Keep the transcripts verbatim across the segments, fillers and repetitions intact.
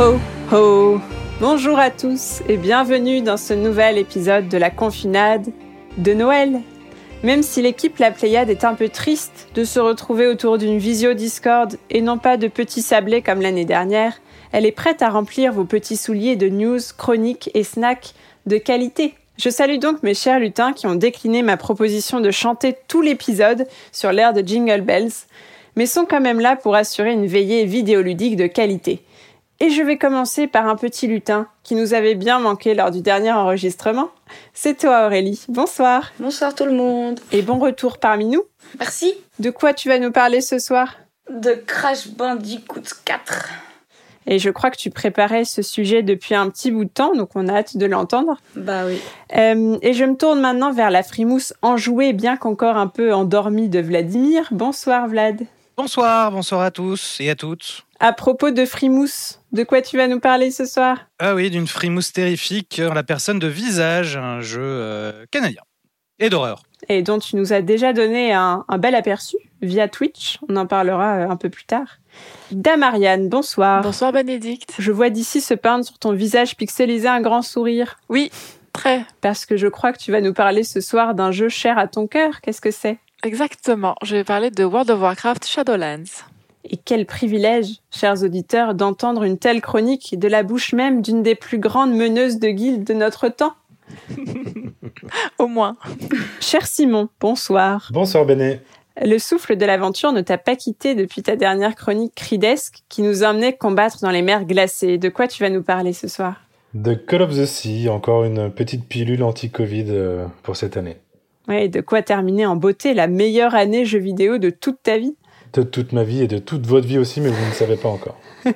Ho ho! Bonjour à tous et bienvenue dans ce nouvel épisode de la confinade de Noël. Même si l'équipe La Pléiade est un peu triste de se retrouver autour d'une visio Discord et non pas de petits sablés comme l'année dernière, elle est prête à remplir vos petits souliers de news, chroniques et snacks de qualité. Je salue donc mes chers lutins qui ont décliné ma proposition de chanter tout l'épisode sur l'air de Jingle Bells, mais sont quand même là pour assurer une veillée vidéoludique de qualité. Et je vais commencer par un petit lutin qui nous avait bien manqué lors du dernier enregistrement. C'est toi Aurélie, bonsoir. Bonsoir tout le monde. Et bon retour parmi nous. Merci. De quoi tu vas nous parler ce soir ? De Crash Bandicoot quatre. Et je crois que tu préparais ce sujet depuis un petit bout de temps, donc on a hâte de l'entendre. Bah oui. Euh, et je me tourne maintenant vers la frimousse enjouée, bien qu'encore un peu endormie de Vladimir. Bonsoir Vlad. Bonsoir, bonsoir à tous et à toutes. À propos de frimousse, de quoi tu vas nous parler ce soir ? Ah oui, d'une frimousse terrifique en la personne de Visage, un jeu euh, canadien et d'horreur. Et dont tu nous as déjà donné un, un bel aperçu via Twitch. On en parlera un peu plus tard. Damariane, bonsoir. Bonsoir Bénédicte. Je vois d'ici se peindre sur ton visage pixelisé un grand sourire. Oui, très. Parce que je crois que tu vas nous parler ce soir d'un jeu cher à ton cœur. Qu'est-ce que c'est ? Exactement, je vais parler de World of Warcraft Shadowlands. Et quel privilège, chers auditeurs, d'entendre une telle chronique de la bouche même d'une des plus grandes meneuses de guilde de notre temps. Au moins. Cher Simon, bonsoir. Bonsoir Béné. Le souffle de l'aventure ne t'a pas quitté depuis ta dernière chronique cridesque qui nous emmenait combattre dans les mers glacées. De quoi tu vas nous parler ce soir ? De Call of the Sea, encore une petite pilule anti-Covid euh, pour cette année. Ouais, de quoi terminer en beauté la meilleure année jeux vidéo de toute ta vie ? De toute ma vie et de toute votre vie aussi, mais vous ne savez pas encore.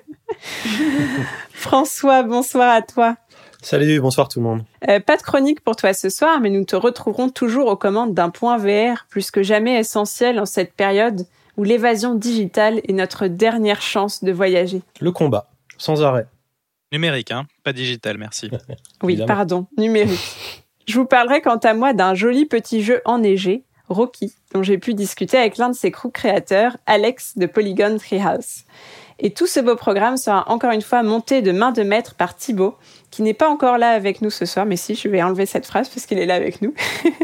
François, bonsoir à toi. Salut, bonsoir tout le monde. Euh, pas de chronique pour toi ce soir, mais nous te retrouverons toujours aux commandes d'un point V R, plus que jamais essentiel en cette période où l'évasion digitale est notre dernière chance de voyager. Le combat, sans arrêt. Numérique, hein, pas digital, merci. Oui, Évidemment. pardon, numérique. Je vous parlerai quant à moi d'un joli petit jeu enneigé, Rocky, dont j'ai pu discuter avec l'un de ses crew créateurs, Alex de Polygon Treehouse. Et tout ce beau programme sera encore une fois monté de main de maître par Thibaut, qui n'est pas encore là avec nous ce soir, mais si, je vais enlever cette phrase parce qu'il est là avec nous.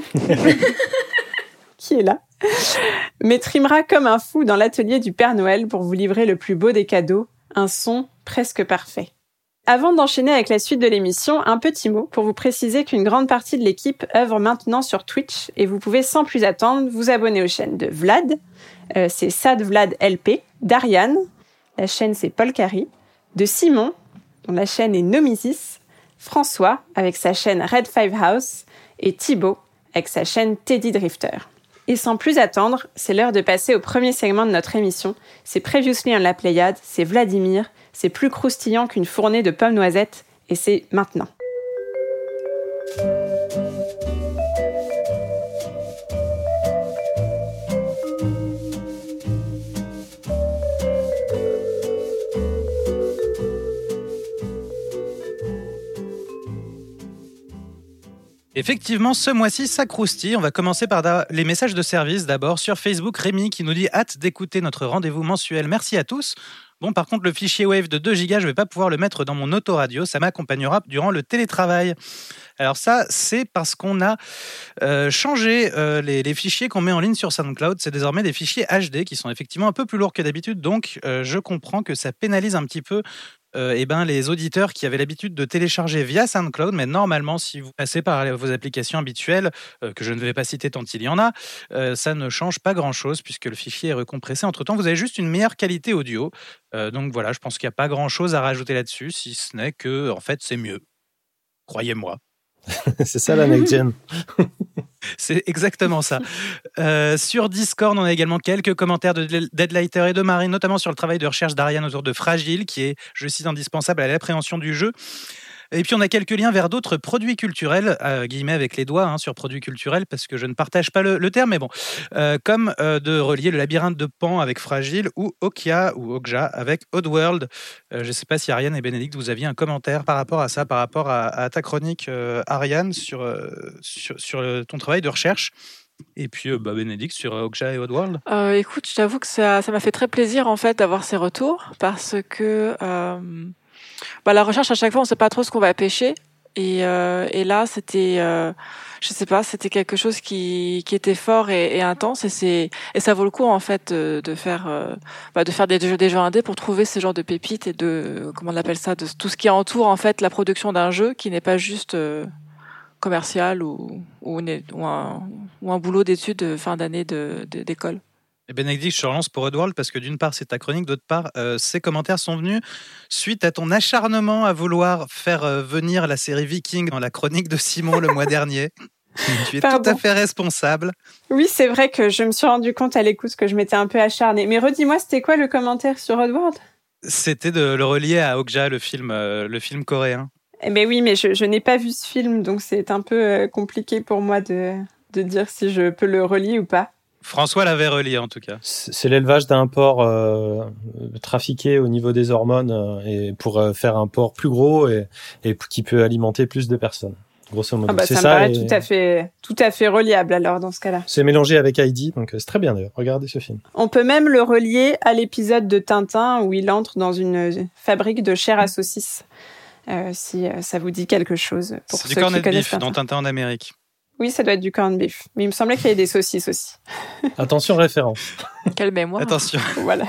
Qui est là. Mais trimera comme un fou dans l'atelier du Père Noël pour vous livrer le plus beau des cadeaux, un son presque parfait. Avant d'enchaîner avec la suite de l'émission, un petit mot pour vous préciser qu'une grande partie de l'équipe œuvre maintenant sur Twitch et vous pouvez sans plus attendre vous abonner aux chaînes de Vlad, euh, c'est Sad Vlad L P, d'Ariane, la chaîne c'est Paul Carry, de Simon, dont la chaîne est Nomisis, François avec sa chaîne Red Five House et Thibaut avec sa chaîne Teddy Drifter. Et sans plus attendre, c'est l'heure de passer au premier segment de notre émission. C'est Previously on La Pléiade, c'est Vladimir, c'est plus croustillant qu'une fournée de pommes noisettes, et c'est maintenant. Effectivement, ce mois-ci, ça croustille. On va commencer par da- les messages de service. D'abord, sur Facebook, Rémi qui nous dit « Hâte d'écouter notre rendez-vous mensuel. Merci à tous. » Bon, par contre, le fichier Wave de deux gigas, je ne vais pas pouvoir le mettre dans mon autoradio. Ça m'accompagnera durant le télétravail. Alors ça, c'est parce qu'on a euh, changé euh, les, les fichiers qu'on met en ligne sur SoundCloud. C'est désormais des fichiers H D qui sont effectivement un peu plus lourds que d'habitude. Donc, euh, je comprends que ça pénalise un petit peu Euh, eh ben, les auditeurs qui avaient l'habitude de télécharger via SoundCloud, mais normalement, si vous passez par vos applications habituelles, euh, que je ne vais pas citer tant il y en a, euh, ça ne change pas grand-chose puisque le fichier est recompressé. Entre-temps, vous avez juste une meilleure qualité audio. Euh, donc voilà, je pense qu'il n'y a pas grand-chose à rajouter là-dessus, si ce n'est que, en fait, c'est mieux. Croyez-moi. C'est ça la next-gen. C'est exactement ça. Euh, sur Discord, on a également quelques commentaires de Deadlighter et de Marine, notamment sur le travail de recherche d'Ariane autour de Fragile, qui est, je cite, indispensable à l'appréhension du jeu. Et puis on a quelques liens vers d'autres produits culturels, euh, guillemets avec les doigts, hein, sur produits culturels, parce que je ne partage pas le, le terme, mais bon, euh, comme euh, de relier le labyrinthe de Pan avec Fragile, ou Okia ou Okja avec Oddworld. Euh, je ne sais pas si Ariane et Bénédicte, vous aviez un commentaire par rapport à ça, par rapport à, à ta chronique, euh, Ariane, sur, euh, sur, sur ton travail de recherche. Et puis euh, bah, Bénédicte sur euh, Okja et Oddworld. Euh, écoute, je t'avoue que ça, ça m'a fait très plaisir en fait d'avoir ces retours parce que euh, Bah, la recherche, à chaque fois, on sait pas trop ce qu'on va pêcher. Et, euh, et là, c'était, euh, je sais pas, c'était quelque chose qui, qui était fort et, et intense. Et c'est, et ça vaut le coup en fait de, de faire, euh, bah, de faire des jeux, des jeux indés pour trouver ces genres de pépites et de, comment on appelle ça, de tout ce qui entoure en fait la production d'un jeu qui n'est pas juste euh, commercial ou ou, une, ou un ou un boulot d'études de fin d'année de, de d'école. Et Bénédicte, je te relance pour Oddworld parce que d'une part, c'est ta chronique, d'autre part, euh, ces commentaires sont venus suite à ton acharnement à vouloir faire euh, venir la série Viking dans la chronique de Simon le mois dernier. Tu es Pardon. tout à fait responsable. Oui, c'est vrai que je me suis rendu compte à l'écoute que je m'étais un peu acharnée. Mais redis-moi, c'était quoi le commentaire sur Oddworld ? C'était de le relier à Okja, le film, euh, le film coréen. Eh ben oui, mais je, je n'ai pas vu ce film, donc c'est un peu euh, compliqué pour moi de, de dire si je peux le relier ou pas. François l'avait relié en tout cas. C'est l'élevage d'un porc euh, trafiqué au niveau des hormones euh, et pour euh, faire un porc plus gros et, et qui peut alimenter plus de personnes. Grosso modo. Ah bah, c'est ça, ça me paraît et... tout à fait, tout à fait reliable alors dans ce cas-là. C'est mélangé avec Heidi, donc c'est très bien d'ailleurs. Regardez ce film. On peut même le relier à l'épisode de Tintin où il entre dans une fabrique de chair à saucisses. Euh, si euh, ça vous dit quelque chose. Pour C'est ceux du cornet qui de connaissent beef Tintin. dans Tintin en Amérique. Oui, ça doit être du corned beef. Mais il me semblait qu'il y avait des saucisses aussi. Attention référence. Quelle mémoire. Attention. Voilà.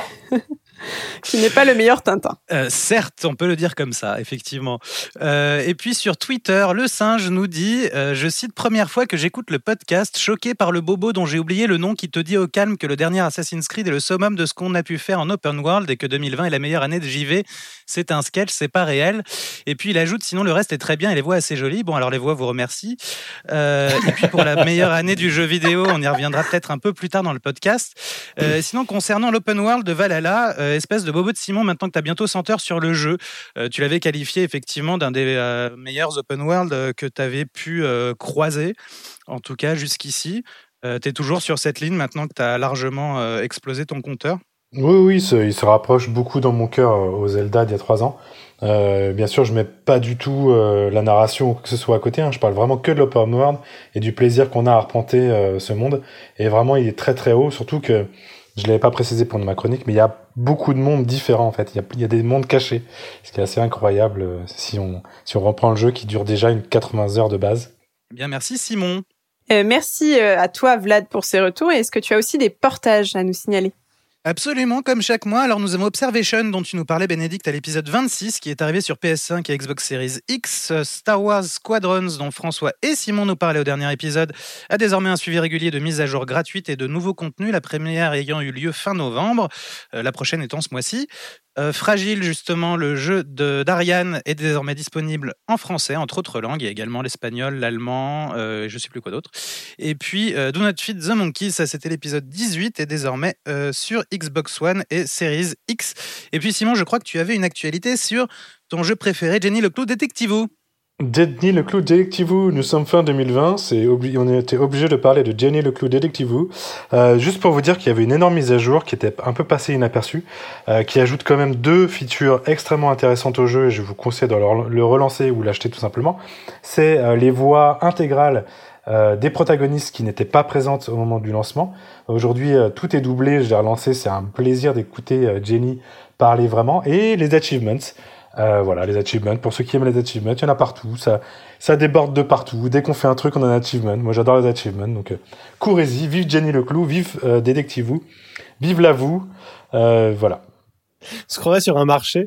Qui n'est pas le meilleur Tintin. Euh, certes, on peut le dire comme ça, effectivement. Euh, et puis sur Twitter, le singe nous dit, euh, je cite, première fois que j'écoute le podcast, choqué par le bobo dont j'ai oublié le nom qui te dit au calme que le dernier Assassin's Creed est le summum de ce qu'on a pu faire en open world et que deux mille vingt est la meilleure année de J V. C'est un sketch, c'est pas réel. Et puis il ajoute, sinon le reste est très bien et les voix assez jolies. Bon, alors les voix vous remercie. Euh, et puis pour la meilleure année du jeu vidéo, on y reviendra peut-être un peu plus tard dans le podcast. Euh, sinon, concernant l'open world de Valhalla, euh, espèce de bobo de Simon, maintenant que tu as bientôt cent heures sur le jeu, euh, tu l'avais qualifié effectivement d'un des euh, meilleurs open world euh, que tu avais pu euh, croiser, en tout cas jusqu'ici. Euh, tu es toujours sur cette ligne maintenant que tu as largement euh, explosé ton compteur? Oui, oui, il se, il se rapproche beaucoup dans mon cœur euh, au Zelda d'il y a trois ans. Euh, bien sûr, je mets pas du tout euh, la narration ou que ce soit à côté. Hein. Je parle vraiment que de l'open world et du plaisir qu'on a à arpenter euh, ce monde. Et vraiment, il est très très haut, surtout que je l'avais pas précisé pour ma chronique, mais il y a beaucoup de mondes différents en fait. Il y a, il y a des mondes cachés, ce qui est assez incroyable euh, si on si on reprend le jeu qui dure déjà une quatre-vingts heures de base. Eh bien, merci Simon. Euh, merci euh, à toi Vlad pour ces retours. Et est-ce que tu as aussi des portages à nous signaler ? Absolument, comme chaque mois. Alors nous avons Observation, dont tu nous parlais, Bénédicte, à l'épisode vingt-six, qui est arrivé sur P S cinq et Xbox Series X. Star Wars Squadrons, dont François et Simon nous parlaient au dernier épisode, a désormais un suivi régulier de mises à jour gratuites et de nouveaux contenus, la première ayant eu lieu fin novembre, euh, la prochaine étant ce mois-ci. Euh, Fragile, justement, le jeu de d'Ariane est désormais disponible en français, entre autres langues, et également l'espagnol, l'allemand, euh, je ne sais plus quoi d'autre. Et puis, euh, Do Not Feed the Monkeys, ça c'était l'épisode dix-huit, et désormais euh, sur Xbox One et Series X. Et puis Simon, je crois que tu avais une actualité sur ton jeu préféré, Jenny le Clou Detectivo. Jenny le Clou Detectivo, nous sommes fin deux mille vingt, c'est obli- on a été obligé de parler de Jenny le Clou Detectivo. Euh, juste pour vous dire qu'il y avait une énorme mise à jour qui était un peu passée inaperçue, euh, qui ajoute quand même deux features extrêmement intéressantes au jeu, et je vous conseille de le le relancer ou l'acheter tout simplement. C'est euh, les voix intégrales euh, des protagonistes qui n'étaient pas présentes au moment du lancement. Aujourd'hui, euh, tout est doublé, je l'ai relancé, c'est un plaisir d'écouter euh, Jenny parler vraiment. Et les achievements. Euh, voilà, les achievements. Pour ceux qui aiment les achievements, il y en a partout. Ça, ça déborde de partout. Dès qu'on fait un truc, on a un achievement. Moi, j'adore les achievements. Donc, euh, courez-y. Vive Jenny le Clou. Vive euh, Détectivo. Vive la vous. Euh, voilà. On se croirait sur un marché.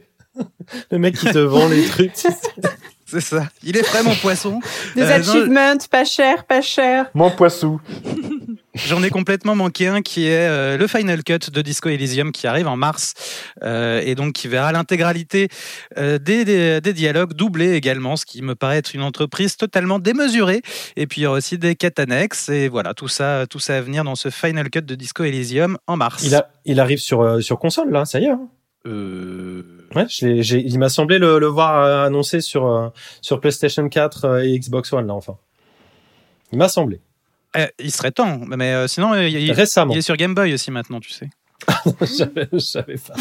Le mec qui te vend les trucs. C'est ça. Il est frais, mon poisson. Des Euh, achievements, non, pas cher, pas cher. Mon poissou. J'en ai complètement manqué un qui est euh, le Final Cut de Disco Elysium qui arrive en mars euh, et donc qui verra l'intégralité euh, des, des, des dialogues doublés également, ce qui me paraît être une entreprise totalement démesurée. Et puis il y aura aussi des quêtes annexes et voilà, tout ça, tout ça à venir dans ce Final Cut de Disco Elysium en mars. Il, a, il arrive sur, euh, sur console, là, ça y est. Hein. Euh... Ouais, je l'ai, j'ai, il m'a semblé le, le voir euh, annoncé sur, euh, sur PlayStation quatre euh, et Xbox One, là, enfin. Il m'a semblé. Eh, il serait temps, mais euh, sinon euh, il, Récemment. il est sur Game Boy aussi maintenant, tu sais. J'avais, je savais pas.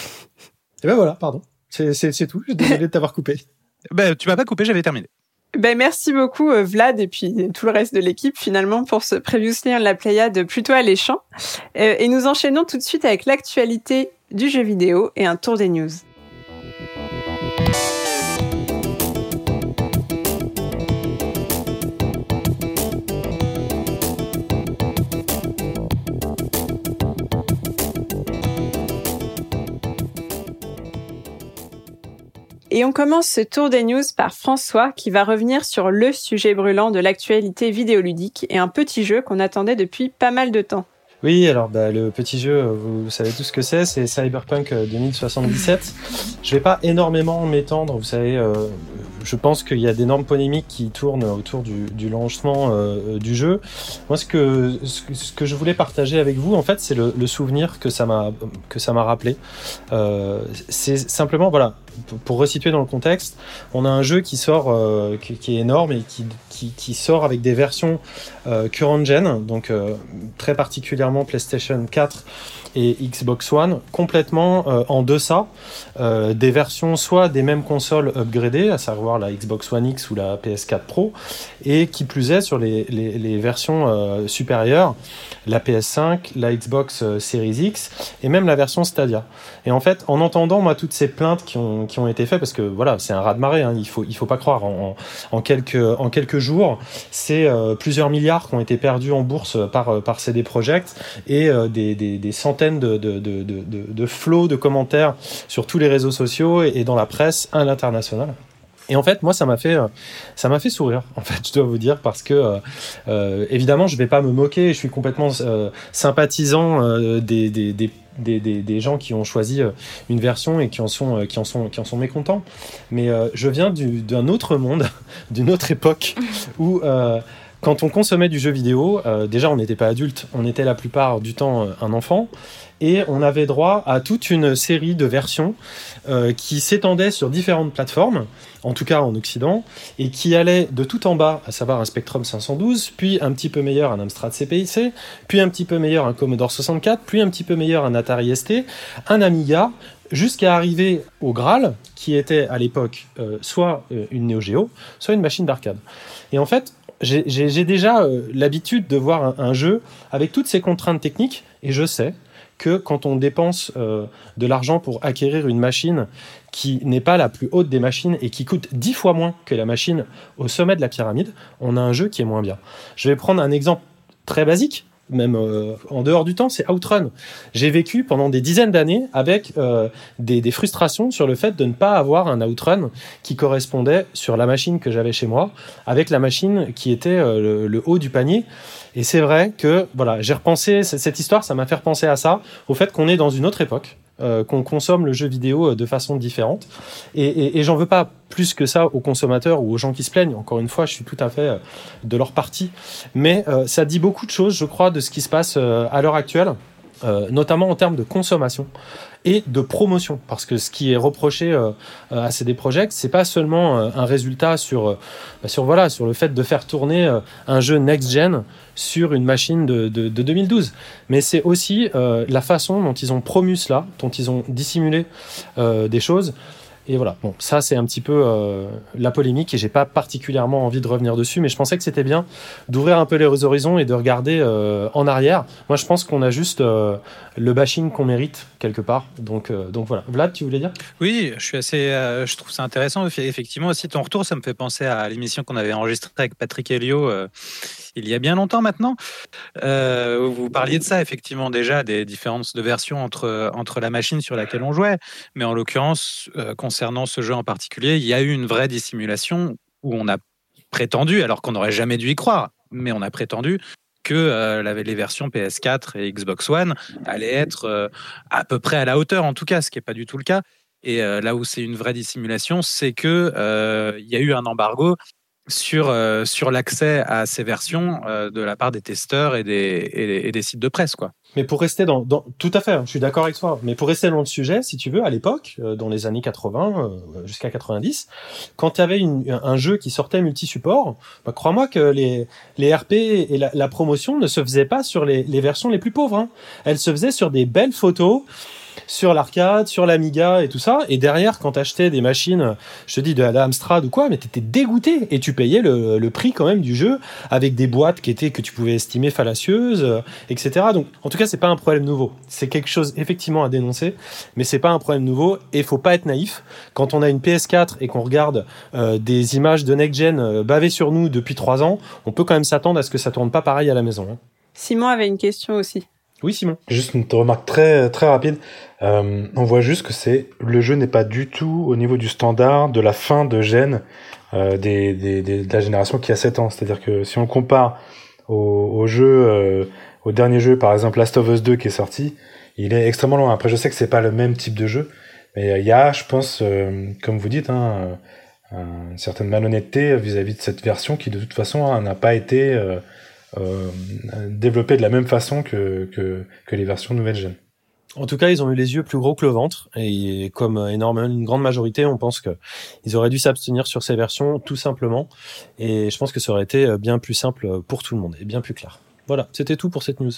Et ben voilà, pardon. C'est, c'est, c'est tout. Je suis désolé de t'avoir coupé. Ben, tu m'as pas coupé, j'avais terminé. Ben, merci beaucoup euh, Vlad et puis tout le reste de l'équipe finalement pour ce Previously on la Pléiade plutôt alléchant. Euh, et nous enchaînons tout de suite avec l'actualité du jeu vidéo et un tour des news. Et on commence ce tour des news par François qui va revenir sur le sujet brûlant de l'actualité vidéoludique et un petit jeu qu'on attendait depuis pas mal de temps. Oui, alors bah, le petit jeu, vous, vous savez tout ce que c'est, c'est Cyberpunk deux mille soixante-dix-sept. Je vais pas énormément m'étendre, vous savez, euh, je pense qu'il y a d'énormes polémiques qui tournent autour du, du lancement euh, du jeu. Moi, ce que, ce que ce que je voulais partager avec vous, en fait, c'est le, le souvenir que ça m'a que ça m'a rappelé. Euh, c'est simplement, voilà, pour, pour resituer dans le contexte, on a un jeu qui sort, euh, qui, qui est énorme et qui, qui, qui sort avec des versions euh, current gen, donc euh, très particulièrement PlayStation quatre et Xbox One, complètement euh, en deçà euh, des versions soit des mêmes consoles upgradées, à savoir la Xbox One X ou la P S quatre Pro, et qui plus est sur les, les, les versions euh, supérieures, la P S cinq, la Xbox euh, Series X et même la version Stadia. Et en fait, en entendant moi toutes ces plaintes qui ont, qui ont été faites, parce que voilà, c'est un raz-de-marée, hein, il faut, il faut pas croire, en, en, quelques, en quelques jours, c'est euh, plusieurs milliards qui ont été perdus en bourse par, par C D Projekt et euh, des, des, des centaines de, de, de, de, de flots de commentaires sur tous les réseaux sociaux et, et dans la presse à l'international. Et en fait, moi, ça m'a fait, ça m'a fait sourire, en fait, je dois vous dire, parce que, euh, évidemment, je vais pas me moquer, je suis complètement euh, sympathisant euh, des, des, des Des, des, des gens qui ont choisi une version et qui en sont, qui en sont, qui en sont mécontents. Mais euh, je viens du, d'un autre monde, d'une autre époque, où euh, quand on consommait du jeu vidéo, euh, déjà on n'était pas adulte, on était la plupart du temps euh, un enfant, et on avait droit à toute une série de versions euh, qui s'étendaient sur différentes plateformes, en tout cas en Occident, et qui allaient de tout en bas, à savoir un Spectrum cinq cent douze, puis un petit peu meilleur un Amstrad C P I C, puis un petit peu meilleur un Commodore soixante-quatre, puis un petit peu meilleur un Atari S T, un Amiga, jusqu'à arriver au Graal, qui était à l'époque euh, soit euh, une Neo Geo, soit une machine d'arcade. Et en fait, j'ai, j'ai, j'ai déjà euh, l'habitude de voir un, un jeu avec toutes ces contraintes techniques, et je sais que quand on dépense euh, de l'argent pour acquérir une machine qui n'est pas la plus haute des machines et qui coûte dix fois moins que la machine au sommet de la pyramide, on a un jeu qui est moins bien. Je vais prendre un exemple très basique, même euh, en dehors du temps, c'est Outrun. J'ai vécu pendant des dizaines d'années avec euh, des, des frustrations sur le fait de ne pas avoir un Outrun qui correspondait sur la machine que j'avais chez moi avec la machine qui était euh, le, le haut du panier. Et c'est vrai que voilà, j'ai repensé cette histoire, ça m'a fait repenser à ça, au fait qu'on est dans une autre époque, euh, qu'on consomme le jeu vidéo de façon différente. Et, et, et j'en veux pas plus que ça aux consommateurs ou aux gens qui se plaignent. Encore une fois, je suis tout à fait de leur partie. Mais euh, ça dit beaucoup de choses, je crois, de ce qui se passe euh, à l'heure actuelle, euh, notamment en termes de consommation et de promotion, parce que ce qui est reproché euh, à C D Projekt, c'est pas seulement euh, un résultat sur, euh, sur, voilà, sur le fait de faire tourner euh, un jeu next-gen sur une machine de, de, de deux mille douze, mais c'est aussi euh, la façon dont ils ont promu cela, dont ils ont dissimulé euh, des choses. Et voilà, bon, ça c'est un petit peu euh, la polémique et j'ai pas particulièrement envie de revenir dessus, mais je pensais que c'était bien d'ouvrir un peu les horizons et de regarder euh, en arrière. Moi je pense qu'on a juste euh, le bashing qu'on mérite quelque part, donc, euh, donc voilà. Vlad, tu voulais dire ? Oui, je suis assez, euh, je trouve ça intéressant. Effectivement aussi ton retour, ça me fait penser à l'émission qu'on avait enregistrée avec Patrick Helio euh, il y a bien longtemps maintenant. Euh, vous parliez de ça effectivement déjà, des différences de version entre, entre la machine sur laquelle on jouait, mais en l'occurrence, euh, concernant ce jeu en particulier, il y a eu une vraie dissimulation où on a prétendu, alors qu'on n'aurait jamais dû y croire, mais on a prétendu que euh, la, les versions P S quatre et Xbox One allaient être euh, à peu près à la hauteur, en tout cas, ce qui n'est pas du tout le cas. Et euh, là où c'est une vraie dissimulation, c'est qu'il euh, y a eu un embargo sur, euh, sur l'accès à ces versions euh, de la part des testeurs et des, et des, et des sites de presse, quoi. Mais pour rester dans, dans tout à fait, hein, je suis d'accord avec toi. Mais pour rester dans le sujet, si tu veux, à l'époque, euh, dans les années quatre-vingts euh, jusqu'à quatre-vingt-dix, quand tu avais un jeu qui sortait multi-support, bah, crois-moi que les, les R P et la, la promotion ne se faisaient pas sur les, les versions les plus pauvres. Hein. Elles se faisaient sur des belles photos, sur l'arcade, sur l'Amiga et tout ça. Et derrière, quand t'achetais des machines, je te dis de la Amstrad ou quoi, mais t'étais dégoûté et tu payais le, le prix quand même du jeu avec des boîtes qui étaient que tu pouvais estimer fallacieuses, euh, et cetera. Donc, en tout cas, c'est pas un problème nouveau. C'est quelque chose effectivement à dénoncer, mais c'est pas un problème nouveau et faut pas être naïf. Quand on a une P S quatre et qu'on regarde euh, des images de next-gen euh, bavées sur nous depuis trois ans, on peut quand même s'attendre à ce que ça tourne pas pareil à la maison. Hein. Simon avait une question aussi. Oui, Simon. Juste une remarque très très rapide. Euh, on voit juste que c'est le jeu n'est pas du tout au niveau du standard de la fin de gène euh, des, des, des, de la génération qui a sept ans. C'est-à-dire que si on compare au, au jeu, euh, au dernier jeu, par exemple Last of Us deux qui est sorti, il est extrêmement loin. Après, je sais que c'est pas le même type de jeu, mais il y a, je pense, euh, comme vous dites, hein, euh, une certaine malhonnêteté vis-à-vis de cette version qui, de toute façon, hein, n'a pas été euh, euh, développée de la même façon que, que, que les versions nouvelle gen. En tout cas, ils ont eu les yeux plus gros que le ventre, et comme énormément, une grande majorité, on pense que ils auraient dû s'abstenir sur ces versions, tout simplement. Et je pense que ça aurait été bien plus simple pour tout le monde et bien plus clair. Voilà, c'était tout pour cette news.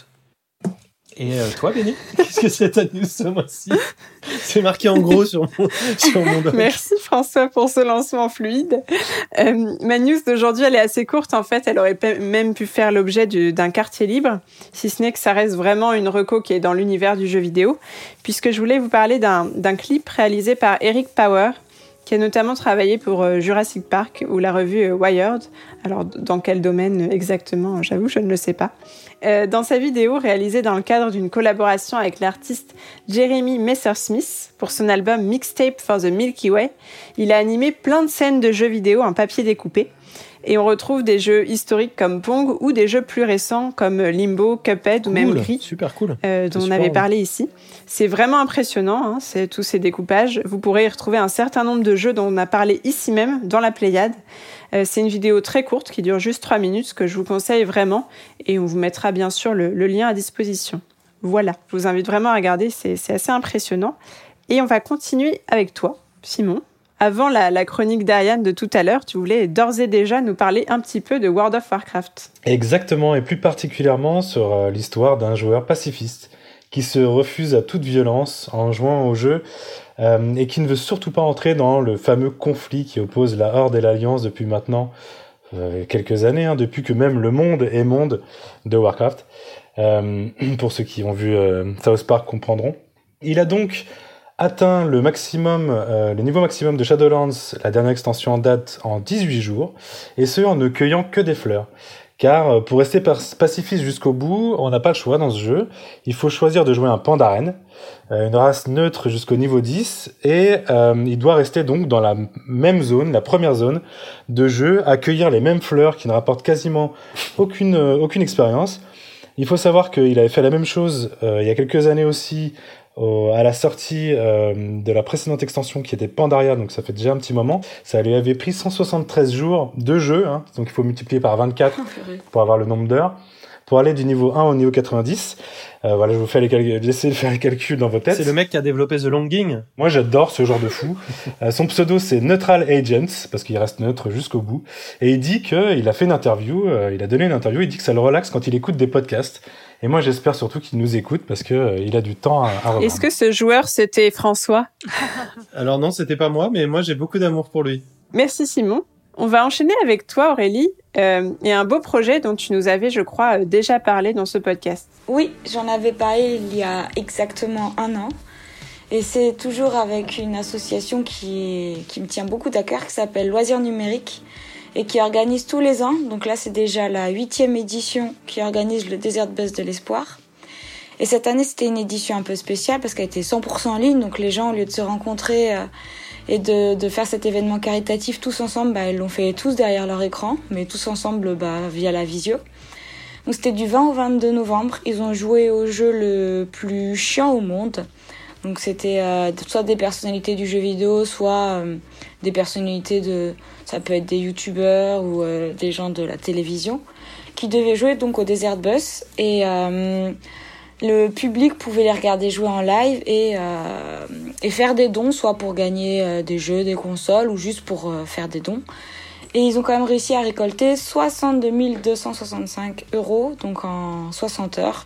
Et euh, toi, Béné, qu'est-ce que c'est ta news ce mois-ci? C'est marqué en gros sur mon, sur mon doc. Merci François pour ce lancement fluide. Euh, ma news d'aujourd'hui, elle est assez courte en fait. Elle aurait p- même pu faire l'objet du, d'un quartier libre, si ce n'est que ça reste vraiment une reco qui est dans l'univers du jeu vidéo, puisque je voulais vous parler d'un, d'un clip réalisé par Eric Power, qui a notamment travaillé pour euh, Jurassic Park ou la revue euh, Wired. Alors, dans quel domaine exactement, j'avoue, je ne le sais pas. Euh, dans sa vidéo réalisée dans le cadre d'une collaboration avec l'artiste Jeremy Messersmith pour son album Mixtape for the Milky Way, il a animé plein de scènes de jeux vidéo en papier découpé. Et on retrouve des jeux historiques comme Pong ou des jeux plus récents comme Limbo, Cuphead ou Cool, même Gris, super cool. euh, dont C'est on super avait bon. parlé ici. C'est vraiment impressionnant, hein, c'est, tous ces découpages. Vous pourrez y retrouver un certain nombre de jeux dont on a parlé ici même, dans la Pléiade. Euh, c'est une vidéo très courte qui dure juste trois minutes, que je vous conseille vraiment. Et on vous mettra bien sûr le, le lien à disposition. Voilà, je vous invite vraiment à regarder, c'est, c'est assez impressionnant. Et on va continuer avec toi, Simon. Avant la, la chronique d'Ariane de tout à l'heure, tu voulais d'ores et déjà nous parler un petit peu de World of Warcraft. Exactement, et plus particulièrement sur euh, l'histoire d'un joueur pacifiste qui se refuse à toute violence en jouant au jeu euh, et qui ne veut surtout pas entrer dans le fameux conflit qui oppose la Horde et l'Alliance depuis maintenant euh, quelques années, hein, depuis que même le monde est monde de Warcraft. Euh, pour ceux qui ont vu euh, South Park comprendront. Il a donc atteint le maximum, euh, le niveau maximum de Shadowlands, la dernière extension en date, en dix-huit jours, et ce en ne cueillant que des fleurs. Car euh, pour rester pacifiste jusqu'au bout, on n'a pas le choix dans ce jeu. Il faut choisir de jouer un Pandaren, euh, une race neutre jusqu'au niveau dix, et euh, il doit rester donc dans la même zone, la première zone de jeu, à cueillir les mêmes fleurs qui ne rapportent quasiment aucune, euh, aucune expérience. Il faut savoir qu'il avait fait la même chose euh, il y a quelques années aussi, Au, à la sortie euh, de la précédente extension qui était Pandaria, donc ça fait déjà un petit moment. Ça lui avait pris cent soixante-treize jours de jeu, hein, donc il faut multiplier par vingt-quatre pour avoir le nombre d'heures, pour aller du niveau un au niveau quatre-vingt-dix. Euh, voilà, je vous fais les calculs, j'essaie de faire les calculs dans vos têtes. C'est le mec qui a développé The Longing. Moi, j'adore ce genre de fou. euh, son pseudo, c'est Neutral Agents, parce qu'il reste neutre jusqu'au bout. Et il dit qu'il a fait une interview, euh, il a donné une interview, il dit que ça le relaxe quand il écoute des podcasts. Et moi, j'espère surtout qu'il nous écoute, parce que euh, il a du temps à, à reprendre. Est-ce que ce joueur, c'était François ? Alors non, c'était pas moi, mais moi j'ai beaucoup d'amour pour lui. Merci Simon. On va enchaîner avec toi Aurélie, euh, et un beau projet dont tu nous avais, je crois, euh, déjà parlé dans ce podcast. Oui, j'en avais parlé il y a exactement un an. Et c'est toujours avec une association qui, qui me tient beaucoup à cœur, qui s'appelle Loisirs Numériques, et qui organise tous les ans, donc là c'est déjà la huitième édition, qui organise le Desert Bus de l'Espoir. Et cette année c'était une édition un peu spéciale, parce qu'elle était cent pour cent en ligne, donc les gens, au lieu de se rencontrer euh, et de, de faire cet événement caritatif tous ensemble, bah, ils l'ont fait tous derrière leur écran, mais tous ensemble bah, via la visio. Donc c'était du vingt au vingt-deux novembre, ils ont joué au jeu le plus chiant au monde. Donc c'était euh, soit des personnalités du jeu vidéo, soit euh, des personnalités de... ça peut être des youtubeurs ou euh, des gens de la télévision, qui devaient jouer donc au Desert Bus. Et euh, le public pouvait les regarder jouer en live et, euh, et faire des dons, soit pour gagner euh, des jeux, des consoles, ou juste pour euh, faire des dons. Et ils ont quand même réussi à récolter soixante-deux mille deux cent soixante-cinq euros, donc en soixante heures.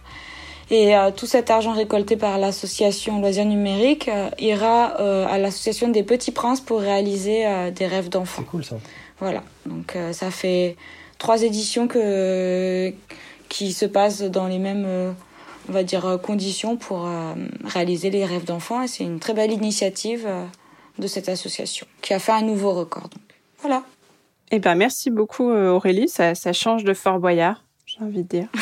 Et euh, tout cet argent récolté par l'association Loisirs Numériques euh, ira euh, à l'association des Petits Princes pour réaliser euh, des rêves d'enfants. C'est cool ça. Voilà, donc euh, ça fait trois éditions que, qui se passent dans les mêmes, euh, on va dire, conditions pour euh, réaliser les rêves d'enfants. Et c'est une très belle initiative euh, de cette association qui a fait un nouveau record. Donc, voilà. Eh ben, merci beaucoup Aurélie, ça, ça change de Fort Boyard. j'ai envie de dire.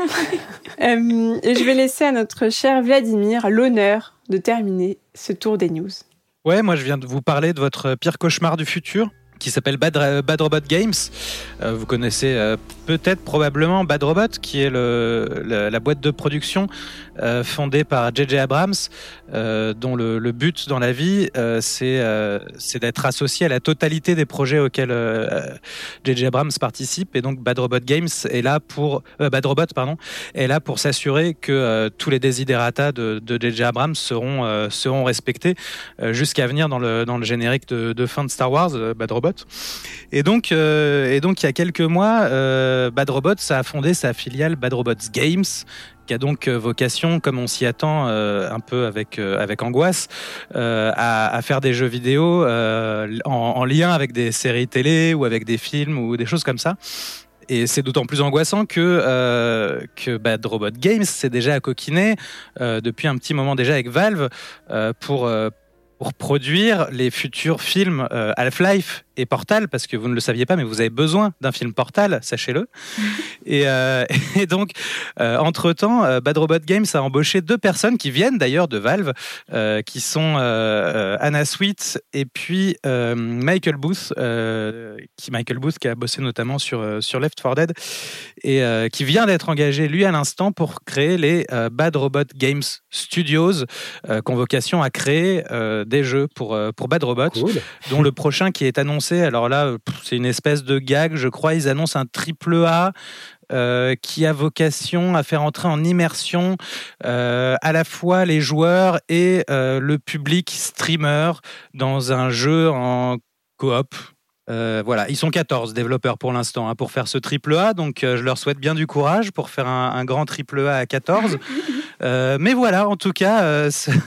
euh, et je vais laisser à notre cher Vladimir l'honneur de terminer ce tour des news. Ouais, moi je viens de vous parler de votre pire cauchemar du futur, qui s'appelle Bad, Bad Robot Games. Euh, vous connaissez euh, peut-être probablement Bad Robot, qui est le, la, la boîte de production euh, fondée par J J Abrams, euh, dont le, le but dans la vie, euh, c'est, euh, c'est d'être associé à la totalité des projets auxquels euh, J J Abrams participe. Et donc Bad Robot Games est là pour euh, Bad Robot, pardon, est là pour s'assurer que euh, tous les desiderata de, de J J Abrams seront euh, seront respectés euh, jusqu'à venir dans le dans le générique de, de fin de Star Wars, euh, Bad Robot. Et donc, euh, et donc, il y a quelques mois, euh, Bad Robot ça a fondé sa filiale Bad Robots Games, qui a donc vocation, comme on s'y attend, euh, un peu avec euh, avec angoisse, euh, à, à faire des jeux vidéo euh, en, en lien avec des séries télé ou avec des films ou des choses comme ça. Et c'est d'autant plus angoissant que, euh, que Bad Robot Games s'est déjà coquiné euh, depuis un petit moment déjà avec Valve euh, pour euh, pour produire les futurs films euh, Half-Life et Portal, parce que vous ne le saviez pas, mais vous avez besoin d'un film Portal, sachez-le. et, euh, et donc, euh, entre-temps, euh, Bad Robot Games a embauché deux personnes qui viennent d'ailleurs de Valve, euh, qui sont euh, Anna Sweet et puis euh, Michael Booth, euh, qui, Michael Booth qui a bossé notamment sur, euh, sur Left four Dead, et euh, qui vient d'être engagé, lui, à l'instant, pour créer les euh, Bad Robot Games Studios, euh, qui ont vocation à créer euh, des jeux pour, euh, pour Bad Robot, cool. Dont le prochain qui est annoncé. Alors là, c'est une espèce de gag, je crois. Ils annoncent un triple A euh, qui a vocation à faire entrer en immersion euh, à la fois les joueurs et euh, le public streamer dans un jeu en coop. Euh, voilà, ils sont quatorze développeurs pour l'instant hein, pour faire ce triple A, donc euh, je leur souhaite bien du courage pour faire un, un grand triple A à quatorze. Euh, mais voilà, en tout cas, euh,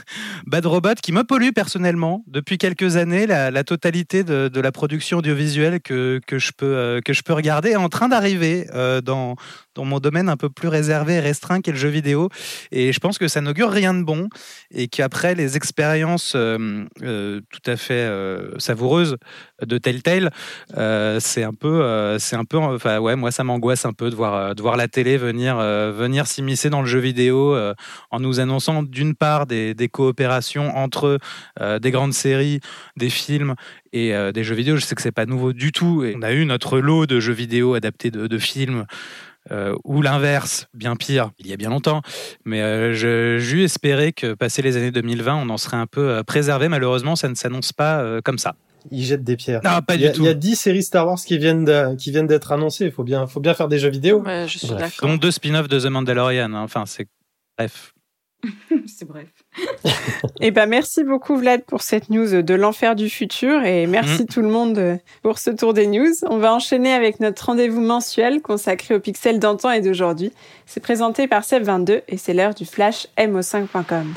Bad Robot qui me pollue personnellement depuis quelques années. La, la totalité de, de la production audiovisuelle que, que, je peux, euh, que je peux regarder est en train d'arriver euh, dans, dans mon domaine un peu plus réservé et restreint qu'est le jeu vidéo. Et je pense que ça n'augure rien de bon et qu'après les expériences euh, euh, tout à fait euh, savoureuses de Telltale, euh, c'est un peu, euh, c'est un peu, enfin ouais, moi ça m'angoisse un peu de voir, de voir la télé venir, euh, venir s'immiscer dans le jeu vidéo. Euh, en nous annonçant d'une part des, des coopérations entre euh, des grandes séries, des films et euh, des jeux vidéo. Je sais que c'est pas nouveau du tout. Et on a eu notre lot de jeux vidéo adaptés de, de films. Euh, ou l'inverse, bien pire, il y a bien longtemps. Mais euh, je, j'ai espéré que, passé les années deux mille vingt, on en serait un peu euh, préservé. Malheureusement, ça ne s'annonce pas euh, comme ça. Ils jettent des pierres. Non, pas il du y a, tout. Il y a dix séries Star Wars qui viennent, de, qui viennent d'être annoncées. Il faut bien, faut bien faire des jeux vidéo. Ouais, je suis Bref. d'accord. Dont deux spin-offs de The Mandalorian. Hein. Enfin, c'est... Bref. C'est bref. Eh ben, merci beaucoup, Vlad, pour cette news de l'enfer du futur. Et merci mmh. tout le monde pour ce tour des news. On va enchaîner avec notre rendez-vous mensuel consacré aux pixels d'antan et d'aujourd'hui. C'est présenté par Seb vingt-deux et c'est l'heure du flash M O cinq point com.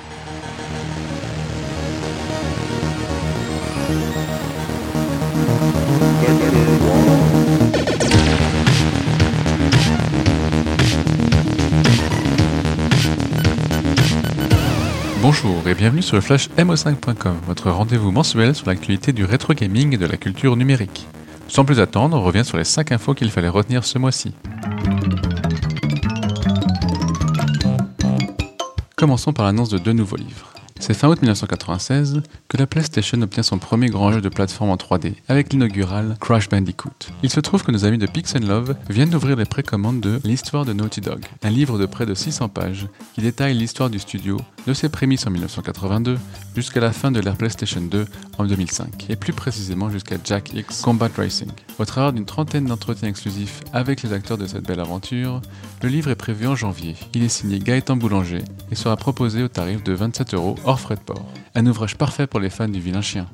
Bonjour et bienvenue sur le flash M O cinq point com, votre rendez-vous mensuel sur l'actualité du rétro gaming et de la culture numérique. Sans plus attendre, on revient sur les cinq infos qu'il fallait retenir ce mois-ci. Commençons par l'annonce de deux nouveaux livres. C'est fin août dix-neuf cent quatre-vingt-seize que la PlayStation obtient son premier grand jeu de plateforme en trois D, avec l'inaugural Crash Bandicoot. Il se trouve que nos amis de Pix'n'Love viennent d'ouvrir les précommandes de L'Histoire de Naughty Dog, un livre de près de six cents pages qui détaille l'histoire du studio, de ses prémices en dix-neuf cent quatre-vingt-deux jusqu'à la fin de l'ère PlayStation deux en deux mille cinq, et plus précisément jusqu'à Jack X Combat Racing. Au travers d'une trentaine d'entretiens exclusifs avec les acteurs de cette belle aventure, le livre est prévu en janvier. Il est signé Gaëtan Boulanger et sera proposé au tarif de vingt-sept euros hors frais de port. Un ouvrage parfait pour les fans du vilain chien.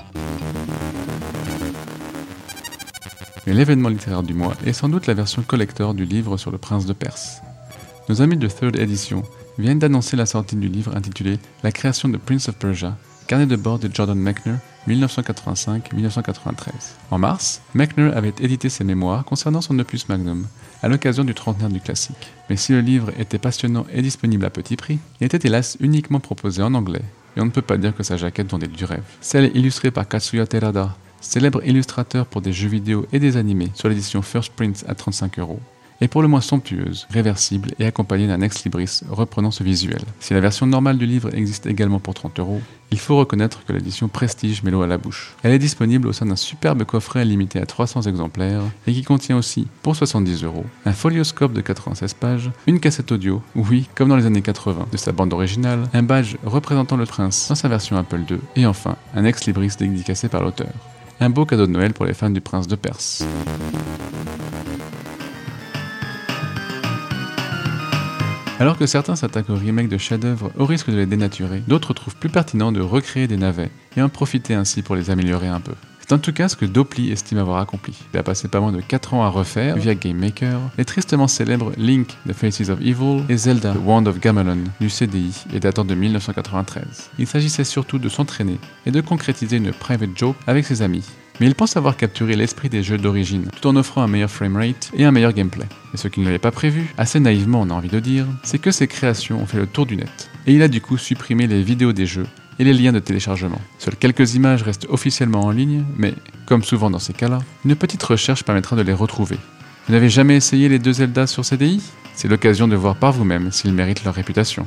Mais l'événement littéraire du mois est sans doute la version collector du livre sur le prince de Perse. Nos amis de Third Edition viennent d'annoncer la sortie du livre intitulé La création de Prince of Persia, carnet de bord de Jordan Mechner, dix-neuf cent quatre-vingt-cinq à dix-neuf cent quatre-vingt-treize. En mars, Mechner avait édité ses mémoires concernant son opus magnum, à l'occasion du trentenaire du classique. Mais si le livre était passionnant et disponible à petit prix, il était hélas uniquement proposé en anglais, et on ne peut pas dire que sa jaquette vendait du rêve. Celle illustrée par Katsuya Terada, célèbre illustrateur pour des jeux vidéo et des animés, sur l'édition First Print à trente-cinq euros, est pour le moins somptueuse, réversible et accompagnée d'un ex-libris reprenant ce visuel. Si la version normale du livre existe également pour trente euros, il faut reconnaître que l'édition Prestige met l'eau à la bouche. Elle est disponible au sein d'un superbe coffret limité à trois cents exemplaires et qui contient aussi, pour soixante-dix euros, un folioscope de quatre-vingt-seize pages, une cassette audio, oui, comme dans les années quatre-vingts, de sa bande originale, un badge représentant le prince dans sa version Apple deux, et enfin, un ex-libris dédicacé par l'auteur. Un beau cadeau de Noël pour les fans du prince de Perse. Alors que certains s'attaquent au remake de chefs-d'œuvre au risque de les dénaturer, d'autres trouvent plus pertinent de recréer des navets et en profiter ainsi pour les améliorer un peu. C'est en tout cas ce que Dopli estime avoir accompli. Il a passé pas moins de quatre ans à refaire, via Game Maker, les tristement célèbres Link, The Faces of Evil et Zelda, The Wand of Gamelon, du C D I et datant de mille neuf cent quatre-vingt-treize. Il s'agissait surtout de s'entraîner et de concrétiser une private joke avec ses amis. Mais il pense avoir capturé l'esprit des jeux d'origine, tout en offrant un meilleur framerate et un meilleur gameplay. Et ce qu'il n'avait pas prévu, assez naïvement on a envie de dire, c'est que ses créations ont fait le tour du net. Et il a du coup supprimé les vidéos des jeux et les liens de téléchargement. Seules quelques images restent officiellement en ligne, mais, comme souvent dans ces cas-là, une petite recherche permettra de les retrouver. Vous n'avez jamais essayé les deux Zelda sur C D I ? C'est l'occasion de voir par vous-même s'ils méritent leur réputation.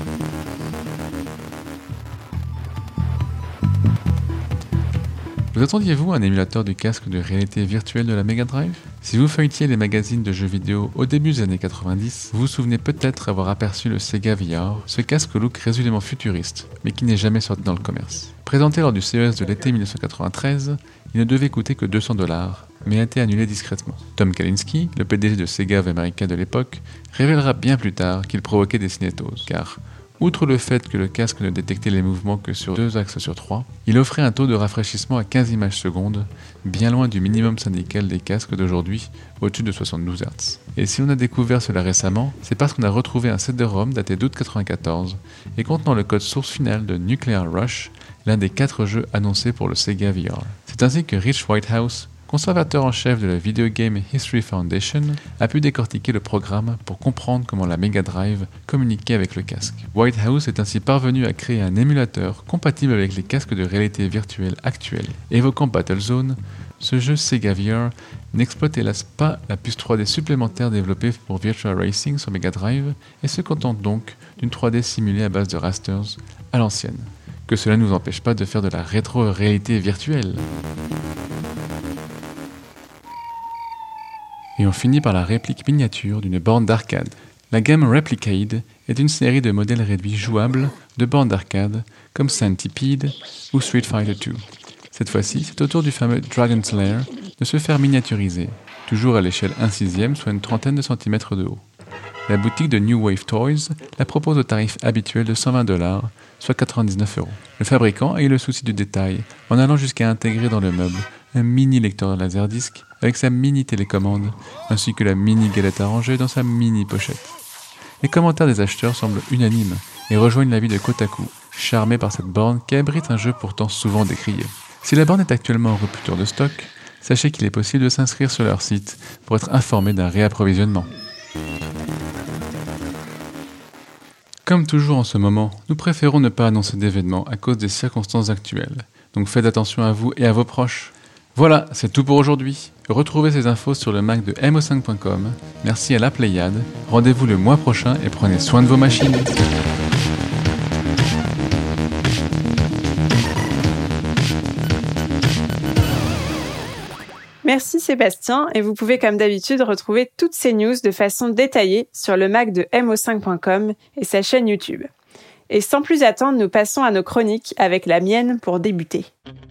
Vous attendiez-vous un émulateur du casque de réalité virtuelle de la Mega Drive ? Si vous feuilletiez les magazines de jeux vidéo au début des années quatre-vingt-dix, vous vous souvenez peut-être avoir aperçu le Sega V R, ce casque au look résolument futuriste, mais qui n'est jamais sorti dans le commerce. Présenté lors du C E S de l'été mille neuf cent quatre-vingt-treize, il ne devait coûter que deux cents dollars, mais a été annulé discrètement. Tom Kalinske, le P D G de Sega of America de l'époque, révélera bien plus tard qu'il provoquait des cinétoses, car outre le fait que le casque ne détectait les mouvements que sur deux axes sur trois, il offrait un taux de rafraîchissement à quinze images secondes, bien loin du minimum syndical des casques d'aujourd'hui, au-dessus de soixante-douze hertz. Et si on a découvert cela récemment, c'est parce qu'on a retrouvé un C D ROM daté d'août quatre-vingt-quatorze et contenant le code source final de Nuclear Rush, l'un des quatre jeux annoncés pour le Sega V R. C'est ainsi que Rich Whitehouse, conservateur en chef de la Video Game History Foundation, a pu décortiquer le programme pour comprendre comment la Mega Drive communiquait avec le casque. Whitehouse est ainsi parvenu à créer un émulateur compatible avec les casques de réalité virtuelle actuels. Évoquant Battlezone, ce jeu Sega V R n'exploite hélas pas la puce trois D supplémentaire développée pour Virtua Racing sur Mega Drive et se contente donc d'une trois D simulée à base de rasters à l'ancienne. Que cela ne nous empêche pas de faire de la rétro-réalité virtuelle. Et on finit par la réplique miniature d'une borne d'arcade. La gamme Replicade est une série de modèles réduits jouables de bornes d'arcade comme Centipede ou Street Fighter deux. Cette fois-ci, c'est au tour du fameux Dragon Slayer de se faire miniaturiser, toujours à l'échelle un sixième, soit une trentaine de centimètres de haut. La boutique de New Wave Toys la propose au tarif habituel de cent vingt dollars, soit quatre-vingt-dix-neuf euros. Le fabricant a eu le souci du détail en allant jusqu'à intégrer dans le meuble un mini lecteur laserdisc avec sa mini télécommande, ainsi que la mini galette à ranger dans sa mini pochette. Les commentaires des acheteurs semblent unanimes et rejoignent l'avis de Kotaku, charmé par cette borne qui abrite un jeu pourtant souvent décrié. Si la borne est actuellement en rupture de stock, sachez qu'il est possible de s'inscrire sur leur site pour être informé d'un réapprovisionnement. Comme toujours en ce moment, nous préférons ne pas annoncer d'événements à cause des circonstances actuelles, donc faites attention à vous et à vos proches. Voilà, c'est tout pour aujourd'hui. Retrouvez ces infos sur le Mac de M O cinq point com. Merci à la Pléiade. Rendez-vous le mois prochain et prenez soin de vos machines. Merci Sébastien, et vous pouvez comme d'habitude retrouver toutes ces news de façon détaillée sur le Mac de M O cinq point com et sa chaîne YouTube. Et sans plus attendre, nous passons à nos chroniques avec la mienne pour débuter.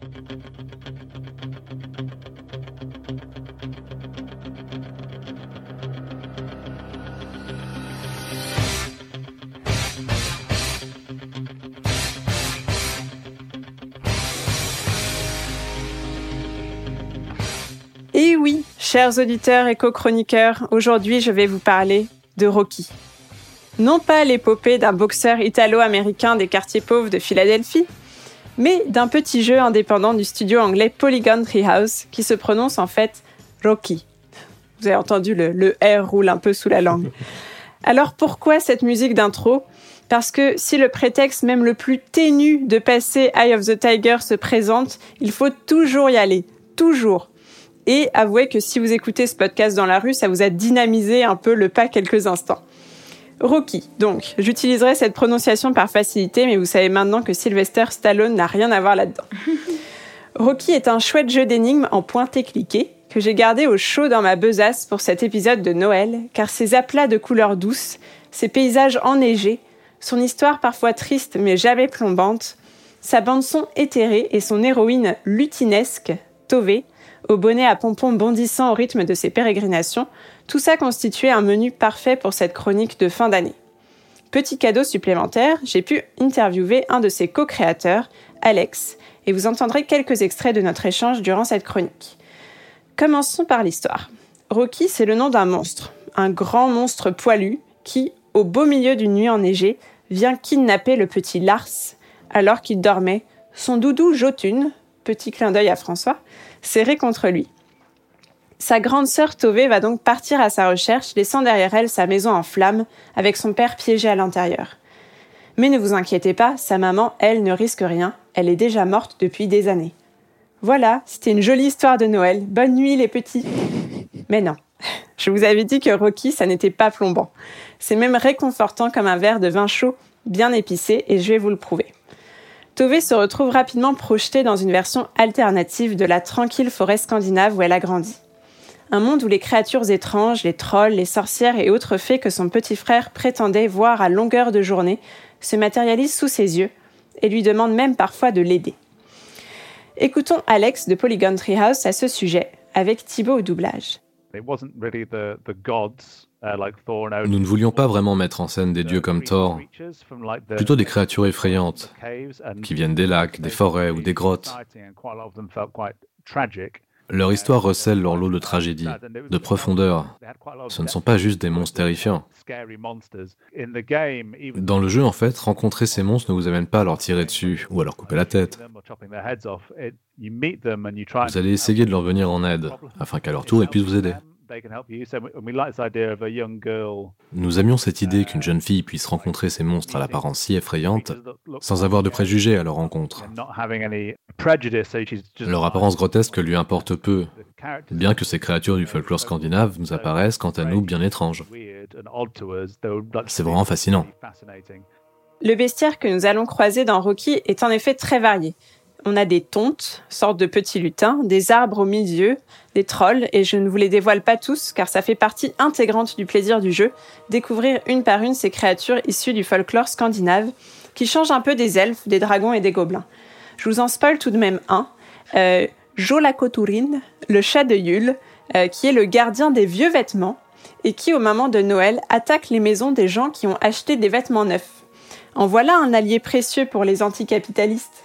Et oui, chers auditeurs et co-chroniqueurs, aujourd'hui je vais vous parler de Rocky. Non pas l'épopée d'un boxeur italo-américain des quartiers pauvres de Philadelphie, mais d'un petit jeu indépendant du studio anglais Polygon Treehouse qui se prononce en fait Rocky. Vous avez entendu, le, le R roule un peu sous la langue. Alors pourquoi cette musique d'intro ? Parce que si le prétexte même le plus ténu de passer Eye of the Tiger se présente, il faut toujours y aller, toujours. Et avouez que si vous écoutez ce podcast dans la rue, ça vous a dynamisé un peu le pas quelques instants. Rocky, donc, j'utiliserai cette prononciation par facilité, mais vous savez maintenant que Sylvester Stallone n'a rien à voir là-dedans. Rocky est un chouette jeu d'énigmes en pointé-cliqué que j'ai gardé au chaud dans ma besace pour cet épisode de Noël, car ses aplats de couleurs douces, ses paysages enneigés, son histoire parfois triste mais jamais plombante, sa bande-son éthérée et son héroïne lutinesque, Tové, au bonnet à pompons bondissant au rythme de ses pérégrinations, tout ça constituait un menu parfait pour cette chronique de fin d'année. Petit cadeau supplémentaire, j'ai pu interviewer un de ses co-créateurs, Alex, et vous entendrez quelques extraits de notre échange durant cette chronique. Commençons par l'histoire. Rocky, c'est le nom d'un monstre, un grand monstre poilu qui, au beau milieu d'une nuit enneigée, vient kidnapper le petit Lars, alors qu'il dormait, son doudou Jotun, petit clin d'œil à François, serré contre lui. Sa grande sœur Tové va donc partir à sa recherche, laissant derrière elle sa maison en flammes, avec son père piégé à l'intérieur. Mais ne vous inquiétez pas, sa maman, elle, ne risque rien, elle est déjà morte depuis des années. Voilà, c'était une jolie histoire de Noël. Bonne nuit les petits. Mais non, je vous avais dit que Rocky, ça n'était pas plombant. C'est même réconfortant comme un verre de vin chaud, bien épicé, et je vais vous le prouver. Tové se retrouve rapidement projetée dans une version alternative de la tranquille forêt scandinave où elle a grandi. Un monde où les créatures étranges, les trolls, les sorcières et autres fées que son petit frère prétendait voir à longueur de journée se matérialisent sous ses yeux et lui demandent même parfois de l'aider. Écoutons Alex de Polygon Treehouse à ce sujet, avec Thibaut au doublage. Nous ne voulions pas vraiment mettre en scène des dieux comme Thor, plutôt des créatures effrayantes, qui viennent des lacs, des forêts ou des grottes. Leur histoire recèle leur lot de tragédie, de profondeur. Ce ne sont pas juste des monstres terrifiants. Dans le jeu, en fait, rencontrer ces monstres ne vous amène pas à leur tirer dessus ou à leur couper la tête. Vous allez essayer de leur venir en aide, afin qu'à leur tour, ils puissent vous aider. Nous aimions cette idée qu'une jeune fille puisse rencontrer ces monstres à l'apparence si effrayante, sans avoir de préjugés à leur rencontre. Leur apparence grotesque lui importe peu, bien que ces créatures du folklore scandinave nous apparaissent quant à nous bien étranges. C'est vraiment fascinant. Le bestiaire que nous allons croiser dans Rocky est en effet très varié. On a des tontes, sortes de petits lutins, des arbres au milieu, des trolls, et je ne vous les dévoile pas tous car ça fait partie intégrante du plaisir du jeu, découvrir une par une ces créatures issues du folklore scandinave, qui changent un peu des elfes, des dragons et des gobelins. Je vous en spoil tout de même un, euh, Jolakoturin, le chat de Yule, euh, qui est le gardien des vieux vêtements, et qui au moment de Noël attaque les maisons des gens qui ont acheté des vêtements neufs. En voilà un allié précieux pour les anticapitalistes.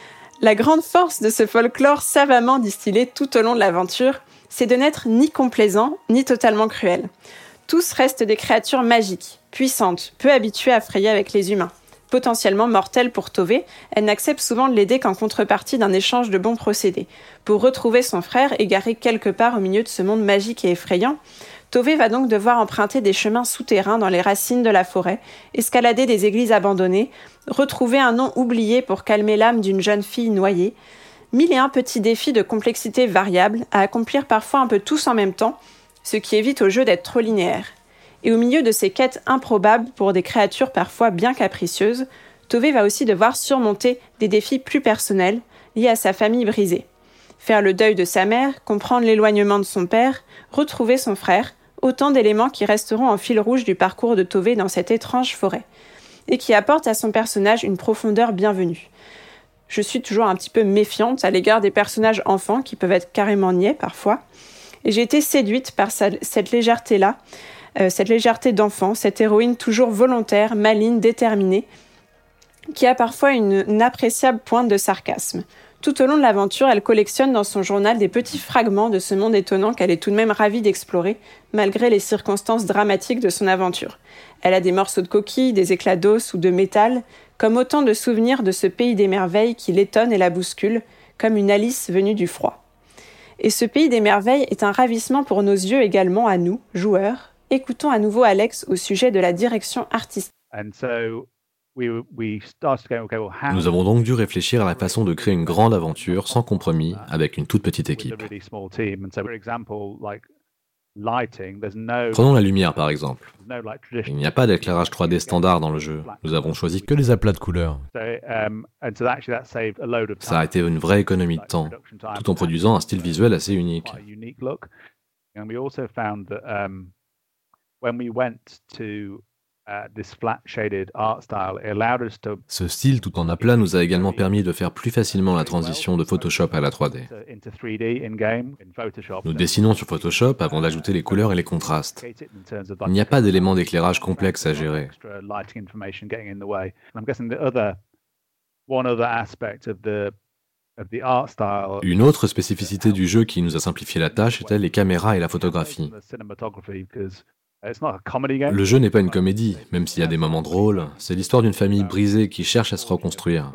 La grande force de ce folklore savamment distillé tout au long de l'aventure, c'est de n'être ni complaisant, ni totalement cruel. Tous restent des créatures magiques, puissantes, peu habituées à frayer avec les humains. Potentiellement mortelle pour Tové, elle n'accepte souvent de l'aider qu'en contrepartie d'un échange de bons procédés. Pour retrouver son frère, égaré quelque part au milieu de ce monde magique et effrayant, Tové va donc devoir emprunter des chemins souterrains dans les racines de la forêt, escalader des églises abandonnées, retrouver un nom oublié pour calmer l'âme d'une jeune fille noyée. Mille et un petits défis de complexité variable, à accomplir parfois un peu tous en même temps, ce qui évite au jeu d'être trop linéaire. Et au milieu de ces quêtes improbables pour des créatures parfois bien capricieuses, Tové va aussi devoir surmonter des défis plus personnels liés à sa famille brisée. Faire le deuil de sa mère, comprendre l'éloignement de son père, retrouver son frère, autant d'éléments qui resteront en fil rouge du parcours de Tové dans cette étrange forêt, et qui apportent à son personnage une profondeur bienvenue. Je suis toujours un petit peu méfiante à l'égard des personnages enfants qui peuvent être carrément niais parfois, et j'ai été séduite par sa, cette légèreté-là, euh, cette légèreté d'enfant, cette héroïne toujours volontaire, maligne, déterminée, qui a parfois une, une appréciable pointe de sarcasme. Tout au long de l'aventure, elle collectionne dans son journal des petits fragments de ce monde étonnant qu'elle est tout de même ravie d'explorer, malgré les circonstances dramatiques de son aventure. Elle a des morceaux de coquilles, des éclats d'os ou de métal, comme autant de souvenirs de ce pays des merveilles qui l'étonne et la bouscule, comme une Alice venue du froid. Et ce pays des merveilles est un ravissement pour nos yeux également à nous, joueurs. Écoutons à nouveau Alex au sujet de la direction artistique. Nous avons donc dû réfléchir à la façon de créer une grande aventure sans compromis avec une toute petite équipe. Prenons la lumière par exemple. Il n'y a pas d'éclairage trois D standard dans le jeu. Nous avons choisi que les aplats de couleurs. Ça a été une vraie économie de temps, tout en produisant un style visuel assez unique. Ce style tout en aplat nous a également permis de faire plus facilement la transition de Photoshop à la trois D. Nous dessinons sur Photoshop avant d'ajouter les couleurs et les contrastes. Il n'y a pas d'éléments d'éclairage complexes à gérer. Une autre spécificité du jeu qui nous a simplifié la tâche était les caméras et la photographie. Le jeu n'est pas une comédie, même s'il y a des moments drôles. C'est l'histoire d'une famille brisée qui cherche à se reconstruire.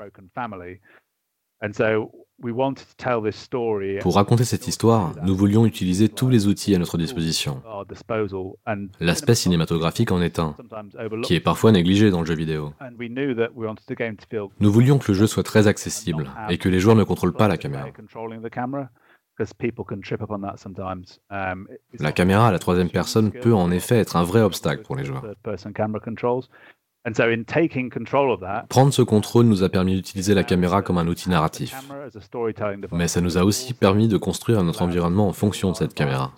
Pour raconter cette histoire, nous voulions utiliser tous les outils à notre disposition. L'aspect cinématographique en est un, qui est parfois négligé dans le jeu vidéo. Nous voulions que le jeu soit très accessible et que les joueurs ne contrôlent pas la caméra. La caméra à la troisième personne peut en effet être un vrai obstacle pour les joueurs. Prendre ce contrôle nous a permis d'utiliser la caméra comme un outil narratif. Mais ça nous a aussi permis de construire notre environnement en fonction de cette caméra.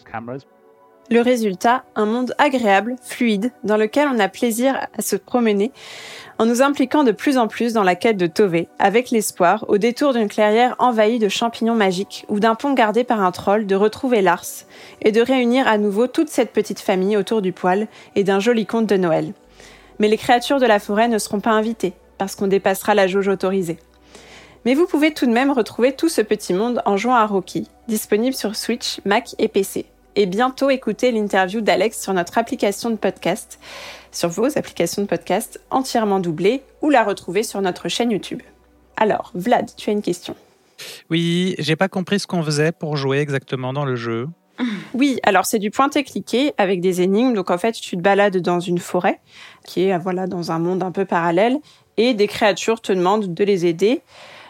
Le résultat, un monde agréable, fluide, dans lequel on a plaisir à se promener, en nous impliquant de plus en plus dans la quête de Tove, avec l'espoir, au détour d'une clairière envahie de champignons magiques ou d'un pont gardé par un troll, de retrouver Lars et de réunir à nouveau toute cette petite famille autour du poêle et d'un joli conte de Noël. Mais les créatures de la forêt ne seront pas invitées, parce qu'on dépassera la jauge autorisée. Mais vous pouvez tout de même retrouver tout ce petit monde en jouant à Rocky, disponible sur Switch, Mac et P C. Et bientôt écouter l'interview d'Alex sur notre application de podcast, sur vos applications de podcast entièrement doublées, ou la retrouver sur notre chaîne YouTube. Alors, Vlad, tu as une question. Oui, j'ai pas compris ce qu'on faisait pour jouer exactement dans le jeu. Oui, alors c'est du pointer-cliquer avec des énigmes. Donc en fait, tu te balades dans une forêt qui est voilà dans un monde un peu parallèle et des créatures te demandent de les aider.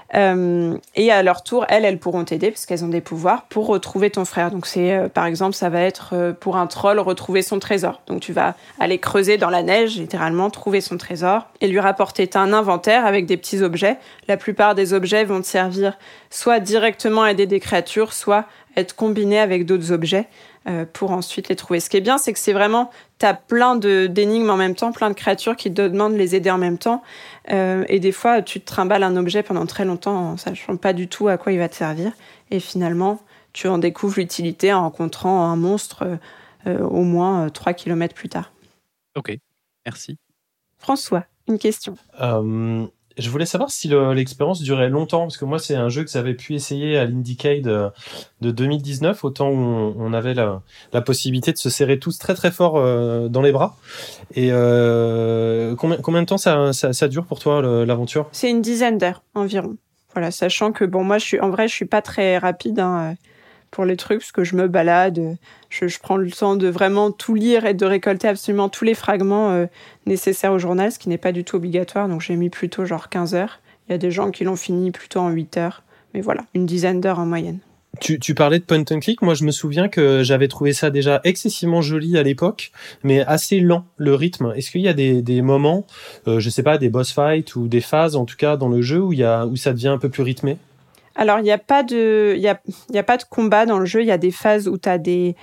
Euh, et à leur tour, elles, elles pourront t'aider parce qu'elles ont des pouvoirs pour retrouver ton frère. Donc c'est, euh, par exemple, ça va être euh, pour un troll retrouver son trésor. Donc tu vas aller creuser dans la neige, littéralement, trouver son trésor et lui rapporter un inventaire avec des petits objets. La plupart des objets vont te servir soit directement à aider des créatures, soit être combinés avec d'autres objets euh, pour ensuite les trouver. Ce qui est bien, c'est que c'est vraiment, t'as plein de, d'énigmes en même temps, plein de créatures qui te demandent de les aider en même temps. Euh, et des fois, tu te trimbales un objet pendant très longtemps en sachant pas du tout à quoi il va te servir. Et finalement, tu en découvres l'utilité en rencontrant un monstre euh, au moins euh, trois kilomètres plus tard. Ok, merci. François, une question. Euh, je voulais savoir si le, l'expérience durait longtemps, parce que moi, c'est un jeu que j'avais pu essayer à l'Indiecade de, de deux mille dix-neuf, au temps où on, on avait la, la possibilité de se serrer tous très très fort euh, dans les bras. Et euh, combien, combien de temps ça, ça, ça dure pour toi, le, l'aventure ? C'est une dizaine d'heures environ. Voilà, sachant que, bon, moi, je suis, en vrai, je suis pas très rapide hein, pour les trucs, parce que je me balade, je, je prends le temps de vraiment tout lire et de récolter absolument tous les fragments euh, nécessaires au journal, ce qui n'est pas du tout obligatoire, donc j'ai mis plutôt genre quinze heures. Il y a des gens qui l'ont fini plutôt en huit heures, mais voilà, une dizaine d'heures en moyenne. Tu, tu parlais de point and click. Moi, je me souviens que j'avais trouvé ça déjà excessivement joli à l'époque, mais assez lent, le rythme. Est-ce qu'il y a des, des moments, euh, je sais pas, des boss fights ou des phases, en tout cas, dans le jeu où, il y a, où ça devient un peu plus rythmé ? Alors, il n'y a pas de, il y a, il y a pas de combat dans le jeu. Il y a des phases où tu as des,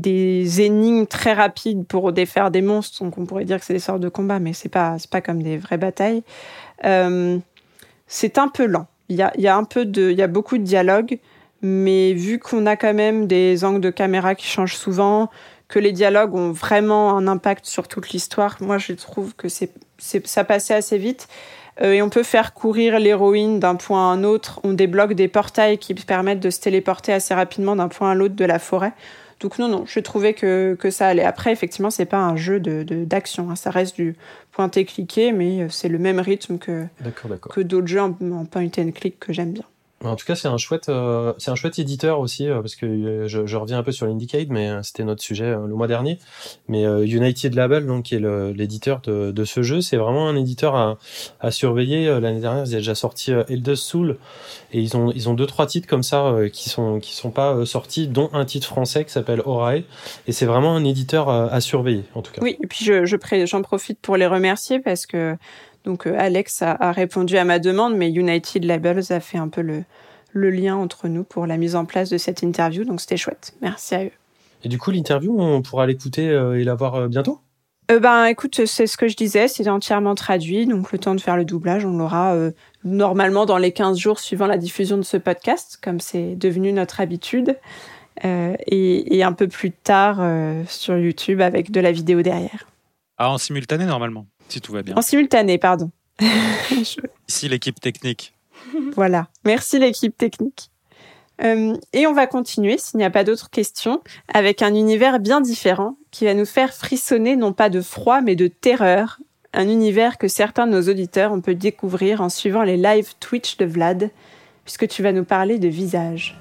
des énigmes très rapides pour défaire des monstres. Donc, on pourrait dire que c'est des sortes de combats, mais c'est pas, c'est pas comme des vraies batailles. Euh, c'est un peu lent. Il y a, il y a un peu de, il y a beaucoup de dialogue. Mais vu qu'on a quand même des angles de caméra qui changent souvent, que les dialogues ont vraiment un impact sur toute l'histoire, moi je trouve que c'est, c'est, ça passait assez vite. Euh, et on peut faire courir l'héroïne d'un point à un autre. On débloque des portails qui permettent de se téléporter assez rapidement d'un point à l'autre de la forêt. Donc non, non, je trouvais que, que ça allait. Après, effectivement, c'est pas un jeu de, de, d'action. Hein. Ça reste du pointer-cliquer, mais c'est le même rythme que, d'accord, d'accord. que d'autres jeux en, en point and click que j'aime bien. En tout cas, c'est un chouette, euh, c'est un chouette éditeur aussi, euh, parce que euh, je, je reviens un peu sur l'Indicate, mais euh, c'était notre sujet euh, le mois dernier. Mais euh, United Label, donc, qui est le, l'éditeur de, de ce jeu, c'est vraiment un éditeur à, à surveiller. Euh, l'année dernière, ils ont déjà sorti euh, Eldest Soul, et ils ont, ils ont deux, trois titres comme ça euh, qui sont, qui sont pas euh, sortis, dont un titre français qui s'appelle Orae. Et c'est vraiment un éditeur euh, à surveiller, en tout cas. Oui, et puis je, je pré- j'en profite pour les remercier parce que donc euh, Alex a, a répondu à ma demande, mais United Labels a fait un peu le, le lien entre nous pour la mise en place de cette interview, donc c'était chouette. Merci à eux. Et du coup, l'interview, on pourra l'écouter euh, et la voir euh, bientôt ? Euh, ben, écoute, c'est ce que je disais, c'est entièrement traduit, donc le temps de faire le doublage, on l'aura euh, normalement dans les quinze jours suivant la diffusion de ce podcast, comme c'est devenu notre habitude, euh, et, et un peu plus tard euh, sur YouTube avec de la vidéo derrière. Ah, en simultané normalement, si tout va bien. En simultané, pardon. je... Ici l'équipe technique. Voilà, merci l'équipe technique. Euh, et on va continuer, s'il n'y a pas d'autres questions, avec un univers bien différent qui va nous faire frissonner non pas de froid mais de terreur. Un univers que certains de nos auditeurs ont pu découvrir en suivant les live Twitch de Vlad, puisque tu vas nous parler de Visage.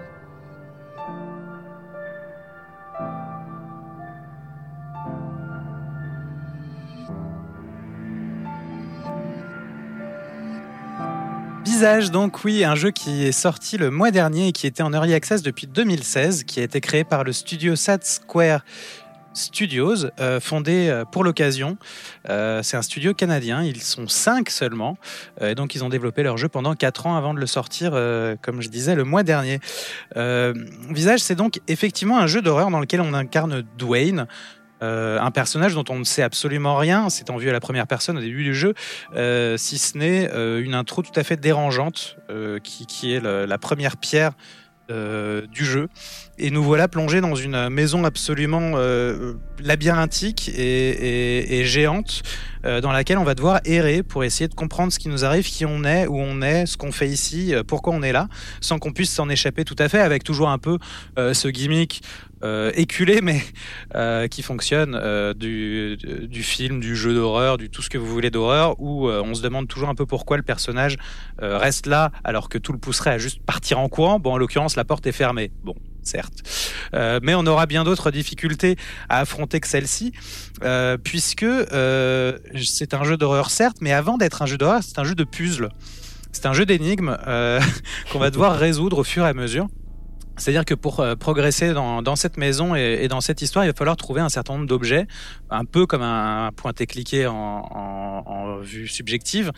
Visage, donc oui, un jeu qui est sorti le mois dernier et qui était en Early Access depuis deux mille seize, qui a été créé par le studio Sad Square Studios, euh, fondé euh, pour l'occasion. Euh, c'est un studio canadien, ils sont cinq seulement, euh, et donc ils ont développé leur jeu pendant quatre ans avant de le sortir, euh, comme je disais, le mois dernier. Euh, Visage, c'est donc effectivement un jeu d'horreur dans lequel on incarne Dwayne, Euh, un personnage dont on ne sait absolument rien, c'est en vue à la première personne au début du jeu, euh, si ce n'est euh, une intro tout à fait dérangeante, euh, qui, qui est le, la première pierre euh, du jeu. Et nous voilà plongés dans une maison absolument euh, labyrinthique et, et, et géante, euh, dans laquelle on va devoir errer pour essayer de comprendre ce qui nous arrive, qui on est, où on est, ce qu'on fait ici, euh, pourquoi on est là, sans qu'on puisse s'en échapper tout à fait, avec toujours un peu euh, ce gimmick Euh, éculé mais euh, qui fonctionne euh, du, du film, du jeu d'horreur, du tout ce que vous voulez d'horreur, où euh, on se demande toujours un peu pourquoi le personnage euh, reste là alors que tout le pousserait à juste partir en courant. Bon, en l'occurrence, la porte est fermée. Bon, certes. Euh, mais on aura bien d'autres difficultés à affronter que celle-ci, euh, puisque euh, c'est un jeu d'horreur, certes, mais avant d'être un jeu d'horreur, c'est un jeu de puzzle. C'est un jeu d'énigmes euh, qu'on va devoir résoudre au fur et à mesure. C'est-à-dire que pour euh, progresser dans, dans cette maison et, et dans cette histoire, il va falloir trouver un certain nombre d'objets, un peu comme un, un pointé-cliqué en, en, en vue subjective.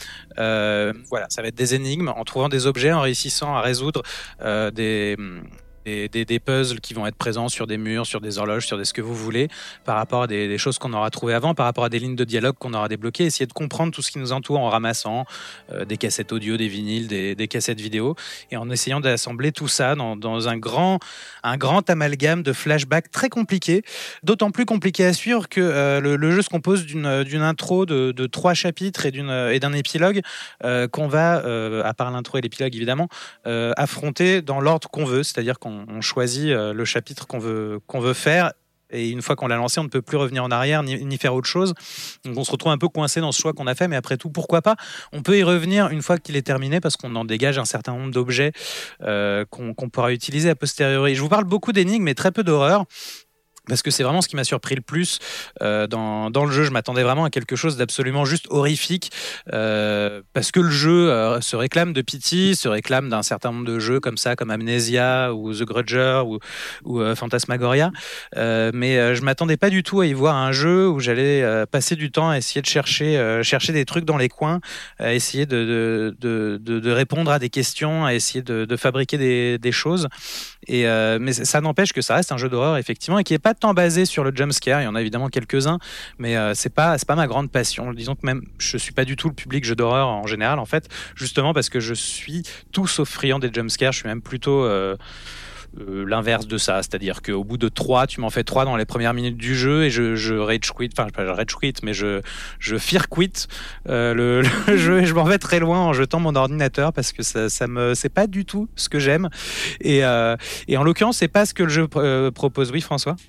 Euh, voilà, ça va être des énigmes, en trouvant des objets, en réussissant à résoudre euh, des... Des, des, des puzzles qui vont être présents sur des murs, sur des horloges, sur des ce que vous voulez, par rapport à des, des choses qu'on aura trouvées avant, par rapport à des lignes de dialogue qu'on aura débloquées, essayer de comprendre tout ce qui nous entoure en ramassant euh, des cassettes audio, des vinyles, des, des cassettes vidéo, et en essayant d'assembler tout ça dans, dans un, grand, un grand amalgame de flashbacks très compliqué, d'autant plus compliqué à suivre que euh, le, le jeu se compose d'une, d'une intro de, de trois chapitres et, d'une, et d'un épilogue euh, qu'on va, euh, à part l'intro et l'épilogue évidemment, euh, affronter dans l'ordre qu'on veut, c'est-à-dire qu'on on choisit le chapitre qu'on veut, qu'on veut faire, et une fois qu'on l'a lancé, on ne peut plus revenir en arrière ni, ni faire autre chose. Donc on se retrouve un peu coincé dans ce choix qu'on a fait, mais après tout, pourquoi pas ? On peut y revenir une fois qu'il est terminé, parce qu'on en dégage un certain nombre d'objets euh, qu'on, qu'on pourra utiliser a posteriori. Je vous parle beaucoup d'énigmes, mais très peu d'horreur, parce que c'est vraiment ce qui m'a surpris le plus euh, dans, dans le jeu. Je m'attendais vraiment à quelque chose d'absolument juste horrifique, euh, parce que le jeu euh, se réclame de Pity, se réclame d'un certain nombre de jeux comme ça, comme Amnesia ou The Grudger ou, ou euh, Phantasmagoria, euh, mais euh, je m'attendais pas du tout à y voir un jeu où j'allais euh, passer du temps à essayer de chercher, euh, chercher des trucs dans les coins, à essayer de, de, de, de, de répondre à des questions, à essayer de, de fabriquer des, des choses. Et, euh, mais ça n'empêche que ça reste un jeu d'horreur, effectivement, et qui est pas tant basé sur le jumpscare. Il y en a évidemment quelques-uns, mais euh, c'est pas c'est pas ma grande passion. Disons que même je suis pas du tout le public jeu d'horreur en général, en fait, justement parce que je suis tout sauf friand des jumpscares. Je suis même plutôt euh, euh, l'inverse de ça, c'est-à-dire qu'au bout de trois, tu m'en fais trois dans les premières minutes du jeu et je, je rage quit, enfin pas rage quit, mais je je fear quit euh, le, le jeu et je m'en vais très loin en jetant mon ordinateur parce que ça, ça me c'est pas du tout ce que j'aime, et euh, et en l'occurrence c'est pas ce que le jeu euh, propose. Oui, François.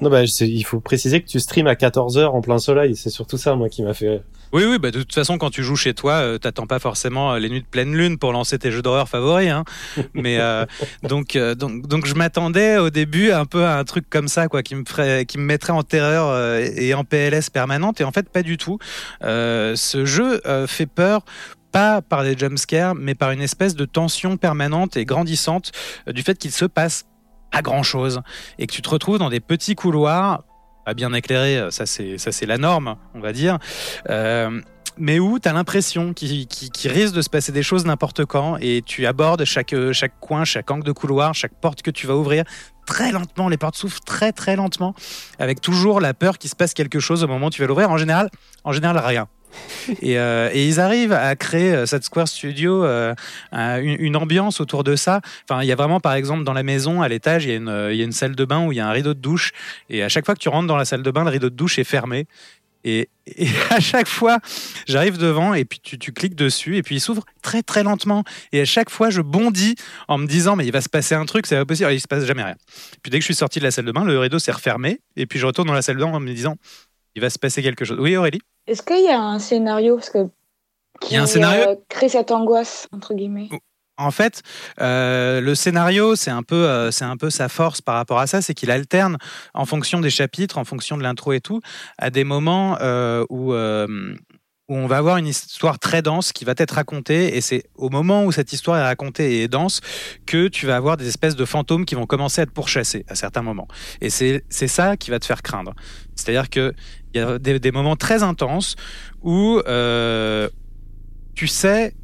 Non, bah, c'est, il faut préciser que tu streams à quatorze heures en plein soleil. C'est surtout ça, moi, qui m'a fait... Oui, oui, bah, de toute façon, quand tu joues chez toi, euh, t'attends pas forcément les nuits de pleine lune pour lancer tes jeux d'horreur favoris, hein. Mais, euh, donc, euh, donc, donc, je m'attendais au début un peu à un truc comme ça, quoi, qui me ferait, qui me mettrait en terreur euh, et en P L S permanente. Et en fait, pas du tout. Euh, ce jeu euh, fait peur, pas par des jumpscares, mais par une espèce de tension permanente et grandissante euh, du fait qu'il se passe pas grand-chose et que tu te retrouves dans des petits couloirs pas bien éclairés, ça c'est, ça c'est la norme, on va dire, euh, mais où tu as l'impression qu'il, qu'il, qu'il risque de se passer des choses n'importe quand et tu abordes chaque, chaque coin, chaque angle de couloir, chaque porte que tu vas ouvrir très lentement, les portes s'ouvrent très très lentement avec toujours la peur qu'il se passe quelque chose au moment où tu vas l'ouvrir. En général, en général rien. Et, euh, et ils arrivent à créer cette Square Studio euh, une, une ambiance autour de ça. Enfin, il y a vraiment, par exemple, dans la maison, à l'étage, il y a une, il y a une salle de bain où il y a un rideau de douche. Et à chaque fois que tu rentres dans la salle de bain, le rideau de douche est fermé. Et, et à chaque fois, j'arrive devant et puis tu, tu cliques dessus et puis il s'ouvre très très lentement. Et à chaque fois, je bondis en me disant mais il va se passer un truc, c'est pas possible. Et il se passe jamais rien. Puis dès que je suis sorti de la salle de bain, le rideau s'est refermé et puis je retourne dans la salle de bain en me disant il va se passer quelque chose. Oui, Aurélie ? Est-ce qu'il y a un scénario parce que, qui il y a un scénario euh, crée cette angoisse, entre guillemets? En fait, euh, le scénario, c'est un peu, euh, c'est un peu sa force par rapport à ça, c'est qu'il alterne en fonction des chapitres, en fonction de l'intro et tout, à des moments euh, où, euh, où on va avoir une histoire très dense qui va être racontée, et c'est au moment où cette histoire est racontée et est dense que tu vas avoir des espèces de fantômes qui vont commencer à te pourchasser à certains moments. Et c'est, c'est ça qui va te faire craindre. C'est-à-dire que il y a des, des moments très intenses où euh, tu sais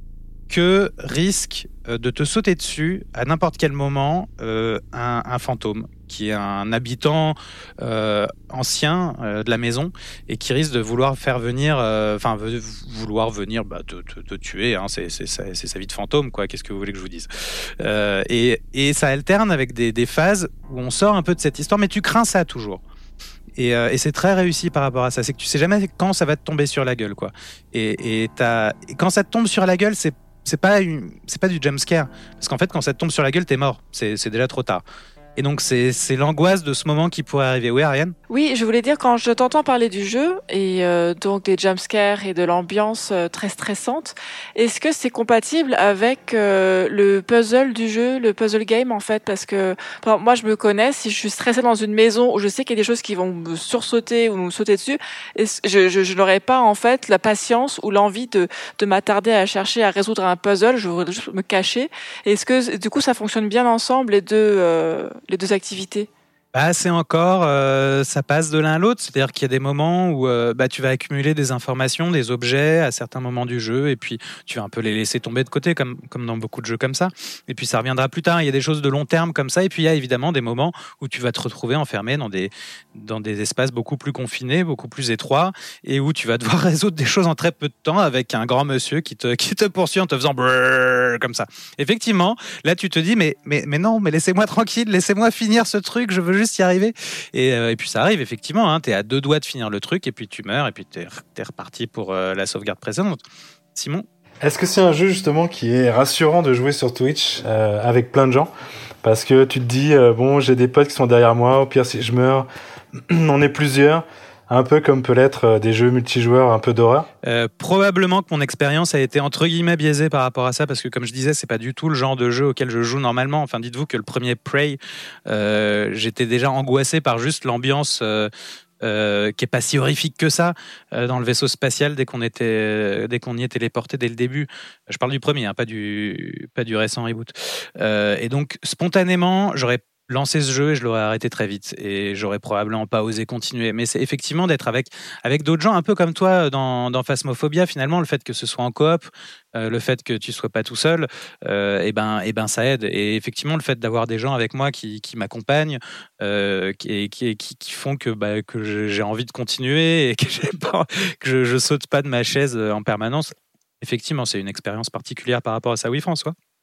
que risque de te sauter dessus à n'importe quel moment euh, un, un fantôme qui est un habitant euh, ancien euh, de la maison et qui risque de vouloir faire venir, enfin euh, vouloir venir bah, te, te, te tuer. Hein, c'est, c'est, c'est, c'est sa vie de fantôme, quoi. Qu'est-ce que vous voulez que je vous dise euh, et, et ça alterne avec des, des phases où on sort un peu de cette histoire, mais tu crains ça toujours. Et, euh, et c'est très réussi par rapport à ça. C'est que tu sais jamais quand ça va te tomber sur la gueule, quoi. Et, et, t'as... et quand ça te tombe sur la gueule, c'est c'est pas une... c'est pas du jumpscare, parce qu'en fait, quand ça te tombe sur la gueule, t'es mort. C'est, c'est déjà trop tard. Et donc, c'est, c'est l'angoisse de ce moment qui pourrait arriver. Oui, Ariane ? Oui, je voulais dire, quand je t'entends parler du jeu, et euh, donc des jumpscares et de l'ambiance euh, très stressante, est-ce que c'est compatible avec euh, le puzzle du jeu, le puzzle game, en fait ? Parce que moi, je me connais, si je suis stressée dans une maison où je sais qu'il y a des choses qui vont me sursauter ou me sauter dessus, je, je, je n'aurais pas, en fait, la patience ou l'envie de, de m'attarder à chercher à résoudre un puzzle. Je voudrais juste me cacher. Est-ce que, du coup, ça fonctionne bien ensemble, les deux... Euh, les deux activités? Bah, c'est encore, euh, ça passe de l'un à l'autre. C'est-à-dire qu'il y a des moments où euh, bah, tu vas accumuler des informations, des objets à certains moments du jeu, et puis tu vas un peu les laisser tomber de côté, comme, comme dans beaucoup de jeux comme ça. Et puis ça reviendra plus tard. Il y a des choses de long terme comme ça. Et puis il y a évidemment des moments où tu vas te retrouver enfermé dans des, dans des espaces beaucoup plus confinés, beaucoup plus étroits, et où tu vas devoir résoudre des choses en très peu de temps avec un grand monsieur qui te, qui te poursuit en te faisant brrr, comme ça. Effectivement, là tu te dis, mais, mais, mais non, mais laissez-moi tranquille, laissez-moi finir ce truc, je veux juste y arriver. Et, euh, et puis ça arrive effectivement, hein, t'es à deux doigts de finir le truc et puis tu meurs et puis t'es, t'es reparti pour euh, la sauvegarde précédente. Simon ? Est-ce que c'est un jeu justement qui est rassurant de jouer sur Twitch euh, avec plein de gens ? Parce que tu te dis, euh, bon, j'ai des potes qui sont derrière moi, au pire si je meurs, on est plusieurs. Un peu comme peut l'être des jeux multijoueurs un peu d'horreur. Euh, probablement que mon expérience a été entre guillemets biaisée par rapport à ça, parce que comme je disais, c'est pas du tout le genre de jeu auquel je joue normalement. Enfin, dites-vous que le premier Prey, euh, j'étais déjà angoissé par juste l'ambiance euh, euh, qui est pas si horrifique que ça euh, dans le vaisseau spatial dès qu'on était, dès qu'on y est téléporté dès le début. Je parle du premier, hein, pas du, pas du récent reboot. Euh, et donc spontanément, j'aurais lancer ce jeu et je l'aurais arrêté très vite et j'aurais probablement pas osé continuer. Mais c'est effectivement d'être avec, avec d'autres gens, un peu comme toi dans, dans Phasmophobia, finalement, le fait que ce soit en coop, euh, le fait que tu sois pas tout seul, euh, et ben, et ben ça aide. Et effectivement, le fait d'avoir des gens avec moi qui, qui m'accompagnent, euh, qui, qui, qui, qui font que, bah, que j'ai envie de continuer et que, j'ai pas, que je, je saute pas de ma chaise en permanence. Effectivement, c'est une expérience particulière par rapport à ça. Oui, François ?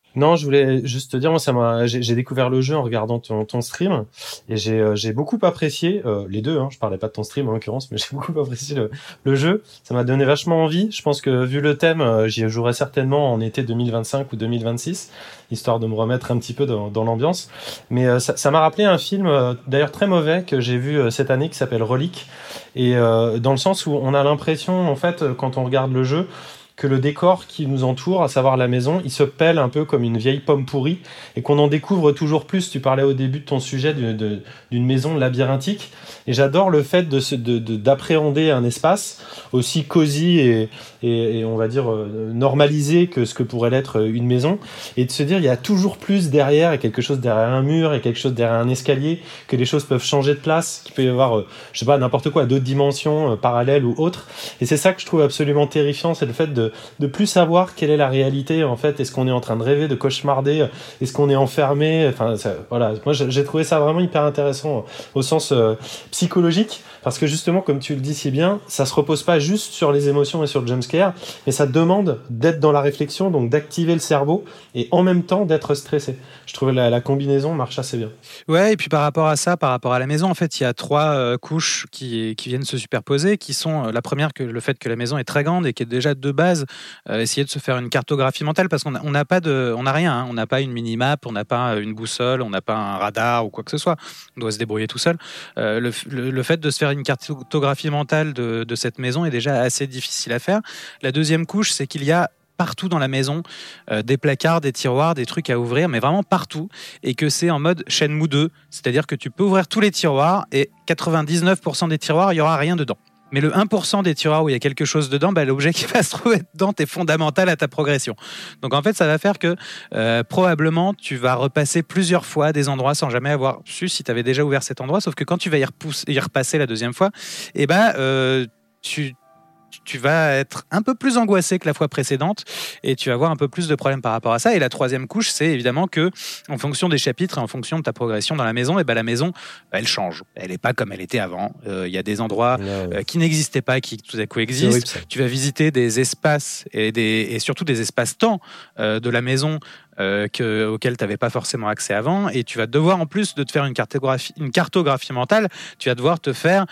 Non, je voulais juste te dire, moi, ça m'a, j'ai, j'ai découvert le jeu en regardant ton, ton stream et j'ai, euh, j'ai beaucoup apprécié euh, les deux. Hein, je parlais pas de ton stream en l'occurrence, mais j'ai beaucoup apprécié le, le jeu. Ça m'a donné vachement envie. Je pense que vu le thème, euh, j'y jouerai certainement en été deux mille vingt-cinq ou deux mille vingt-six, histoire de me remettre un petit peu dans, dans l'ambiance. Mais euh, ça, ça m'a rappelé un film, euh, d'ailleurs très mauvais, que j'ai vu euh, cette année, qui s'appelle Relic. Et euh, dans le sens où on a l'impression, en fait, quand on regarde le jeu, que le décor qui nous entoure, à savoir la maison, il se pèle un peu comme une vieille pomme pourrie et qu'on en découvre toujours plus. Tu parlais au début de ton sujet de, de, d'une maison labyrinthique et j'adore le fait de, se, de, de d'appréhender un espace aussi cosy et, et, et on va dire euh, normalisé que ce que pourrait l'être une maison et de se dire il y a toujours plus derrière et quelque chose derrière un mur et quelque chose derrière un escalier, que les choses peuvent changer de place, qu'il peut y avoir euh, je sais pas n'importe quoi, d'autres dimensions euh, parallèles ou autres. Et c'est ça que je trouve absolument terrifiant, c'est le fait de de plus savoir quelle est la réalité en fait. Est-ce qu'on est en train de rêver, de cauchemarder, est-ce qu'on est enfermé, enfin ça, voilà, moi j'ai trouvé ça vraiment hyper intéressant au sens euh, psychologique, parce que justement comme tu le dis si bien, ça se repose pas juste sur les émotions et sur le jumpscare, mais ça demande d'être dans la réflexion, donc d'activer le cerveau et en même temps d'être stressé. Je trouvais la, la combinaison marche assez bien. Ouais, et puis par rapport à ça, par rapport à la maison, en fait il y a trois euh, couches qui, qui viennent se superposer, qui sont euh, la première, que le fait que la maison est très grande et qui est déjà de base Euh, essayer de se faire une cartographie mentale, parce qu'on n'a pas de, on n'a rien, hein, on n'a pas une mini-map, on n'a pas une boussole, on n'a pas un radar ou quoi que ce soit. On doit se débrouiller tout seul. Euh, le, le, le fait de se faire une cartographie mentale de, de cette maison est déjà assez difficile à faire. La deuxième couche, c'est qu'il y a partout dans la maison, euh, des placards, des tiroirs, des trucs à ouvrir, mais vraiment partout, et que c'est en mode Shenmue deux, c'est-à-dire que tu peux ouvrir tous les tiroirs et quatre-vingt-dix-neuf pour cent des tiroirs, il n'y aura rien dedans. Mais le un pour cent des tiroirs où il y a quelque chose dedans, bah, l'objet qui va se trouver dedans est fondamental à ta progression. Donc en fait, ça va faire que euh, probablement tu vas repasser plusieurs fois des endroits sans jamais avoir su si tu avais déjà ouvert cet endroit. Sauf que quand tu vas y, repousse, y repasser la deuxième fois, eh ben, euh, tu tu vas être un peu plus angoissé que la fois précédente et tu vas avoir un peu plus de problèmes par rapport à ça. Et la troisième couche, c'est évidemment que en fonction des chapitres et en fonction de ta progression dans la maison, et ben la maison, elle change. Elle n'est pas comme elle était avant. Il euh, y a des endroits euh, qui n'existaient pas, qui tout à coup existent. Horrible, tu vas visiter des espaces et, des, et surtout des espaces-temps euh, de la maison Euh, que, auquel tu n'avais pas forcément accès avant, et tu vas devoir, en plus de te faire une cartographie, une cartographie mentale, tu vas devoir te faire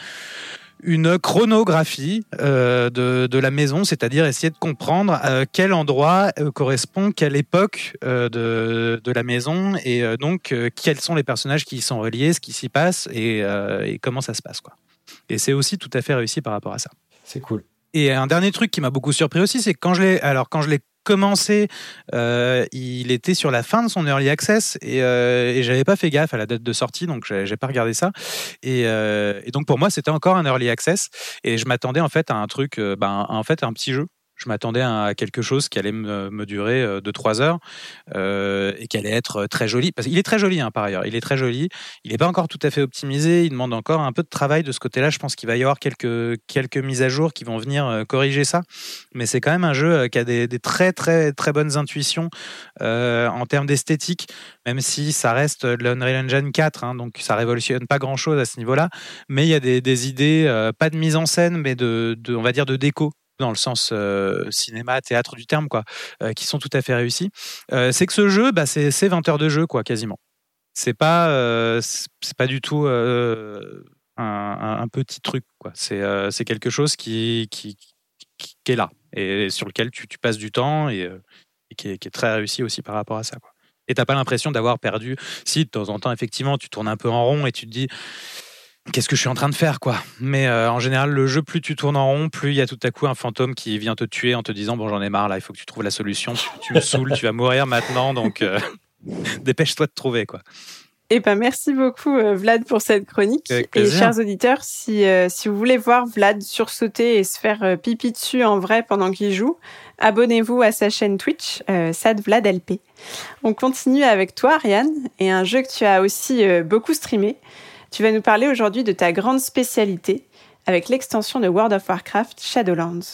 une chronographie euh, de, de la maison, c'est-à-dire essayer de comprendre euh, quel endroit euh, correspond, quelle époque euh, de, de la maison, et euh, donc euh, quels sont les personnages qui y sont reliés, ce qui s'y passe, et, euh, et comment ça se passe, quoi. Et c'est aussi tout à fait réussi par rapport à ça. C'est cool. Et un dernier truc qui m'a beaucoup surpris aussi, c'est que quand je l'ai, alors quand je l'ai commencé, euh, il était sur la fin de son early access et, euh, et j'avais pas fait gaffe à la date de sortie, donc j'ai, j'ai pas regardé ça. Et, euh, et donc pour moi, c'était encore un early access et je m'attendais en fait à un truc, euh, ben, en fait, à un petit jeu. Je m'attendais à quelque chose qui allait me, me durer deux à trois heures euh, et qui allait être très joli. Parce qu'il est très joli, hein, par ailleurs. Il est très joli. Il n'est pas encore tout à fait optimisé. Il demande encore un peu de travail de ce côté-là. Je pense qu'il va y avoir quelques, quelques mises à jour qui vont venir corriger ça. Mais c'est quand même un jeu qui a des, des très, très, très bonnes intuitions euh, en termes d'esthétique, même si ça reste de l'Unreal Engine quatre. Hein, donc ça ne révolutionne pas grand-chose à ce niveau-là. Mais il y a des, des idées, euh, pas de mise en scène, mais de, de, on va dire de déco, dans le sens euh, cinéma, théâtre du terme, quoi, euh, qui sont tout à fait réussis. Euh, c'est que ce jeu, bah, c'est, c'est vingt heures de jeu, quoi, quasiment. C'est pas, euh, c'est pas du tout euh, un, un, un petit truc, quoi. C'est, euh, c'est quelque chose qui, qui, qui, qui est là et sur lequel tu, tu passes du temps et, et qui, est, qui est très réussi aussi par rapport à ça, quoi. Et t'as pas l'impression d'avoir perdu. Si, de temps en temps, effectivement, tu tournes un peu en rond et tu te dis qu'est-ce que je suis en train de faire, quoi. Mais euh, en général, le jeu, plus tu tournes en rond, plus il y a tout à coup un fantôme qui vient te tuer en te disant bon, j'en ai marre, là, il faut que tu trouves la solution. Tu, tu me saoules, tu vas mourir maintenant, donc euh, dépêche-toi de trouver, quoi. Eh ben, merci beaucoup, euh, Vlad, pour cette chronique. Et chers auditeurs, si, euh, si vous voulez voir Vlad sursauter et se faire euh, pipi dessus en vrai pendant qu'il joue, abonnez-vous à sa chaîne Twitch, euh, SadVladLP. On continue avec toi, Ariane, et un jeu que tu as aussi euh, beaucoup streamé. Tu vas nous parler aujourd'hui de ta grande spécialité avec l'extension de World of Warcraft Shadowlands.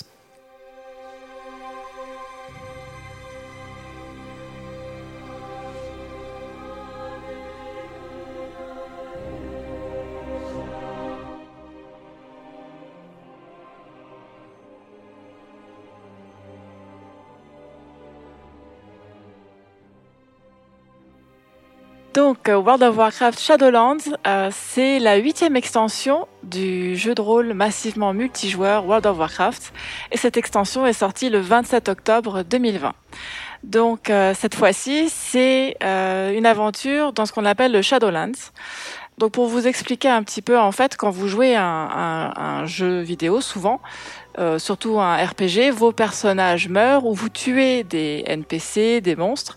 Donc, World of Warcraft Shadowlands, euh, c'est la huitième extension du jeu de rôle massivement multijoueur World of Warcraft. Et cette extension est sortie le vingt-sept octobre deux mille vingt. Donc, euh, cette fois-ci, c'est euh, une aventure dans ce qu'on appelle le Shadowlands. Donc, pour vous expliquer un petit peu, en fait, quand vous jouez un, un, un jeu vidéo, souvent, euh, surtout un R P G, vos personnages meurent ou vous tuez des N P C, des monstres.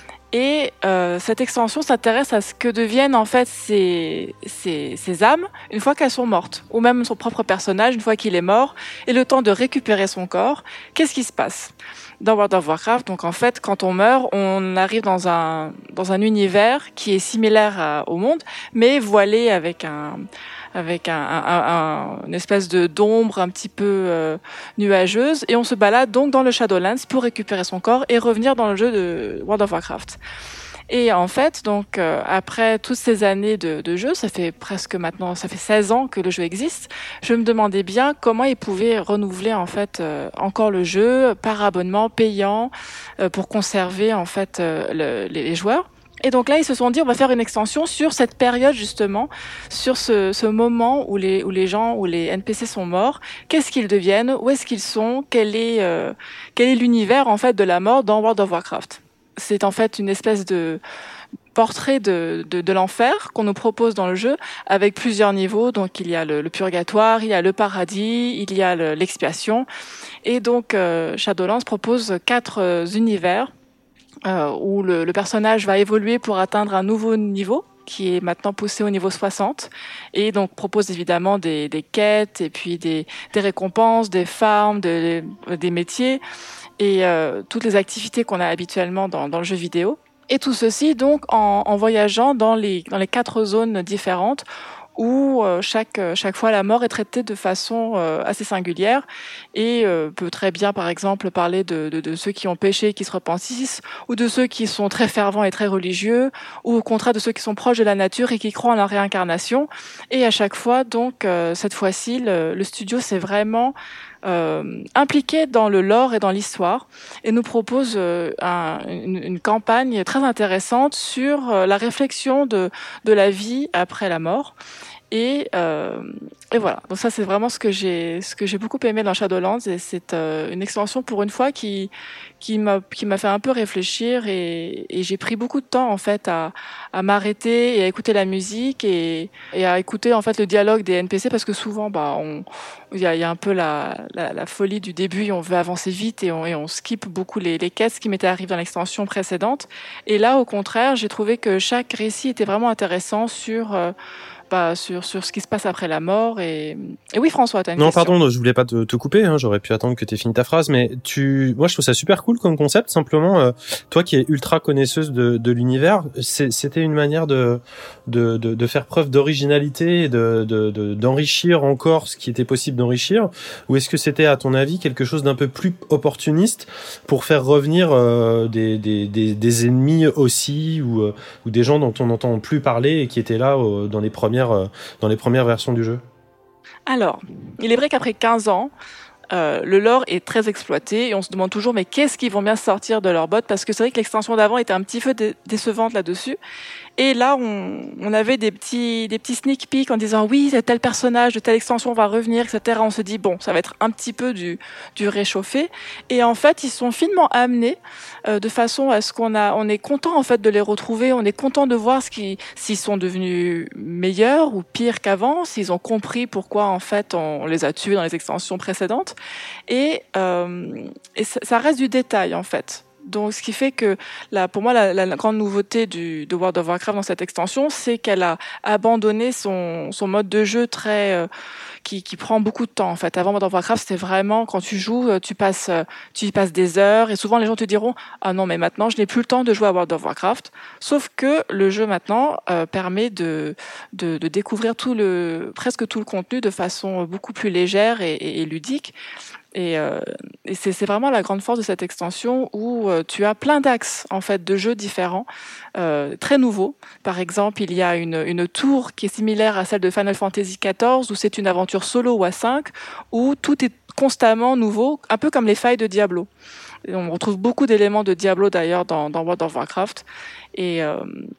Et euh, cette extension s'intéresse à ce que deviennent en fait ces, ces, ces âmes une fois qu'elles sont mortes, ou même son propre personnage une fois qu'il est mort, et le temps de récupérer son corps. Qu'est-ce qui se passe dans World of Warcraft? Donc en fait, quand on meurt, on arrive dans un dans un univers qui est similaire à, au monde, mais voilé avec un avec un, un, un, une espèce de d'ombre un petit peu euh, nuageuse, et on se balade donc dans le Shadowlands pour récupérer son corps et revenir dans le jeu de World of Warcraft. Et en fait, donc euh, après toutes ces années de, de jeu, ça fait presque maintenant, ça fait seize ans que le jeu existe. Je me demandais bien comment ils pouvaient renouveler en fait euh, encore le jeu par abonnement payant euh, pour conserver en fait euh, le, les, les joueurs. Et donc là, ils se sont dit, on va faire une extension sur cette période justement, sur ce, ce moment où les, où les gens, où les N P C sont morts. Qu'est-ce qu'ils deviennent? Où est-ce qu'ils sont? Quel est, euh, quel est l'univers en fait de la mort dans World of Warcraft? C'est en fait une espèce de portrait de, de, de l'enfer qu'on nous propose dans le jeu, avec plusieurs niveaux. Donc il y a le, le purgatoire, il y a le paradis, il y a le, l'expiation. Et donc euh, Shadowlands propose quatre euh, univers. Euh, où le, le personnage va évoluer pour atteindre un nouveau niveau qui est maintenant poussé au niveau soixante, et donc propose évidemment des, des quêtes et puis des, des récompenses, des farms, des, des métiers et euh, toutes les activités qu'on a habituellement dans, dans le jeu vidéo. Et tout ceci donc en, en voyageant dans les, dans les quatre zones différentes, où euh, chaque chaque fois la mort est traitée de façon euh, assez singulière et euh, peut très bien par exemple parler de, de de ceux qui ont péché et qui se repentissent, ou de ceux qui sont très fervents et très religieux, ou au contraire de ceux qui sont proches de la nature et qui croient en la réincarnation. Et à chaque fois donc euh, cette fois-ci le, le studio s'est vraiment Euh, impliqué dans le lore et dans l'histoire, et nous propose euh, un, une, une campagne très intéressante sur euh, la réflexion de, de la vie après la mort. Et, euh, et voilà. Donc ça, c'est vraiment ce que j'ai, ce que j'ai beaucoup aimé dans Shadowlands, et c'est euh, une extension pour une fois qui, qui m'a, qui m'a fait un peu réfléchir, et, et j'ai pris beaucoup de temps en fait à, à m'arrêter et à écouter la musique et, et à écouter en fait le dialogue des N P C, parce que souvent, bah, on, il y a, il y a un peu la, la, la folie du début, on veut avancer vite et on, et on skip beaucoup les, les quêtes, ce qui m'était arrivé dans l'extension précédente. Et là, au contraire, j'ai trouvé que chaque récit était vraiment intéressant sur euh, Bah, sur, sur ce qui se passe après la mort. Et, et oui, François, t'as une non, question. pardon, je voulais pas te, te couper, hein, j'aurais pu attendre que t'aies fini ta phrase, mais tu, moi je trouve ça super cool comme concept. Simplement, euh, toi qui es ultra connaisseuse de, de l'univers, c'est, c'était une manière de, de, de, de faire preuve d'originalité et de, de, de, d'enrichir encore ce qui était possible d'enrichir, ou est-ce que c'était, à ton avis, quelque chose d'un peu plus opportuniste pour faire revenir euh, des, des, des, des ennemis aussi, ou, euh, ou des gens dont on n'entend plus parler et qui étaient là euh, dans les premières dans les premières versions du jeu? Alors, il est vrai qu'après quinze ans, euh, le lore est très exploité et on se demande toujours mais qu'est-ce qu'ils vont bien sortir de leur botte, parce que c'est vrai que l'extension d'avant était un petit peu dé- décevante là-dessus. Et là, on, on avait des petits, des petits sneak peeks en disant oui, tel personnage de telle extension va revenir, et cetera. On se dit bon, ça va être un petit peu du, du réchauffé. Et en fait, ils sont finement amenés euh, de façon à ce qu'on a, on est content en fait de les retrouver. On est content de voir ce qui, s'ils sont devenus meilleurs ou pires qu'avant, s'ils ont compris pourquoi en fait on, on les a tués dans les extensions précédentes. Et, euh, et ça, ça reste du détail en fait. Donc, ce qui fait que, là, pour moi, la, la, la grande nouveauté du, de World of Warcraft dans cette extension, c'est qu'elle a abandonné son, son mode de jeu très, euh, qui, qui prend beaucoup de temps, en fait. Avant World of Warcraft, c'était vraiment, quand tu joues, tu passes, tu y passes des heures, et souvent les gens te diront, ah non, mais maintenant, je n'ai plus le temps de jouer à World of Warcraft. Sauf que le jeu, maintenant, euh, permet de, de, de découvrir tout le, presque tout le contenu de façon beaucoup plus légère et, et, et ludique. Et, euh, et c'est, c'est vraiment la grande force de cette extension, où euh, tu as plein d'axes en fait de jeux différents, euh, très nouveaux. Par exemple, il y a une, une tour qui est similaire à celle de Final Fantasy quatorze, où c'est une aventure solo ou à cinq, où tout est constamment nouveau, un peu comme les failles de Diablo. Et on retrouve beaucoup d'éléments de Diablo d'ailleurs dans, dans World of Warcraft. Et euh,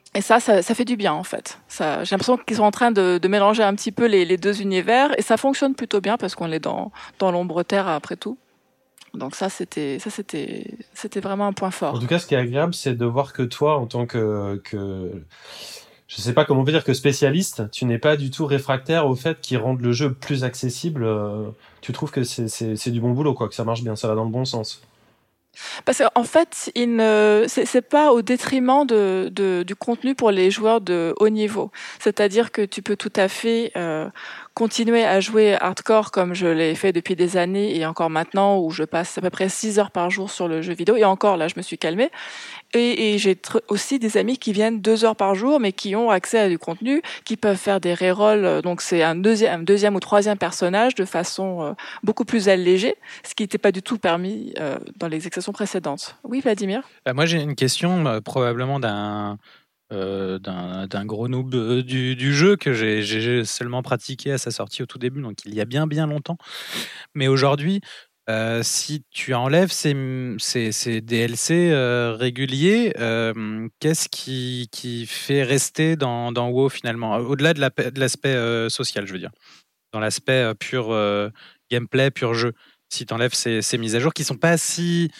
Et ça, ça, ça fait du bien en fait. Ça, j'ai l'impression qu'ils sont en train de, de mélanger un petit peu les, les deux univers et ça fonctionne plutôt bien parce qu'on est dans, dans l'ombre terre après tout. Donc ça, c'était, ça c'était, c'était vraiment un point fort. En tout cas, ce qui est agréable, c'est de voir que toi, en tant que, que, je sais pas comment on peut dire, que spécialiste, tu n'es pas du tout réfractaire au fait qu'ils rendent le jeu plus accessible. Tu trouves que c'est, c'est, c'est du bon boulot, quoi, que ça marche bien, ça va dans le bon sens. Parce qu'en fait, il ne, c'est, c'est pas au détriment de, de, du contenu pour les joueurs de haut niveau. C'est-à-dire que tu peux tout à fait euh, continuer à jouer hardcore comme je l'ai fait depuis des années et encore maintenant où je passe à peu près six heures par jour sur le jeu vidéo. Et encore, là, je me suis calmée. Et, et j'ai tr- aussi des amis qui viennent deux heures par jour, mais qui ont accès à du contenu, qui peuvent faire des rerolls. Donc c'est un deuxième, un deuxième ou troisième personnage de façon euh, beaucoup plus allégée, ce qui n'était pas du tout permis euh, dans les extensions précédentes. Oui, Vladimir ? Bah, moi, j'ai une question, euh, probablement d'un, euh, d'un, d'un gros noob euh, du, du jeu que j'ai, j'ai seulement pratiqué à sa sortie au tout début, donc il y a bien bien longtemps. Mais aujourd'hui, Euh, si tu enlèves ces, ces, ces D L C euh, réguliers, euh, qu'est-ce qui, qui fait rester dans, dans WoW finalement, au-delà de, la, de l'aspect euh, social, je veux dire, dans l'aspect euh, pur euh, gameplay, pur jeu, si tu enlèves ces, ces mises à jour qui ne sont pas si,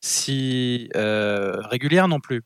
si euh, régulières non plus.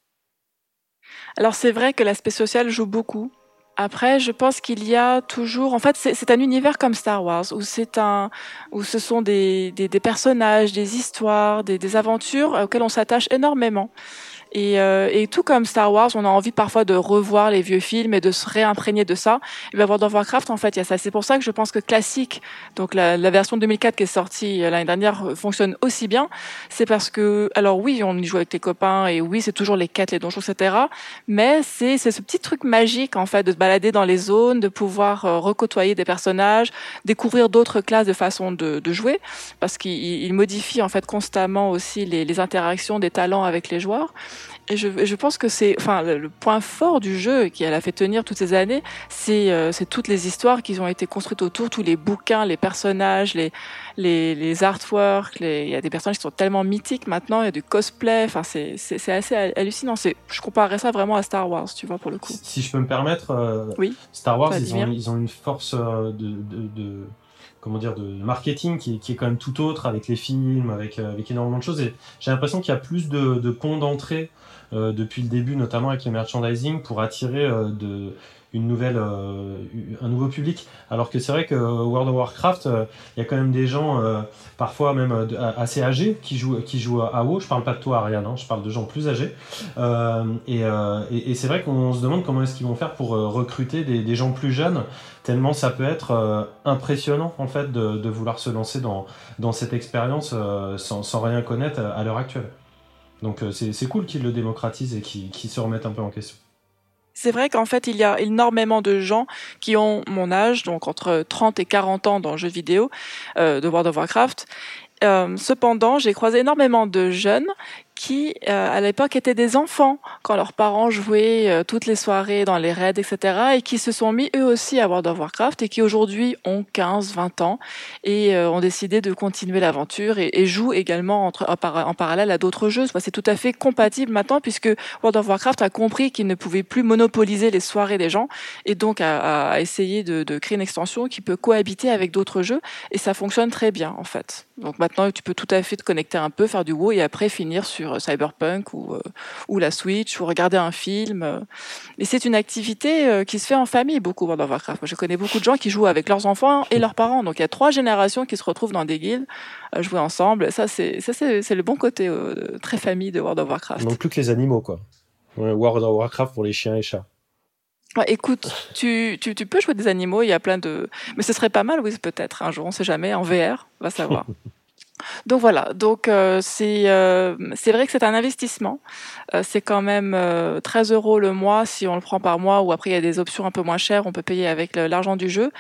Alors c'est vrai que l'aspect social joue beaucoup. Après, je pense qu'il y a toujours, en fait, c'est, c'est un univers comme Star Wars où c'est un, où ce sont des, des, des personnages, des histoires, des, des aventures auxquelles on s'attache énormément. Et, euh, et tout comme Star Wars, on a envie parfois de revoir les vieux films et de se réimprégner de ça. Et bien, World of Warcraft, en fait, il y a ça. C'est pour ça que je pense que Classic, donc la, la version deux mille quatre qui est sortie l'année dernière, fonctionne aussi bien. C'est parce que, alors oui, on y joue avec les copains et oui, c'est toujours les quêtes, les donjons, et cetera. Mais c'est, c'est ce petit truc magique, en fait, de se balader dans les zones, de pouvoir euh, recôtoyer des personnages, découvrir d'autres classes de façon de, de jouer, parce qu'il il modifie, en fait, constamment aussi les, les interactions des talents avec les joueurs. Et je, je pense que c'est, enfin, le, le point fort du jeu qui l'a fait tenir toutes ces années, c'est, euh, c'est toutes les histoires qui ont été construites autour, tous les bouquins, les personnages, les, les, les artworks. Les, il y a des personnages qui sont tellement mythiques maintenant. Il y a du cosplay. Enfin, c'est, c'est, c'est assez hallucinant. C'est, je comparerais ça vraiment à Star Wars, tu vois, pour le coup. Si je peux me permettre, euh, oui. Star Wars, ils ont, ils ont une force euh, de, de, de comment dire, de marketing qui est, qui est quand même tout autre avec les films, avec, euh, avec énormément de choses. Et j'ai l'impression qu'il y a plus de, de ponts d'entrée euh, depuis le début, notamment avec les merchandising, pour attirer euh, de, une nouvelle, euh, un nouveau public. Alors que c'est vrai que World of Warcraft, il euh, y a quand même des gens, euh, parfois même euh, assez âgés, qui jouent, qui jouent à WoW. Je parle pas de toi, Ariane, hein, je parle de gens plus âgés. Euh, et, euh, et, et c'est vrai qu'on se demande comment est-ce qu'ils vont faire pour euh, recruter des, des gens plus jeunes, tellement ça peut être euh, impressionnant en fait de, de vouloir se lancer dans, dans cette expérience euh, sans, sans rien connaître à, à l'heure actuelle. Donc euh, c'est, c'est cool qu'ils le démocratisent et qu'ils, qu'ils se remettent un peu en question. C'est vrai qu'en fait, il y a énormément de gens qui ont mon âge, donc entre trente et quarante ans dans le jeu vidéo euh, de World of Warcraft. Euh, cependant, j'ai croisé énormément de jeunes qui, euh, à l'époque, étaient des enfants quand leurs parents jouaient euh, toutes les soirées dans les raids, et cetera, et qui se sont mis eux aussi à World of Warcraft et qui aujourd'hui ont quinze, vingt ans et euh, ont décidé de continuer l'aventure et, et jouent également entre, en, par, en parallèle à d'autres jeux. C'est tout à fait compatible maintenant puisque World of Warcraft a compris qu'il ne pouvait plus monopoliser les soirées des gens et donc a, a essayé de, de créer une extension qui peut cohabiter avec d'autres jeux et ça fonctionne très bien en fait. Donc maintenant, tu peux tout à fait te connecter un peu, faire du WoW et après finir sur Cyberpunk ou, euh, ou la Switch ou regarder un film. Et c'est une activité euh, qui se fait en famille beaucoup, World of Warcraft. Moi, je connais beaucoup de gens qui jouent avec leurs enfants et leurs parents. Donc il y a trois générations qui se retrouvent dans des guildes à jouer ensemble. Ça, c'est, ça, c'est, c'est le bon côté euh, très famille de World of Warcraft. Donc plus que les animaux, quoi. Ouais, World of Warcraft pour les chiens et chats. Ouais, écoute, tu, tu, tu peux jouer des animaux, il y a plein de... Mais ce serait pas mal, oui, peut-être, un jour, on sait jamais, en V R, on va savoir. Donc voilà, donc euh, c'est euh, c'est vrai que c'est un investissement. Euh, c'est quand même euh, treize euros le mois si on le prend par mois ou après il y a des options un peu moins chères, on peut payer avec le, l'argent du jeu.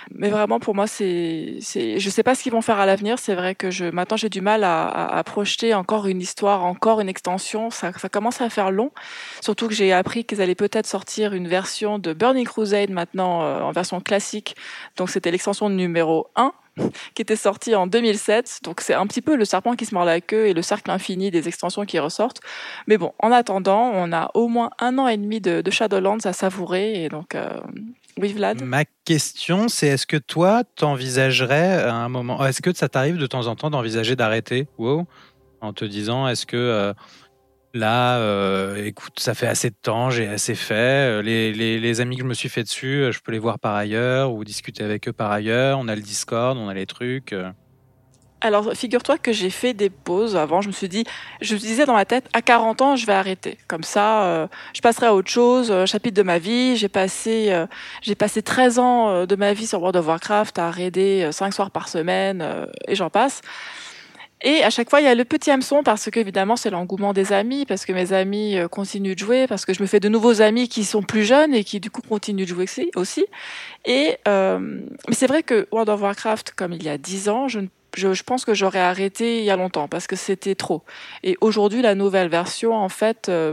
Mais vraiment, pour moi, c'est, c'est, je sais pas ce qu'ils vont faire à l'avenir. C'est vrai que je, maintenant, j'ai du mal à, à, à projeter encore une histoire, encore une extension. Ça, ça commence à faire long. Surtout que j'ai appris qu'ils allaient peut-être sortir une version de Burning Crusade maintenant euh, en version classique. Donc, c'était l'extension numéro un. Qui était sortie en deux mille sept. Donc, c'est un petit peu le serpent qui se mord la queue et le cercle infini des extensions qui ressortent. Mais bon, en attendant, on a au moins un an et demi de, de Shadowlands à savourer. Et donc, euh, oui, Vlad. Ma question, c'est est-ce que toi, t'envisagerais à un moment, est-ce que ça t'arrive de temps en temps d'envisager d'arrêter WoW en te disant, est-ce que euh, là, euh, écoute, ça fait assez de temps, j'ai assez fait. Les, les, les amis que je me suis fait dessus, je peux les voir par ailleurs ou discuter avec eux par ailleurs. On a le Discord, on a les trucs. Alors, figure-toi que j'ai fait des pauses avant. Je me suis dit, je me disais dans ma tête, à quarante ans, je vais arrêter. Comme ça, euh, je passerai à autre chose, euh, chapitre de ma vie. J'ai passé, euh, j'ai passé treize ans euh, de ma vie sur World of Warcraft à raider euh, cinq soirs par semaine euh, et j'en passe. Et à chaque fois, il y a le petit hameçon parce que évidemment, c'est l'engouement des amis, parce que mes amis euh, continuent de jouer, parce que je me fais de nouveaux amis qui sont plus jeunes et qui du coup continuent de jouer aussi. Et euh, mais c'est vrai que World of Warcraft, comme il y a dix ans, je ne Je, je pense que j'aurais arrêté il y a longtemps parce que c'était trop. Et aujourd'hui, la nouvelle version, en fait, euh,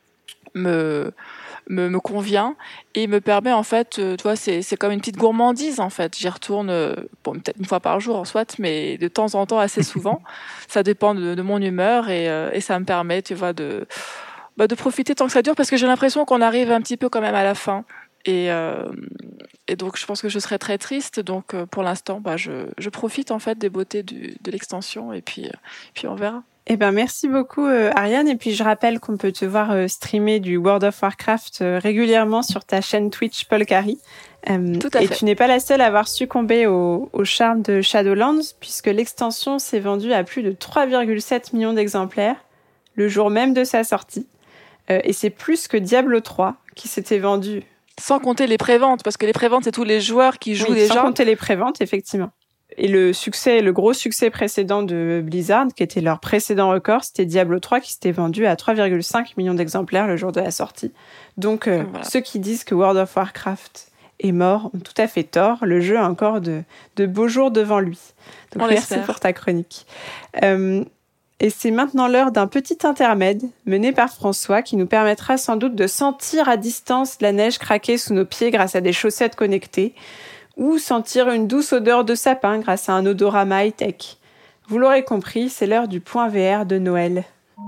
me, me me convient et me permet, en fait, euh, tu vois, c'est c'est comme une petite gourmandise, en fait. J'y retourne, euh, bon, peut-être une fois par jour, en soit, mais de temps en temps, assez souvent. Ça dépend de, de mon humeur et, euh, et ça me permet, tu vois, de bah, de profiter tant que ça dure parce que j'ai l'impression qu'on arrive un petit peu quand même à la fin. Et, euh, et donc, je pense que je serais très triste. Donc, euh, pour l'instant, bah, je, je profite en fait des beautés du, de l'extension et puis, euh, puis on verra. Eh ben, merci beaucoup, euh, Ariane. Et puis, je rappelle qu'on peut te voir euh, streamer du World of Warcraft euh, régulièrement sur ta chaîne Twitch Polkari. Euh, Tout à et fait. tu n'es pas la seule à avoir succombé au, au charme de Shadowlands, puisque l'extension s'est vendue à plus de trois virgule sept millions d'exemplaires le jour même de sa sortie. Euh, et c'est plus que Diablo trois, qui s'était vendu. Sans compter les préventes, parce que les préventes, c'est tous les joueurs qui jouent Oui, déjà. Sans compter les préventes, effectivement. Et le succès, le gros succès précédent de Blizzard, qui était leur précédent record, c'était Diablo trois, qui s'était vendu à trois virgule cinq millions d'exemplaires le jour de la sortie. Donc, euh, voilà. Ceux qui disent que World of Warcraft est mort ont tout à fait tort. Le jeu a encore de, de beaux jours devant lui. Donc, On merci l'espère. pour ta chronique. Euh, Et c'est maintenant l'heure d'un petit intermède mené par François qui nous permettra sans doute de sentir à distance la neige craquer sous nos pieds grâce à des chaussettes connectées ou sentir une douce odeur de sapin grâce à un odorama high-tech. Vous l'aurez compris, c'est l'heure du point V R de Noël.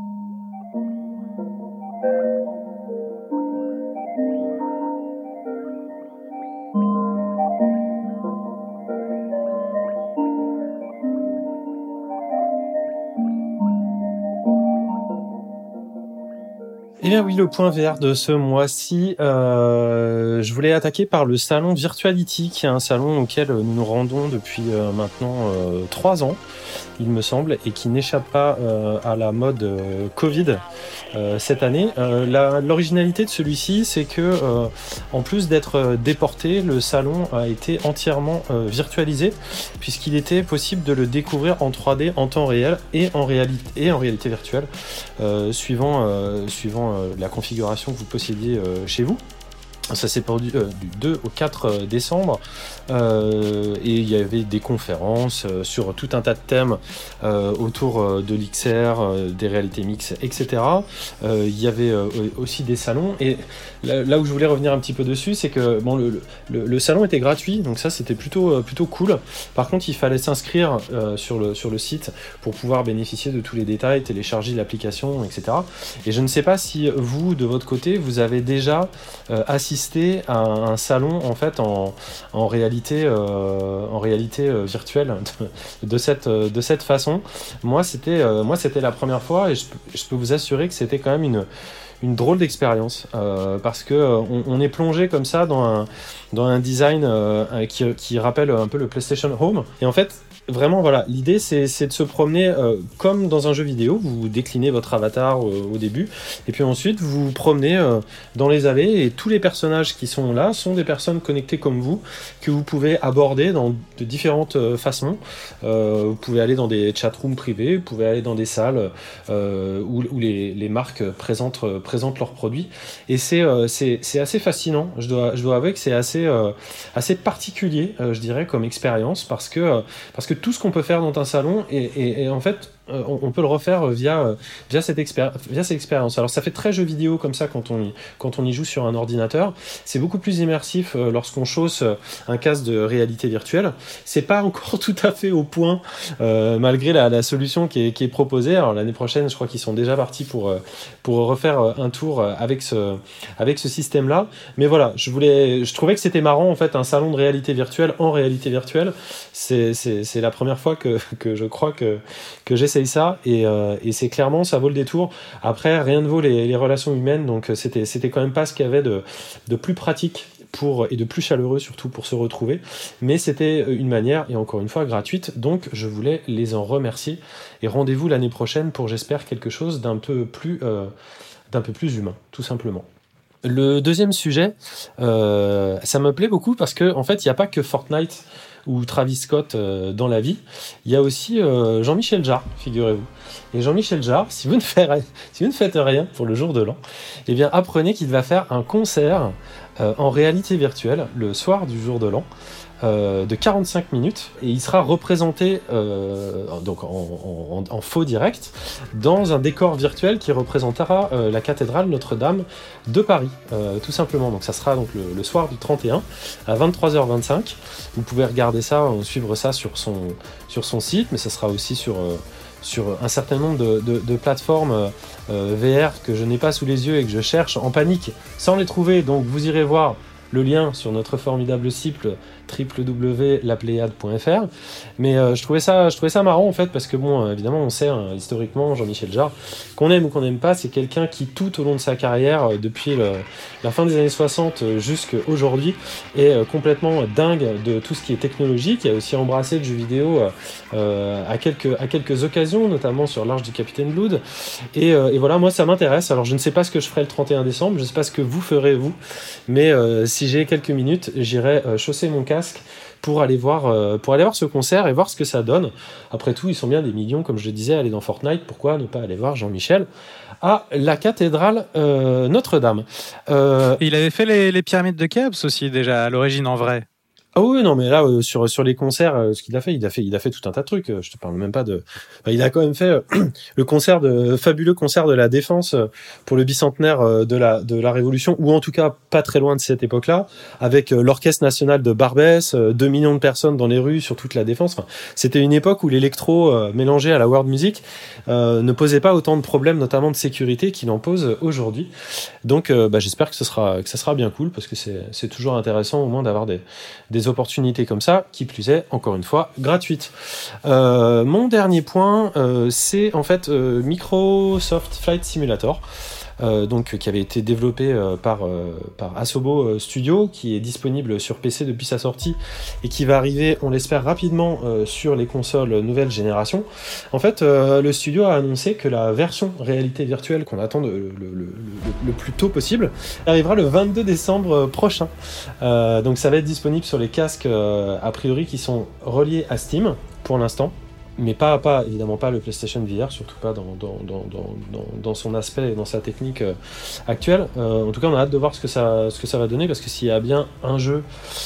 Eh bien oui, le point V R de ce mois-ci, euh, je voulais attaquer par le salon Virtuality, qui est un salon auquel nous nous rendons depuis euh, maintenant euh, trois ans, il me semble, et qui n'échappe pas euh, à la mode euh, Covid euh, cette année. Euh, la, l'originalité de celui-ci, c'est que, euh, en plus d'être déporté, le salon a été entièrement euh, virtualisé, puisqu'il était possible de le découvrir en trois D en temps réel et en réalité, et en réalité virtuelle, euh, suivant, euh, suivant euh, la configuration que vous possédiez euh, chez vous. Ça s'est produit euh, du deux au quatre décembre euh, et il y avait des conférences euh, sur tout un tas de thèmes euh, autour euh, de l'X R, euh, des réalités mixtes, et cetera. Euh, il y avait euh, aussi des salons et là, là où je voulais revenir un petit peu dessus, c'est que bon, le, le, le salon était gratuit, donc ça c'était plutôt, euh, plutôt cool. Par contre, il fallait s'inscrire euh, sur, le, sur le site pour pouvoir bénéficier de tous les détails, télécharger l'application, et cetera. Et je ne sais pas si vous, de votre côté, vous avez déjà euh, assisté à un salon en fait en, en réalité euh, en réalité euh, virtuelle de, de cette de cette façon. Moi c'était euh, moi c'était la première fois et je, je peux vous assurer que c'était quand même une une drôle d'expérience euh, parce que euh, on, on est plongé comme ça dans un dans un design euh, qui qui rappelle un peu le PlayStation Home et en fait vraiment, voilà, l'idée c'est, c'est de se promener euh, comme dans un jeu vidéo. Vous déclinez votre avatar euh, au début, et puis ensuite vous vous promenez euh, dans les allées, et tous les personnages qui sont là sont des personnes connectées comme vous, que vous pouvez aborder dans de différentes euh, façons. Euh, vous pouvez aller dans des chatrooms privés, vous pouvez aller dans des salles euh, où, où les, les marques présentent, présentent leurs produits. Et c'est, euh, c'est, c'est assez fascinant. Je dois, je dois avouer que c'est assez, euh, assez particulier, euh, je dirais, comme expérience, parce que, euh, parce que tout ce qu'on peut faire dans un salon, et, et, et en fait, euh, on, on peut le refaire via, euh, via, cette expéri- via cette expérience. Alors ça fait très jeu vidéo comme ça quand on y, quand on y joue sur un ordinateur. C'est beaucoup plus immersif euh, lorsqu'on chausse un casque de réalité virtuelle. C'est pas encore tout à fait au point, euh, malgré la, la solution qui est, qui est proposée. Alors l'année prochaine, je crois qu'ils sont déjà partis pour, euh, pour refaire un tour avec ce, avec ce système-là. Mais voilà, je voulais, je trouvais que c'était marrant, en fait, un salon de réalité virtuelle en réalité virtuelle. C'est, c'est, c'est la première fois que, que je crois que, que j'essaye ça, et, euh, et c'est clairement, ça vaut le détour. Après, rien ne vaut les, les relations humaines, donc c'était, c'était quand même pas ce qu'il y avait de, de plus pratique pour, et de plus chaleureux surtout pour se retrouver, mais c'était une manière, et encore une fois gratuite, donc je voulais les en remercier, et rendez-vous l'année prochaine pour, j'espère, quelque chose d'un peu plus, euh, d'un peu plus humain, tout simplement. Le deuxième sujet, euh, ça me plaît beaucoup parce que en fait, il n'y a pas que Fortnite ou Travis Scott euh, dans la vie, il y a aussi euh, Jean-Michel Jarre, figurez-vous. Et Jean-Michel Jarre, si vous ne faites, si vous ne faites rien pour le jour de l'an, eh bien apprenez qu'il va faire un concert euh, en réalité virtuelle le soir du jour de l'an, euh, de quarante-cinq minutes, et il sera représenté euh, donc en, en, en faux direct dans un décor virtuel qui représentera euh, la cathédrale Notre-Dame de Paris, euh, tout simplement. Donc ça sera donc le, le soir du trente et un à vingt-trois heures vingt-cinq. Vous pouvez regarder ça, suivre ça sur son, sur son site, mais ça sera aussi sur, euh, sur un certain nombre de, de, de plateformes euh, V R que je n'ai pas sous les yeux et que je cherche en panique sans les trouver. Donc vous irez voir le lien sur notre formidable site w w w point la pléiade point f r. Mais euh, je trouvais ça je trouvais ça marrant en fait, parce que bon, évidemment on sait hein, historiquement Jean-Michel Jarre, qu'on aime ou qu'on n'aime pas, c'est quelqu'un qui tout au long de sa carrière euh, depuis le, la fin des années soixante euh, jusqu'à aujourd'hui est euh, complètement dingue de tout ce qui est technologique. Il a aussi embrassé le jeu vidéo euh, euh, à quelques à quelques occasions, notamment sur l'Arche du Capitaine Blood, et, euh, et voilà, moi ça m'intéresse. Alors je ne sais pas ce que je ferai le trente et un décembre, je ne sais pas ce que vous ferez vous, mais euh, si j'ai quelques minutes, j'irai euh, chausser mon casque pour aller voir euh, pour aller voir ce concert et voir ce que ça donne. Après tout, ils sont bien des millions, comme je le disais, à aller dans Fortnite, pourquoi ne pas aller voir Jean-Michel à la cathédrale euh, Notre-Dame. Euh, il avait fait les, les pyramides de Khéops aussi déjà à l'origine en vrai. Ah oui, non, mais là, euh, sur, sur les concerts, euh, ce qu'il a fait, il a fait, il a fait tout un tas de trucs. Euh, je te parle même pas de, enfin, il a quand même fait euh, le concert de, fabuleux concert de la Défense euh, pour le bicentenaire euh, de la, de la Révolution, ou en tout cas pas très loin de cette époque-là, avec euh, l'Orchestre National de Barbès, euh, deux millions de personnes dans les rues sur toute la Défense. Enfin, c'était une époque où l'électro euh, mélangé à la world music euh, ne posait pas autant de problèmes, notamment de sécurité, qu'il en pose aujourd'hui. Donc, euh, bah, j'espère que ce sera, que ça sera bien cool, parce que c'est, c'est toujours intéressant au moins d'avoir des, des opportunités comme ça, qui plus est, encore une fois, gratuites. Euh, mon dernier point, euh, c'est en fait euh, Microsoft Flight Simulator, euh, donc, qui avait été développé euh, par, euh, par Asobo Studio, qui est disponible sur P C depuis sa sortie, et qui va arriver, on l'espère, rapidement euh, sur les consoles nouvelle génération. En fait, euh, le studio a annoncé que la version réalité virtuelle qu'on attend de, le, le, le, le plus tôt possible arrivera le vingt-deux décembre prochain. Euh, donc ça va être disponible sur les casques euh, a priori qui sont reliés à Steam pour l'instant, mais pas, pas évidemment pas le PlayStation V R, surtout pas dans, dans, dans, dans, dans son aspect et dans sa technique euh, actuelle. Euh, en tout cas, on a hâte de voir ce que ça, ce que ça va donner, parce que s'il y a bien un jeu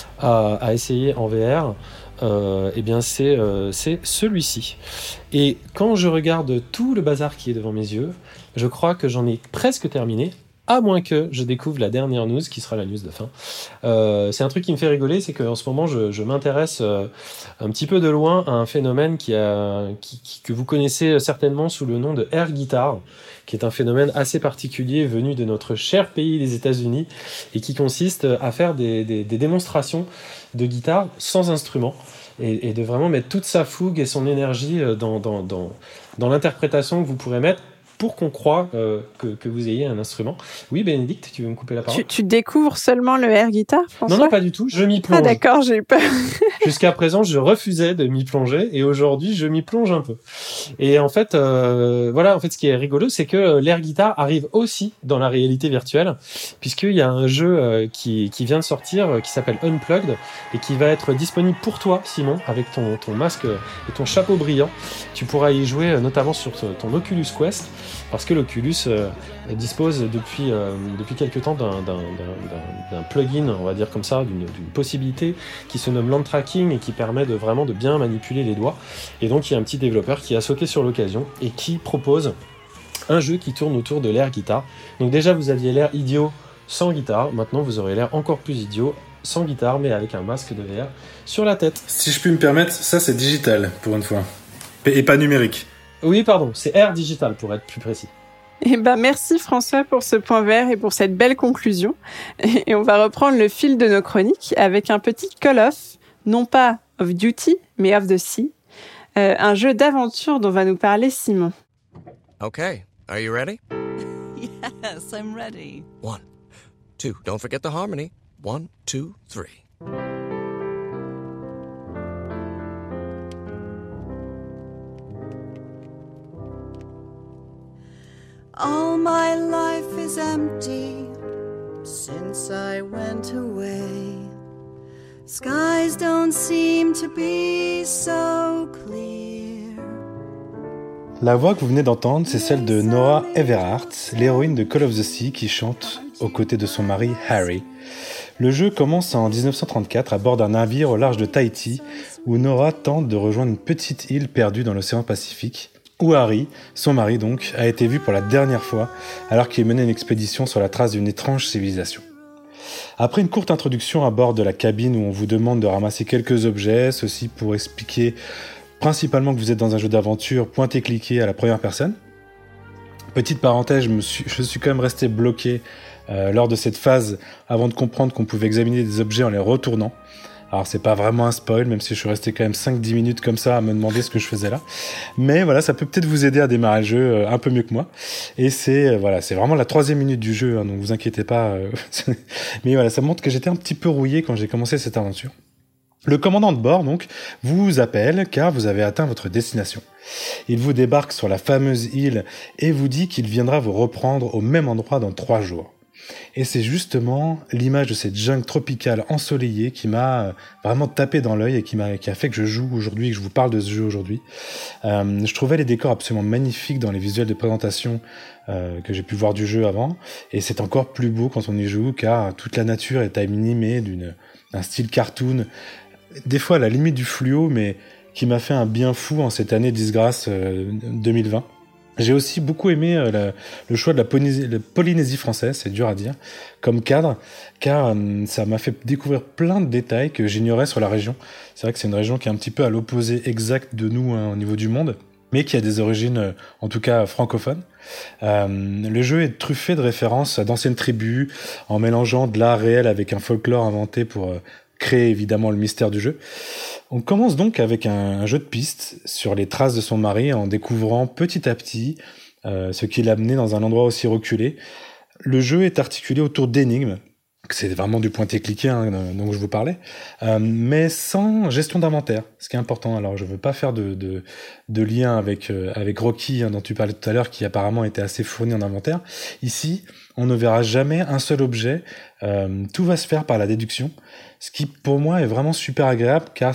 à, à essayer en V R, euh, eh bien c'est, euh, c'est celui-ci. Et quand je regarde tout le bazar qui est devant mes yeux, je crois que j'en ai presque terminé, à moins que je découvre la dernière news, qui sera la news de fin. Euh, c'est un truc qui me fait rigoler, c'est qu'en ce moment, je, je m'intéresse euh, un petit peu de loin à un phénomène qui a, qui, qui, que vous connaissez certainement sous le nom de air guitar, qui est un phénomène assez particulier venu de notre cher pays, les États-Unis, et qui consiste à faire des, des, des démonstrations de guitare sans instrument, et, et de vraiment mettre toute sa fougue et son énergie dans, dans, dans, dans l'interprétation que vous pourrez mettre, pour qu'on croie euh, que, que vous ayez un instrument. Oui, Bénédicte, tu veux me couper la parole ? Tu, tu découvres seulement le air guitar, François ? Non, non, pas du tout. Je m'y plonge. Ah d'accord, j'ai eu peur. Jusqu'à présent, je refusais de m'y plonger et aujourd'hui, je m'y plonge un peu. Et en fait, euh, voilà, en fait, ce qui est rigolo, c'est que l'air guitar arrive aussi dans la réalité virtuelle, puisqu'il y a un jeu euh, qui, qui vient de sortir, euh, qui s'appelle Unplugged et qui va être disponible pour toi, Simon, avec ton, ton masque et ton chapeau brillant. Tu pourras y jouer euh, notamment sur ton Oculus Quest, parce que l'Oculus euh, dispose depuis euh, depuis quelque temps d'un, d'un, d'un, d'un plugin, on va dire comme ça, d'une, d'une possibilité qui se nomme Land Tracking et qui permet de vraiment de bien manipuler les doigts. Et donc il y a un petit développeur qui a sauté sur l'occasion et qui propose un jeu qui tourne autour de l'air guitare. Donc déjà vous aviez l'air idiot sans guitare, maintenant vous aurez l'air encore plus idiot sans guitare mais avec un masque de V R sur la tête. Si je puis me permettre, ça c'est digital pour une fois et pas numérique. Oui, pardon, c'est Air Digital pour être plus précis. Eh ben, merci François pour ce point vert et pour cette belle conclusion. Et on va reprendre le fil de nos chroniques avec un petit Call of, non pas of Duty, mais of the Sea, euh, un jeu d'aventure dont va nous parler Simon. Okay, are you ready? Yes, I'm ready. One, two, don't forget the harmony. One, two, three. All my life is empty since I went away. Skies don't seem to be so clear. La voix que vous venez d'entendre, c'est celle de Nora Everhart, l'héroïne de Call of the Sea qui chante aux côtés de son mari Harry. Le jeu commence en dix-neuf cent trente-quatre à bord d'un navire au large de Tahiti où Nora tente de rejoindre une petite île perdue dans l'océan Pacifique, où Harry, son mari donc, a été vu pour la dernière fois alors qu'il menait une expédition sur la trace d'une étrange civilisation. Après une courte introduction à bord de la cabine où on vous demande de ramasser quelques objets, ceci pour expliquer principalement que vous êtes dans un jeu d'aventure pointé-cliqué à la première personne. Petite parenthèse, je, me suis, je suis quand même resté bloqué euh, lors de cette phase avant de comprendre qu'on pouvait examiner des objets en les retournant. Alors c'est pas vraiment un spoil, même si je suis resté quand même cinq dix minutes comme ça à me demander ce que je faisais là. Mais voilà, ça peut peut-être vous aider à démarrer le jeu un peu mieux que moi. Et c'est voilà, c'est vraiment la troisième minute du jeu, hein, donc vous inquiétez pas. Mais voilà, ça montre que j'étais un petit peu rouillé quand j'ai commencé cette aventure. Le commandant de bord, donc, vous appelle car vous avez atteint votre destination. Il vous débarque sur la fameuse île et vous dit qu'il viendra vous reprendre au même endroit dans trois jours. Et c'est justement l'image de cette jungle tropicale ensoleillée qui m'a vraiment tapé dans l'œil et qui m'a qui a fait que je joue aujourd'hui, que je vous parle de ce jeu aujourd'hui. Euh, je trouvais les décors absolument magnifiques dans les visuels de présentation euh, que j'ai pu voir du jeu avant, et c'est encore plus beau quand on y joue car toute la nature est animée d'une d'un style cartoon, des fois à la limite du fluo, mais qui m'a fait un bien fou en cette année disgrâce euh, deux mille vingt. J'ai aussi beaucoup aimé euh, la, le choix de la Polynésie, la Polynésie française, c'est dur à dire, comme cadre, car euh, ça m'a fait découvrir plein de détails que j'ignorais sur la région. C'est vrai que c'est une région qui est un petit peu à l'opposé exact de nous hein, au niveau du monde, mais qui a des origines, euh, en tout cas francophones. Euh, le jeu est truffé de références à d'anciennes tribus, en mélangeant de l'art réel avec un folklore inventé pour euh, créer évidemment le mystère du jeu. On commence donc avec un, un jeu de piste sur les traces de son mari en découvrant petit à petit euh, ce qui l'a amené dans un endroit aussi reculé. Le jeu est articulé autour d'énigmes, c'est vraiment du pointé-cliqué hein, dont je vous parlais, euh, mais sans gestion d'inventaire, ce qui est important. Alors je veux pas faire de, de, de lien avec, euh, avec Rocky hein, dont tu parlais tout à l'heure, qui apparemment était assez fourni en inventaire. Ici, on ne verra jamais un seul objet, euh, tout va se faire par la déduction, ce qui pour moi est vraiment super agréable car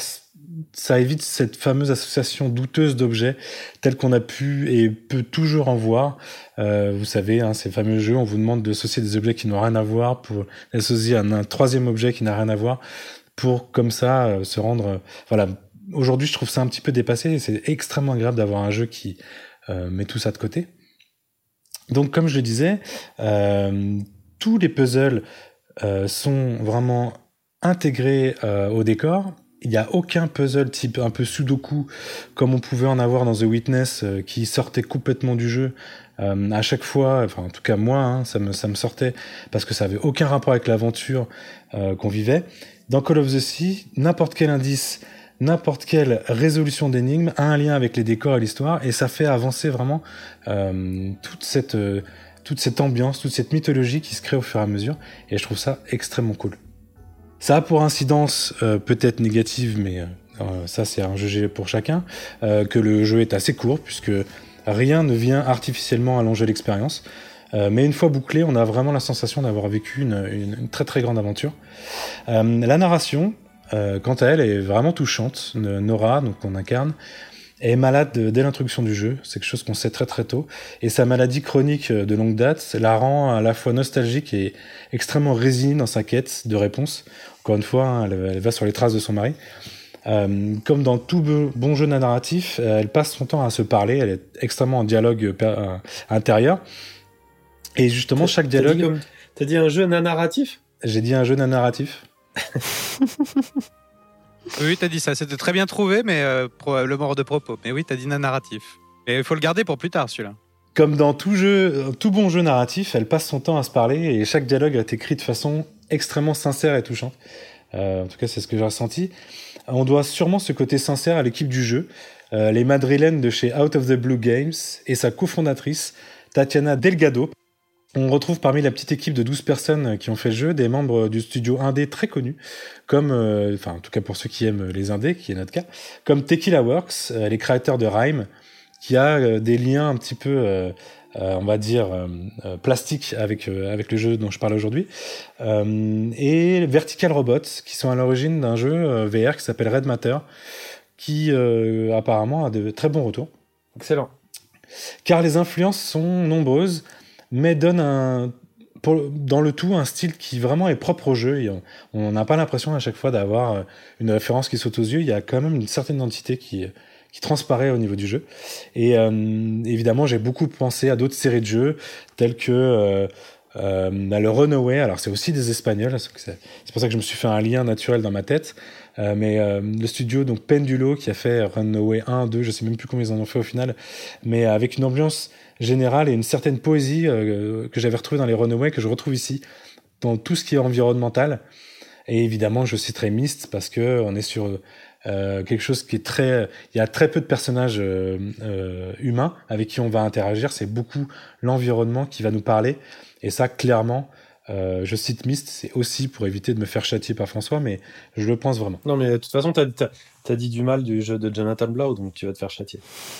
ça évite cette fameuse association douteuse d'objets tels qu'on a pu et peut toujours en voir. Euh, vous savez, hein, ces fameux jeux, on vous demande d'associer des objets qui n'ont rien à voir pour associer un, un troisième objet qui n'a rien à voir pour comme ça euh, se rendre... Euh, voilà. Aujourd'hui, je trouve ça un petit peu dépassé et c'est extrêmement agréable d'avoir un jeu qui euh, met tout ça de côté. Donc, comme je le disais, euh, tous les puzzles euh, sont vraiment intégrés euh, au décor. Il n'y a aucun puzzle type un peu sudoku comme on pouvait en avoir dans The Witness euh, qui sortait complètement du jeu. Euh, à chaque fois, enfin en tout cas moi, hein, ça me ça me sortait parce que ça avait aucun rapport avec l'aventure euh, qu'on vivait. Dans Call of the Sea, n'importe quel indice, n'importe quelle résolution d'énigme a un lien avec les décors et l'histoire et ça fait avancer vraiment euh, toute cette euh, toute cette ambiance, toute cette mythologie qui se crée au fur et à mesure et je trouve ça extrêmement cool. Ça a pour incidence euh, peut-être négative, mais euh, ça c'est un jugé pour chacun, euh, que le jeu est assez court, puisque rien ne vient artificiellement allonger l'expérience. Euh, mais une fois bouclé, on a vraiment la sensation d'avoir vécu une, une, une très très grande aventure. Euh, la narration, euh, quant à elle, est vraiment touchante. Nora, donc qu'on incarne, est malade dès l'introduction du jeu, c'est quelque chose qu'on sait très très tôt, et sa maladie chronique de longue date la rend à la fois nostalgique et extrêmement résignée dans sa quête de réponse. Encore une fois, elle, elle va sur les traces de son mari. Euh, comme dans tout bon jeu narratif, elle passe son temps à se parler, elle est extrêmement en dialogue per- euh, intérieur, et justement chaque dialogue... T'as dit, comme... T'as dit un jeu narratif ? J'ai dit un jeu narratif. Oui, t'as dit ça. C'était très bien trouvé, mais euh, probablement hors de propos. Mais oui, t'as dit narratif. Et il faut le garder pour plus tard, celui-là. Comme dans tout jeu, tout bon jeu narratif, elle passe son temps à se parler et chaque dialogue est écrit de façon extrêmement sincère et touchante. Euh, en tout cas, c'est ce que j'ai ressenti. On doit sûrement ce côté sincère à l'équipe du jeu, euh, les madrilènes de chez Out of the Blue Games et sa cofondatrice, Tatiana Delgado. On retrouve parmi la petite équipe de douze personnes qui ont fait le jeu des membres du studio indé très connus, comme, euh, enfin en tout cas pour ceux qui aiment les indés, qui est notre cas, comme Tequila Works, euh, les créateurs de Rime, qui a euh, des liens un petit peu, euh, euh, on va dire, euh, euh, plastiques avec, euh, avec le jeu dont je parle aujourd'hui, euh, et Vertical Robots, qui sont à l'origine d'un jeu euh, V R qui s'appelle Red Matter, qui euh, apparemment a de très bons retours. Excellent. Car les influences sont nombreuses, mais donne un, pour, dans le tout un style qui vraiment est propre au jeu. Et on n'a pas l'impression à chaque fois d'avoir une référence qui saute aux yeux. Il y a quand même une certaine identité qui, qui transparaît au niveau du jeu. Et euh, évidemment, j'ai beaucoup pensé à d'autres séries de jeux, telles que euh, euh, le Runaway. Alors, c'est aussi des Espagnols. C'est, c'est pour ça que je me suis fait un lien naturel dans ma tête. Euh, mais euh, le studio donc Pendulo qui a fait Runaway un, deux, je sais même plus combien ils en ont fait au final, mais avec une ambiance générale et une certaine poésie euh, que j'avais retrouvée dans les Runaway, que je retrouve ici, dans tout ce qui est environnemental. Et évidemment, je citerai Myst, parce que on est sur euh, quelque chose qui est très... Il y a très peu de personnages euh, euh, humains avec qui on va interagir, c'est beaucoup l'environnement qui va nous parler, et ça, clairement... Euh, je cite Myst, c'est aussi pour éviter de me faire châtier par François, mais je le pense vraiment. Non, mais de toute façon, t'as, t'as, t'as dit du mal du jeu de Jonathan Blow, donc tu vas te faire châtier.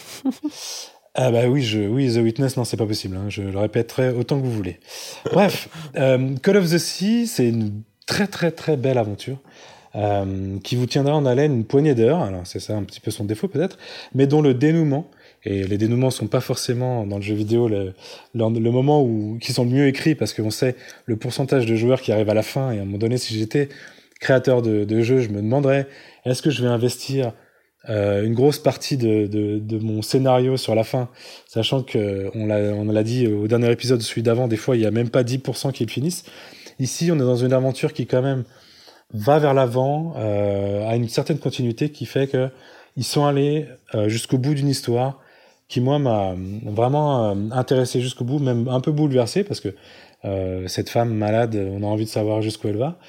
Ah bah oui, je, oui, The Witness, non, c'est pas possible. Hein, je le répéterai autant que vous voulez. Bref, euh, Call of the Sea, c'est une très très très belle aventure euh, qui vous tiendra en haleine une poignée d'heures. Alors c'est ça un petit peu son défaut peut-être, mais dont le dénouement, et les dénouements sont pas forcément dans le jeu vidéo le, le, le moment où qui sont le mieux écrits, parce qu'on sait le pourcentage de joueurs qui arrivent à la fin, et à un moment donné, si j'étais créateur de, de jeu, je me demanderais est-ce que je vais investir euh, une grosse partie de, de, de mon scénario sur la fin, sachant que on l'a, on l'a dit au dernier épisode, celui d'avant, des fois il y a même pas dix pour cent qui le finissent. Ici, on est dans une aventure qui quand même va vers l'avant, euh, a une certaine continuité qui fait que ils sont allés euh, jusqu'au bout d'une histoire qui, moi, m'a vraiment euh, intéressé jusqu'au bout, même un peu bouleversé, parce que euh, cette femme malade, on a envie de savoir jusqu'où elle va.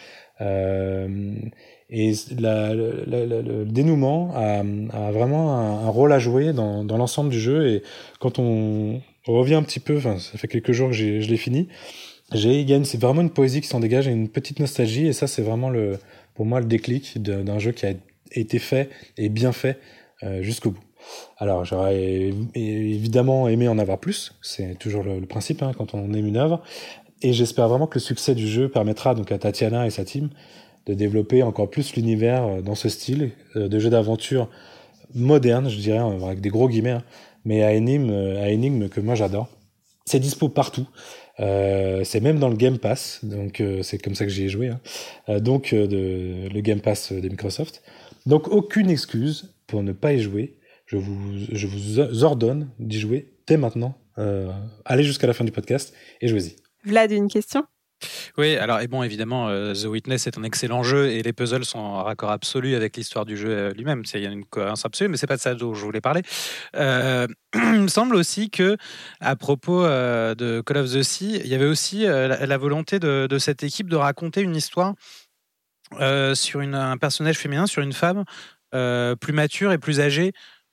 Euh, et la, la, la, le dénouement a, a vraiment un, un rôle à jouer dans, dans l'ensemble du jeu. Et quand on revient un petit peu, enfin, ça fait quelques jours que j'ai, je l'ai fini, j'ai, il y a une, c'est vraiment une poésie qui s'en dégage et une petite nostalgie. Et ça, c'est vraiment, le, pour moi, le déclic de, d'un jeu qui a été fait et bien fait euh, jusqu'au bout. Alors, j'aurais évidemment aimé en avoir plus, c'est toujours le, le principe hein, quand on aime une œuvre, et j'espère vraiment que le succès du jeu permettra donc à Tatiana et sa team de développer encore plus l'univers dans ce style de jeu d'aventure moderne, je dirais, avec des gros guillemets, hein, mais à énigme, à énigme que moi j'adore. C'est dispo partout, euh, c'est même dans le Game Pass, donc euh, c'est comme ça que j'y ai joué, hein. euh, donc euh, de, le Game Pass de Microsoft. Donc aucune excuse pour ne pas y jouer. Je vous, je vous ordonne d'y jouer dès maintenant. Euh, allez jusqu'à la fin du podcast et jouez-y. Vlad, une question ? Oui, alors, et bon, évidemment, euh, The Witness est un excellent jeu et les puzzles sont en raccord absolu avec l'histoire du jeu euh, lui-même. Il y a une cohérence absolue, mais c'est pas de ça dont je voulais parler. Euh, il me semble aussi que, à propos euh, de Call of the Sea, il y avait aussi euh, la, la volonté de, de cette équipe de raconter une histoire euh, sur une, un personnage féminin, sur une femme euh, plus mature et plus âgée.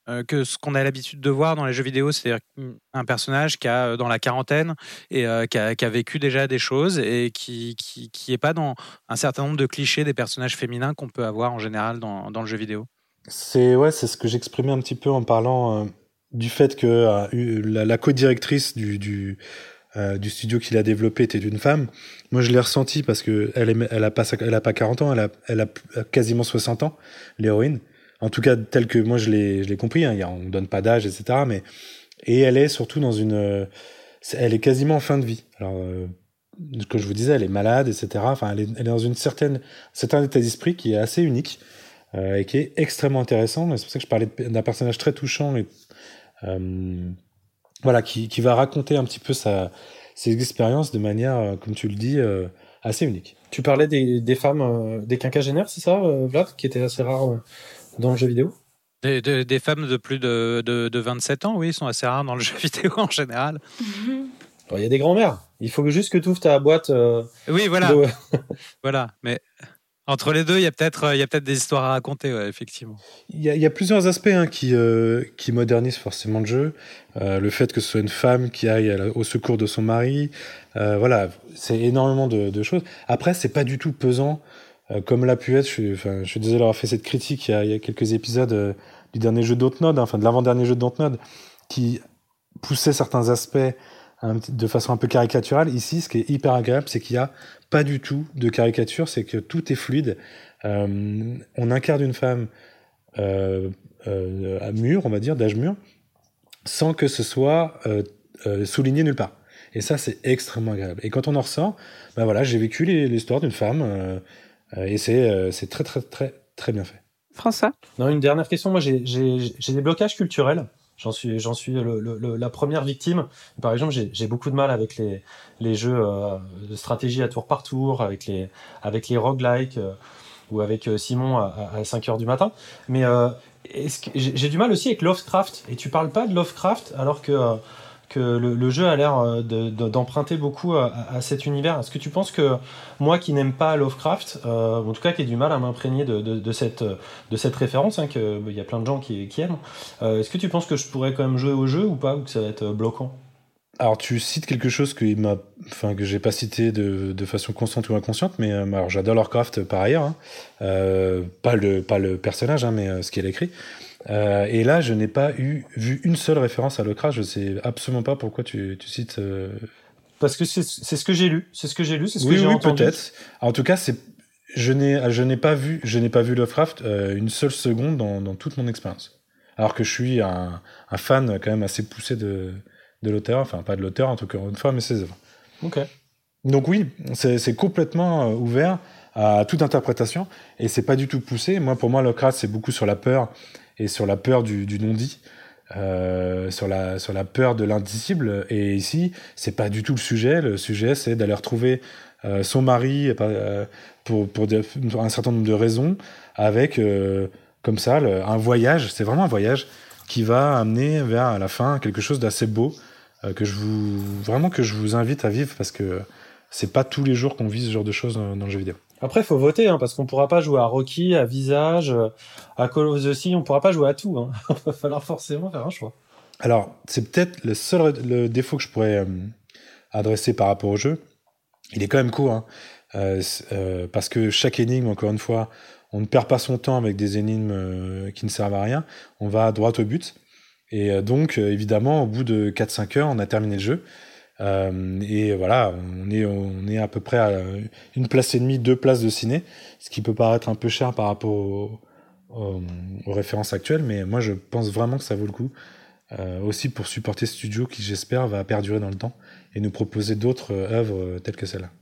euh, que ce qu'on a l'habitude de voir dans les jeux vidéo, c'est-à-dire un personnage qui a dans la quarantaine et euh, qui, a, qui a vécu déjà des choses et qui qui qui est pas dans un certain nombre de clichés des personnages féminins qu'on peut avoir en général dans dans le jeu vidéo. C'est ouais, c'est ce que j'exprimais un petit peu en parlant euh, du fait que euh, la, la co-directrice du du euh, du studio qui l'a développé était une femme. Moi, je l'ai ressenti parce que elle est, elle a pas elle a pas quarante ans, elle a elle a quasiment soixante ans, l'héroïne. En tout cas, tel que moi je l'ai je l'ai compris. Hein, y a, on donne pas d'âge, et cetera. Mais et elle est surtout dans une, euh, elle est quasiment en fin de vie. Alors euh, comme je vous disais, elle est malade, et cetera. Enfin, elle est, elle est dans une certaine certain état d'esprit qui est assez unique euh, et qui est extrêmement intéressant. C'est pour ça que je parlais d'un personnage très touchant et euh, voilà, qui qui va raconter un petit peu sa ses expériences de manière, comme tu le dis, euh, assez unique. Tu parlais des des femmes, euh, des quinquagénaires, c'est ça, euh, Vlad, qui étaient assez rares euh, dans le jeu vidéo? Des, des, des femmes de plus de, de, de vingt-sept ans, oui, sont assez rares dans le jeu vidéo en général. Il y a des grands-mères. Il faut juste que tu ouvres ta boîte. Euh, oui, voilà. de... voilà. Mais entre les deux, il y a peut-être, il y a peut-être des histoires à raconter, ouais, effectivement. Il y a, il y a plusieurs aspects hein, qui, euh, qui modernisent forcément le jeu. Euh, le fait que ce soit une femme qui aille à la, au secours de son mari. Euh, voilà, c'est énormément de, de choses. Après, c'est pas du tout pesant. Comme l'a pu être, je suis, enfin, je suis désolé d'avoir fait cette critique il y a, il y a quelques épisodes euh, du dernier jeu Dontnod, hein, enfin de l'avant-dernier jeu de Dontnod, qui poussait certains aspects hein, de façon un peu caricaturale. Ici, ce qui est hyper agréable, c'est qu'il n'y a pas du tout de caricature, c'est que tout est fluide. Euh, on incarne une femme euh, euh, à mûr, on va dire, d'âge mûr, sans que ce soit euh, euh, souligné nulle part. Et ça, c'est extrêmement agréable. Et quand on en ressort, ben voilà, j'ai vécu l'histoire d'une femme. Euh, Et c'est, euh, c'est très, très, très, très bien fait. François ? Non, une dernière question. Moi, j'ai, j'ai, j'ai des blocages culturels. J'en suis, j'en suis le, le, le, la première victime. Par exemple, j'ai, j'ai beaucoup de mal avec les, les jeux euh, de stratégie à tour par tour, avec les, avec les roguelikes, euh, ou avec euh, Simon à, à cinq heures du matin. Mais euh, est-ce que, j'ai, j'ai du mal aussi avec Lovecraft. Et tu parles pas de Lovecraft alors que... Euh, que le, le jeu a l'air de, de, d'emprunter beaucoup à, à cet univers. Est-ce que tu penses que moi qui n'aime pas Lovecraft, euh, en tout cas qui ai du mal à m'imprégner de, de, de, cette, de cette référence, hein, qu'il y a plein de gens qui, qui aiment, euh, est-ce que tu penses que je pourrais quand même jouer au jeu ou pas, ou que ça va être bloquant ? Alors tu cites quelque chose que, m'a, enfin, que j'ai pas cité de, de façon constante ou inconsciente, mais euh, alors, j'adore Lovecraft par ailleurs, hein. euh, pas, le, pas le personnage, hein, mais euh, ce qu'il a écrit. Euh, et là, je n'ai pas eu vu une seule référence à Lovecraft. Je sais absolument pas pourquoi tu, tu cites. Euh... Parce que c'est, c'est ce que j'ai lu. C'est ce que j'ai lu. C'est ce oui, que j'ai oui, entendu. Peut-être. En tout cas, c'est. Je n'ai, je n'ai pas vu, je n'ai pas vu Lovecraft euh, une seule seconde dans, dans toute mon expérience. Alors que je suis un, un fan quand même assez poussé de, de l'auteur. Enfin, pas de l'auteur en tout cas une fois, mais ses œuvres. Ok. Donc oui, c'est, c'est complètement ouvert à toute interprétation et c'est pas du tout poussé. Moi, pour moi, Lovecraft, c'est beaucoup sur la peur. Et sur la peur du, du non-dit, euh, sur, la, sur la peur de l'indicible. Et ici, c'est pas du tout le sujet. Le sujet, c'est d'aller retrouver euh, son mari euh, pour, pour, des, pour un certain nombre de raisons, avec, euh, comme ça, le, un voyage. C'est vraiment un voyage qui va amener vers, à la fin, quelque chose d'assez beau, euh, que je vous, vraiment que je vous invite à vivre, parce que c'est pas tous les jours qu'on vit ce genre de choses dans, dans le jeu vidéo. Après, il faut voter, hein, parce qu'on ne pourra pas jouer à Rocky, à Visage, à Call of the Sea, on ne pourra pas jouer à tout. Hein. Il va falloir forcément faire un choix. Alors, c'est peut-être le seul le défaut que je pourrais euh, adresser par rapport au jeu. Il est quand même court, hein, euh, euh, parce que chaque énigme, encore une fois, on ne perd pas son temps avec des énigmes euh, qui ne servent à rien. On va droit au but. Et euh, donc, euh, évidemment, au bout de quatre à cinq heures, on a terminé le jeu. Euh, et voilà, on est, on est à peu près à une place et demie, deux places de ciné, ce qui peut paraître un peu cher par rapport au, au, aux références actuelles, mais moi je pense vraiment que ça vaut le coup, euh, aussi pour supporter ce studio qui, j'espère, va perdurer dans le temps et nous proposer d'autres œuvres telles que celle-là.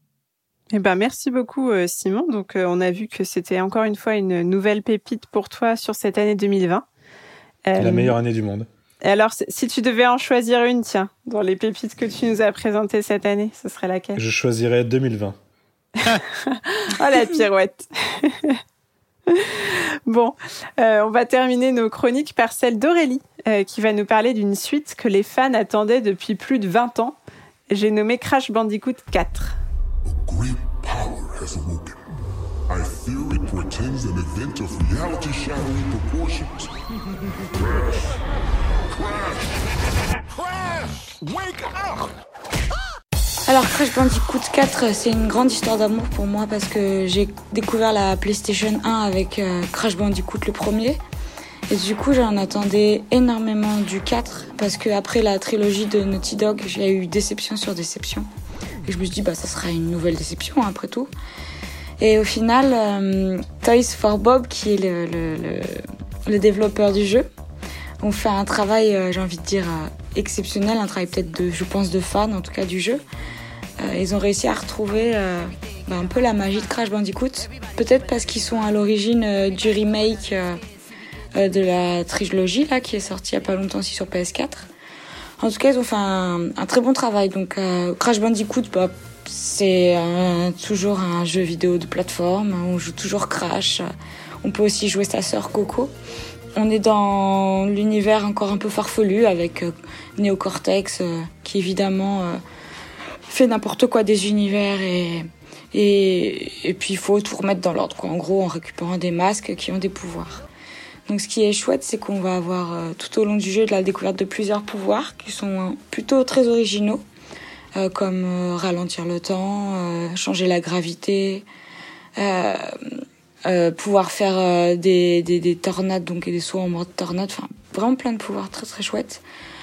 Eh ben, merci beaucoup Simon. Donc euh, on a vu que c'était encore une fois une nouvelle pépite pour toi sur cette année deux mille vingt. Euh, La meilleure année du monde. Et alors, si tu devais en choisir une, tiens, dans les pépites que tu nous as présentées cette année, ce serait laquelle ? Je choisirais deux mille vingt. Oh, la pirouette. Bon, euh, on va terminer nos chroniques par celle d'Aurélie, euh, qui va nous parler d'une suite que les fans attendaient depuis plus de vingt ans. J'ai nommé Crash Bandicoot quatre. A great power has awoken. I fear it portends an event of reality-shattering proportions. Alors Crash Bandicoot quatre, c'est une grande histoire d'amour pour moi parce que j'ai découvert la PlayStation un avec euh, Crash Bandicoot le premier. Et du coup, j'en attendais énormément du quatre parce que après la trilogie de Naughty Dog, j'ai eu déception sur déception. Et je me suis dit, bah ça sera une nouvelle déception hein, après tout. Et au final, euh, Toys for Bob, qui est le, le, le, le développeur du jeu, ont fait un travail, euh, j'ai envie de dire, euh, exceptionnel, un travail peut-être de, je pense, de fans en tout cas du jeu. Euh, ils ont réussi à retrouver euh, bah, un peu la magie de Crash Bandicoot. Peut-être parce qu'ils sont à l'origine euh, du remake euh, euh, de la trilogie là, qui est sortie il n'y a pas longtemps aussi sur P S quatre. En tout cas, ils ont fait un, un très bon travail. Donc euh, Crash Bandicoot, bah, c'est un, toujours un jeu vidéo de plateforme. On joue toujours Crash. On peut aussi jouer sa sœur Coco. On est dans l'univers encore un peu farfelu avec euh, Neo Cortex euh, qui évidemment euh, fait n'importe quoi des univers et, et, et puis il faut tout remettre dans l'ordre, quoi. En gros, en récupérant des masques qui ont des pouvoirs. Donc ce qui est chouette, c'est qu'on va avoir euh, tout au long du jeu de la découverte de plusieurs pouvoirs qui sont plutôt très originaux, euh, comme euh, ralentir le temps, euh, changer la gravité, euh, euh, pouvoir faire euh, des, des, des tornades, donc des sauts en mode tornade, enfin vraiment plein de pouvoirs très très chouettes.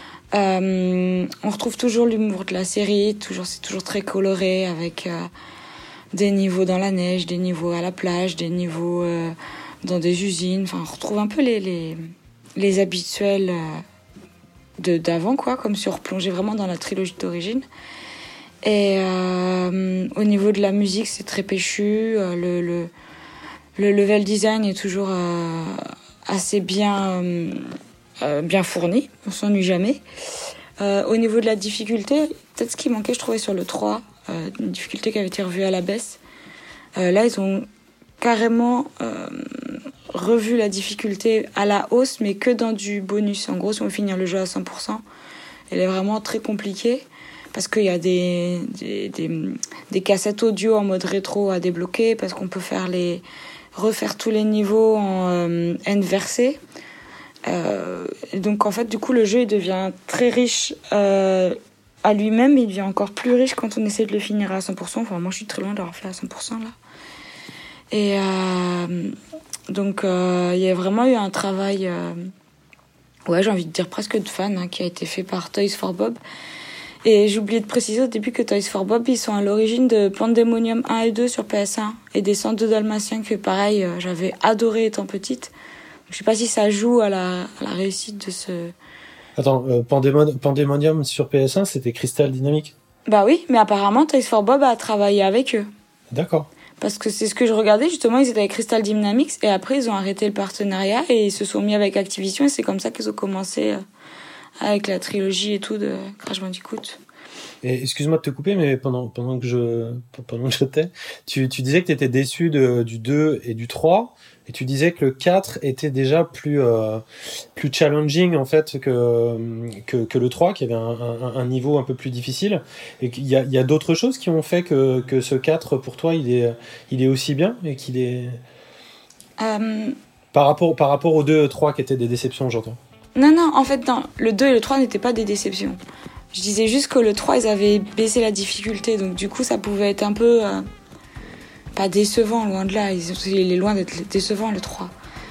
Euh, on retrouve toujours l'humour de la série, toujours, c'est toujours très coloré avec euh, des niveaux dans la neige, des niveaux à la plage, des niveaux euh, dans des usines. Enfin, on retrouve un peu les, les, les habituels euh, de, d'avant, quoi, comme si on replongeait vraiment dans la trilogie d'origine. Et euh, au niveau de la musique, c'est très péchu. Euh, le, le, le level design est toujours euh, assez bien... Euh, Euh, bien fourni, on s'ennuie jamais. Euh, au niveau de la difficulté, peut-être ce qui manquait, je trouvais sur le trois, euh, une difficulté qui avait été revue à la baisse. Euh, là, ils ont carrément euh, revu la difficulté à la hausse, mais que dans du bonus. En gros, si on veut finir le jeu à cent pour cent, elle est vraiment très compliquée parce qu'il y a des, des, des, des cassettes audio en mode rétro à débloquer, parce qu'on peut faire les, refaire tous les niveaux en euh, inversé. Euh, donc en fait du coup le jeu il devient très riche euh, à lui-même, il devient encore plus riche quand on essaie de le finir à cent pour cent. Enfin moi je suis très loin de l'avoir fait à cent pour cent là. Et euh, donc euh, il y a vraiment eu un travail euh, ouais j'ai envie de dire presque de fan hein, qui a été fait par Toys for Bob. Et j'ai oublié de préciser au début que Toys for Bob ils sont à l'origine de Pandemonium un et deux sur P S un et des cent deux Dalmatiens que pareil euh, j'avais adoré étant petite. Je sais pas si ça joue à la, à la réussite de ce... Attends, euh, Pandemon- Pandemonium sur P S un, c'était Crystal Dynamics ? Bah oui, mais apparemment Toys for Bob a travaillé avec eux. D'accord. Parce que c'est ce que je regardais, justement, ils étaient avec Crystal Dynamics et après ils ont arrêté le partenariat et ils se sont mis avec Activision et c'est comme ça qu'ils ont commencé euh, avec la trilogie et tout de Crash Bandicoot. Et excuse-moi de te couper, mais pendant, pendant que je, pendant que je t'ai, tu, tu disais que tu étais déçu de, du deux et du trois. Et tu disais que le quatre était déjà plus euh, plus challenging en fait que que, que le trois, qui avait un, un, un niveau un peu plus difficile. Et qu'il y a il y a d'autres choses qui ont fait que que ce quatre pour toi il est il est aussi bien et qu'il est euh... par rapport par rapport aux deux et trois qui étaient des déceptions, j'entends. Non non, en fait non, le deux et le trois n'étaient pas des déceptions. Je disais juste que le trois ils avaient baissé la difficulté, donc du coup ça pouvait être un peu euh... pas décevant, loin de là, il est loin d'être décevant le trois.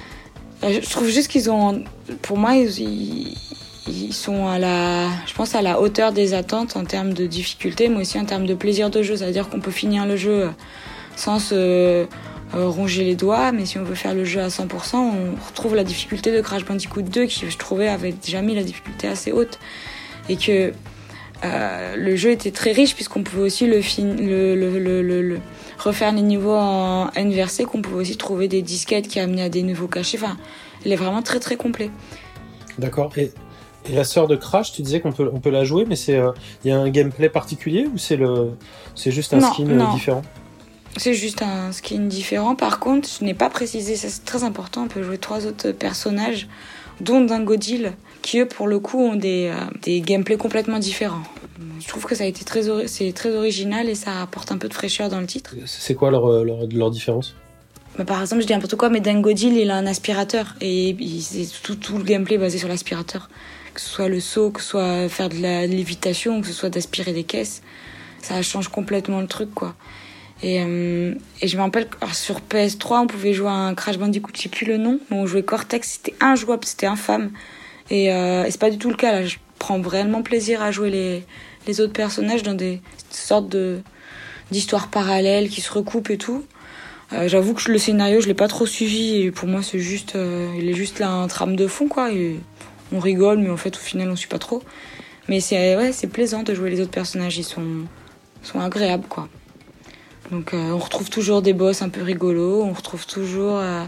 Je trouve juste qu'ils ont, pour moi, ils, ils sont à la, je pense à la hauteur des attentes en termes de difficulté, mais aussi en termes de plaisir de jeu. C'est-à-dire qu'on peut finir le jeu sans se euh, ronger les doigts, mais si on veut faire le jeu à cent pour cent, on retrouve la difficulté de Crash Bandicoot deux qui, je trouvais, avait déjà mis la difficulté assez haute. Et que euh, le jeu était très riche puisqu'on pouvait aussi le, fin- le, le, le, le, le refaire les niveaux en inversé, qu'on pouvait aussi trouver des disquettes qui amenaient à des niveaux cachés. Enfin, il est vraiment très très complet. D'accord. Et, et la sœur de Crash, tu disais qu'on peut, on peut la jouer, mais c'est, il euh, y a un gameplay particulier ou c'est, le, c'est juste un non, skin non. Euh, différent ? C'est juste un skin différent. Par contre, je n'ai pas précisé, ça c'est très important, on peut jouer trois autres personnages, dont Dingodile, qui eux pour le coup ont des, euh, des gameplays complètement différents. Je trouve que ça a été très, ori- c'est très original et ça apporte un peu de fraîcheur dans le titre. C'est quoi leur, leur, leur différence ? Bah, par exemple, je dis n'importe quoi, mais Dangodil, il a un aspirateur. Et il, c'est tout, tout le gameplay basé sur l'aspirateur. Que ce soit le saut, que ce soit faire de la lévitation, que ce soit d'aspirer des caisses. Ça change complètement le truc, quoi. Et, euh, et je me rappelle, alors, sur P S trois, on pouvait jouer à un Crash Bandicoot, je sais plus le nom, mais on jouait Cortex, c'était injouable, c'était infâme. Et, euh, et c'est pas du tout le cas, là. Je prends vraiment plaisir à jouer les, les autres personnages dans des sortes de, d'histoires parallèles qui se recoupent et tout. Euh, j'avoue que le scénario, je l'ai pas trop suivi, et pour moi, c'est juste, euh, il est juste là un trame de fond, quoi. Et on rigole, mais en fait, au final, on suit pas trop. Mais c'est, ouais, c'est plaisant de jouer les autres personnages, ils sont, sont agréables, quoi. Donc euh, on retrouve toujours des boss un peu rigolos, on retrouve toujours euh,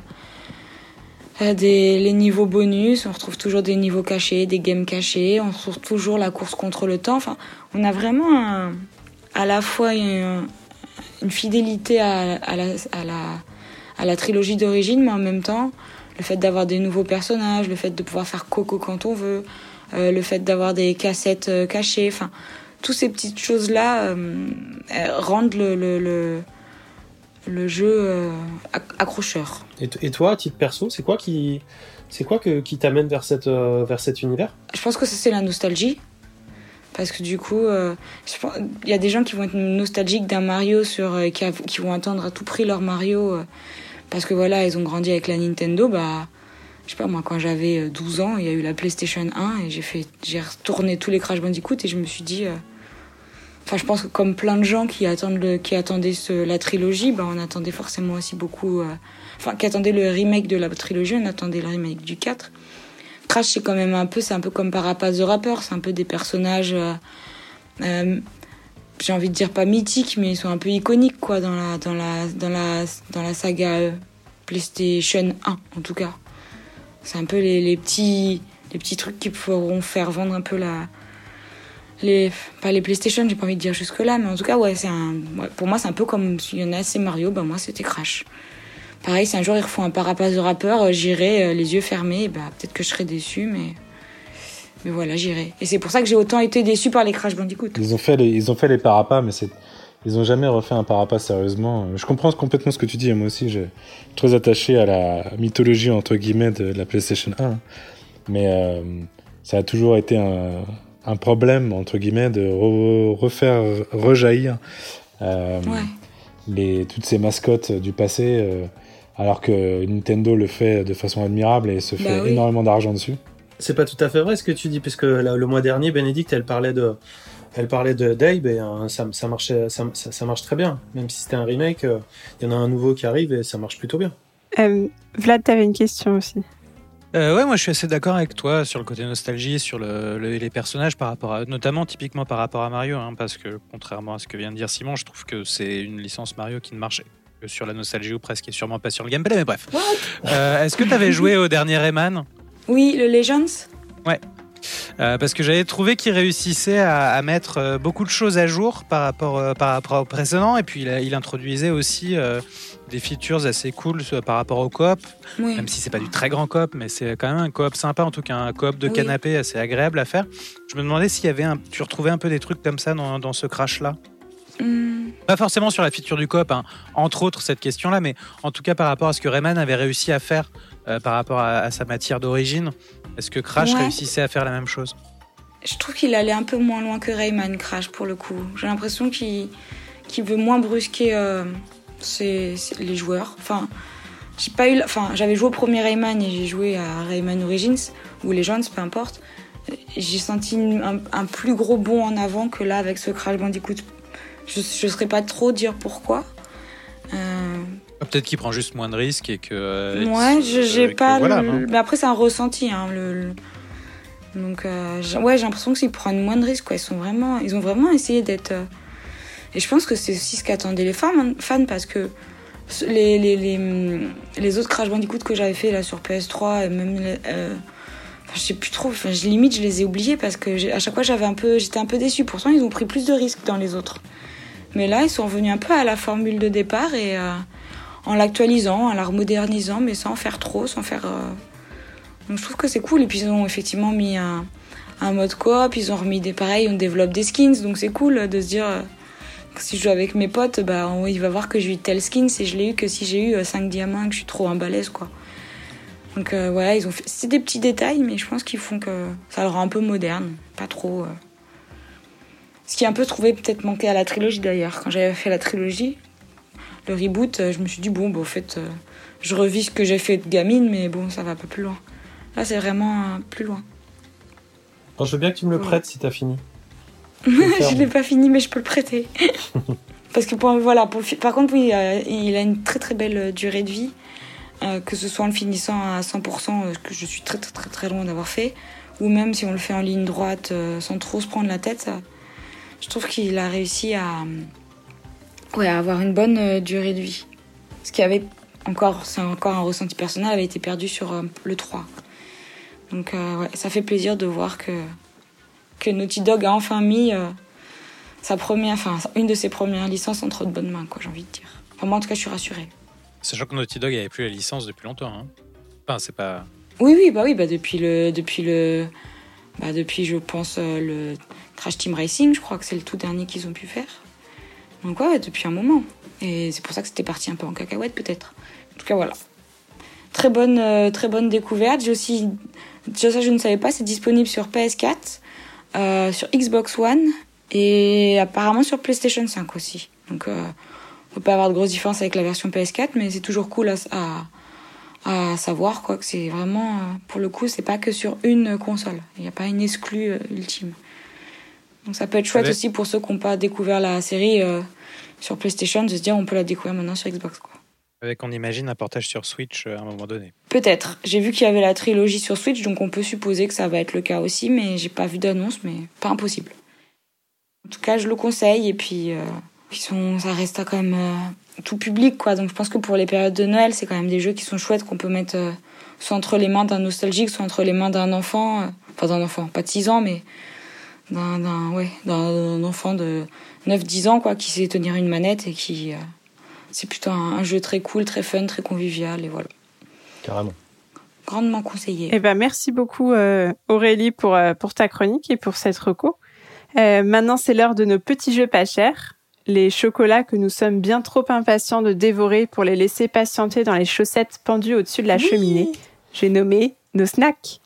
des, les niveaux bonus, on retrouve toujours des niveaux cachés, des games cachés, on retrouve toujours la course contre le temps. Enfin, on a vraiment un, à la fois une, une fidélité à, à, la, à, la, à la trilogie d'origine, mais en même temps, le fait d'avoir des nouveaux personnages, le fait de pouvoir faire Coco quand on veut, euh, le fait d'avoir des cassettes euh, cachées, enfin... Toutes ces petites choses-là euh, rendent le, le, le, le jeu euh, accrocheur. Et, t- et toi, à titre perso, c'est quoi qui, c'est quoi que, qui t'amène vers, cette, euh, vers cet univers ? Je pense que ça, c'est la nostalgie. Parce que du coup, euh, il y a des gens qui vont être nostalgiques d'un Mario, sur, euh, qui, a, qui vont attendre à tout prix leur Mario. Euh, parce que voilà, ils ont grandi avec la Nintendo. Bah, je sais pas, moi, quand j'avais douze ans, il y a eu la PlayStation un et j'ai, fait, j'ai retourné tous les Crash Bandicoot et je me suis dit... Euh, Enfin, je pense que comme plein de gens qui attendent le, qui attendaient ce, la trilogie, bah, on attendait forcément aussi beaucoup... Euh, enfin, qui attendaient le remake de la trilogie, on attendait le remake du quatre. Crash, c'est quand même un peu... C'est un peu comme Parappa the Rapper, c'est un peu des personnages... Euh, euh, j'ai envie de dire pas mythiques, mais ils sont un peu iconiques, quoi, dans la, dans la, dans la, dans la saga euh, PlayStation un, en tout cas. C'est un peu les, les, petits, les petits trucs qui pourront faire vendre un peu la... Les, pas les PlayStation, j'ai pas envie de dire jusque-là, mais en tout cas, ouais, c'est un, ouais, pour moi, c'est un peu comme s'il y en a, c'est Mario, bah, moi, c'était Crash. Pareil, si un jour ils refont un Parappa the Rapper, euh, j'irai euh, les yeux fermés, et bah, peut-être que je serai déçue, mais, mais voilà, j'irai. Et c'est pour ça que j'ai autant été déçue par les Crash Bandicoot. Ils ont fait les, ils ont fait les Parappas, mais c'est, ils ont jamais refait un Parappa sérieusement. Je comprends complètement ce que tu dis, et moi aussi, je suis très attaché à la mythologie, entre guillemets, de la PlayStation un. Mais euh, ça a toujours été un, un problème, entre guillemets, de re- refaire rejaillir euh, ouais. les, toutes ces mascottes du passé, euh, alors que Nintendo le fait de façon admirable et se fait bah oui. énormément d'argent dessus. C'est pas tout à fait vrai ce que tu dis, puisque là, le mois dernier, Bénédicte, elle parlait de, elle parlait de Dave, et euh, ça, ça, marchait, ça, ça, ça marche très bien. Même si c'était un remake, il euh, y en a un nouveau qui arrive et ça marche plutôt bien. Euh, Vlad, t'avais une question aussi. Euh, ouais, moi je suis assez d'accord avec toi sur le côté nostalgie, sur le, le, les personnages, par rapport à, notamment typiquement par rapport à Mario, hein, parce que contrairement à ce que vient de dire Simon, je trouve que c'est une licence Mario qui ne marche que sur la nostalgie ou presque, et sûrement pas sur le gameplay, mais bref. Euh, est-ce que tu avais joué au dernier Rayman ? Oui, le Legends ? Ouais. Euh, parce que j'avais trouvé qu'il réussissait à, à mettre euh, beaucoup de choses à jour par rapport, euh, par rapport au précédent, et puis il, a, il introduisait aussi euh, des features assez cool euh, par rapport au coop, oui. Même si c'est pas du très grand coop, mais c'est quand même un coop sympa, en tout cas un coop de oui. canapé assez agréable à faire. Je me demandais s'il y avait un, tu retrouvais un peu des trucs comme ça dans, dans ce Crash-là. Mm. Pas forcément sur la feature du coop, hein, entre autres cette question-là, mais en tout cas par rapport à ce que Rayman avait réussi à faire euh, par rapport à, à sa matière d'origine. Est-ce que Crash ouais. réussissait à faire la même chose ? Je trouve qu'il allait un peu moins loin que Rayman, Crash, pour le coup. J'ai l'impression qu'il, qu'il veut moins brusquer euh, ses, ses, les joueurs. Enfin, j'ai pas eu, enfin, j'avais joué au premier Rayman et j'ai joué à Rayman Origins, ou Legends, peu importe. J'ai senti une, un, un plus gros bond en avant que là, avec ce Crash Bandicoot. Je ne saurais pas trop dire pourquoi. Euh... Peut-être qu'il prend juste moins de risques et que... Euh, ouais, je, j'ai pas... Que, voilà, le... Mais après, c'est un ressenti. Hein, le, le... Donc, euh, j'ai... Ouais, j'ai l'impression qu'ils prennent moins de risques. Quoi. Ils, sont vraiment... Ils ont vraiment essayé d'être... Euh... Et je pense que c'est aussi ce qu'attendaient les fans, fans parce que les, les, les, les autres Crash Bandicoot que j'avais fait là, sur P S trois, et même... Les, euh... Enfin, je sais plus trop. Enfin, je, limite, je les ai oubliés parce que j'ai... à chaque fois, j'avais un peu... j'étais un peu déçue. Pourtant, ils ont pris plus de risques dans les autres. Mais là, ils sont revenus un peu à la formule de départ et euh, en l'actualisant, en la remodernisant, mais sans faire trop, sans faire... Euh... Donc je trouve que c'est cool. Et puis ils ont effectivement mis un, un mode coop, ils ont remis des pareils, on développe des skins, donc c'est cool de se dire Si je joue avec mes potes, bah, on, il va voir que j'ai eu tel skin, si je l'ai eu que si j'ai eu cinq diamants et que je suis trop un balèze, quoi. Donc euh, voilà, ils ont fait... c'est des petits détails, mais je pense qu'ils font que ça le rend un peu moderne, pas trop... Euh... Ce qui est un peu trouvé peut-être manqué à la trilogie d'ailleurs. Quand j'avais fait la trilogie, le reboot, je me suis dit, bon, bah, au fait, euh, je revis ce que j'ai fait de gamine, mais bon, ça va pas plus loin. Là, c'est vraiment euh, plus loin. Bon, je veux bien que tu me le prêtes si t'as fini. Je l'ai pas fini, mais je peux le prêter. Parce que pour, voilà, pour le, par contre, oui, euh, il a une très très belle durée de vie. Euh, que ce soit en le finissant à cent pour cent, euh, que je suis très très très très loin d'avoir fait, ou même si on le fait en ligne droite euh, sans trop se prendre la tête, ça, je trouve qu'il a réussi à, ouais, à avoir une bonne euh, durée de vie. Ce qui avait encore, c'est encore un ressenti personnel, avait été perdu sur euh, le trois. Donc euh, ouais, ça fait plaisir de voir que, que Naughty Dog a enfin mis euh, sa première, enfin, une de ses premières licences entre de bonnes mains, quoi, j'ai envie de dire. Enfin, moi en tout cas je suis rassurée. Sachant que Naughty Dog n'avait plus la licence depuis longtemps. Hein. Enfin, c'est pas... Oui, oui, bah oui, bah depuis le, depuis le, bah depuis je pense euh, le Crash Team Racing, je crois que c'est le tout dernier qu'ils ont pu faire. Donc ouais, depuis un moment. Et c'est pour ça que c'était parti un peu en cacahuète peut-être. En tout cas voilà. Très bonne, euh, très bonne découverte. J'ai aussi, ça je ne savais pas, c'est disponible sur P S quatre, euh, sur Xbox One et apparemment sur PlayStation cinq aussi. Donc euh, on peut pas avoir de grosse différence avec la version P S quatre, mais c'est toujours cool à, à, à savoir quoi, que c'est vraiment, pour le coup, c'est pas que sur une console. Il n'y a pas une exclue euh, ultime. Donc ça peut être chouette avec... aussi pour ceux qui n'ont pas découvert la série euh, sur PlayStation, de se dire on peut la découvrir maintenant sur Xbox, quoi. Avec, on imagine, un portage sur Switch euh, à un moment donné. Peut-être. J'ai vu qu'il y avait la trilogie sur Switch, donc on peut supposer que ça va être le cas aussi, mais j'ai pas vu d'annonce, mais pas impossible. En tout cas, je le conseille, et puis... Euh... Ils sont, ça reste quand même euh, tout public, quoi. Donc je pense que pour les périodes de Noël, c'est quand même des jeux qui sont chouettes, qu'on peut mettre euh, soit entre les mains d'un nostalgique, soit entre les mains d'un enfant, euh, enfin d'un enfant, pas de six ans, mais d'un, d'un, ouais, d'un enfant de neuf dix ans, quoi, qui sait tenir une manette et qui... Euh, c'est plutôt un, un jeu très cool, très fun, très convivial, et voilà. Carrément. Grandement conseillé. Eh ben, merci beaucoup euh, Aurélie pour, euh, pour ta chronique et pour cette reco. Euh, maintenant, c'est l'heure de nos petits jeux pas chers. Les chocolats que nous sommes bien trop impatients de dévorer pour les laisser patienter dans les chaussettes pendues au-dessus de la oui. cheminée. J'ai nommé nos snacks.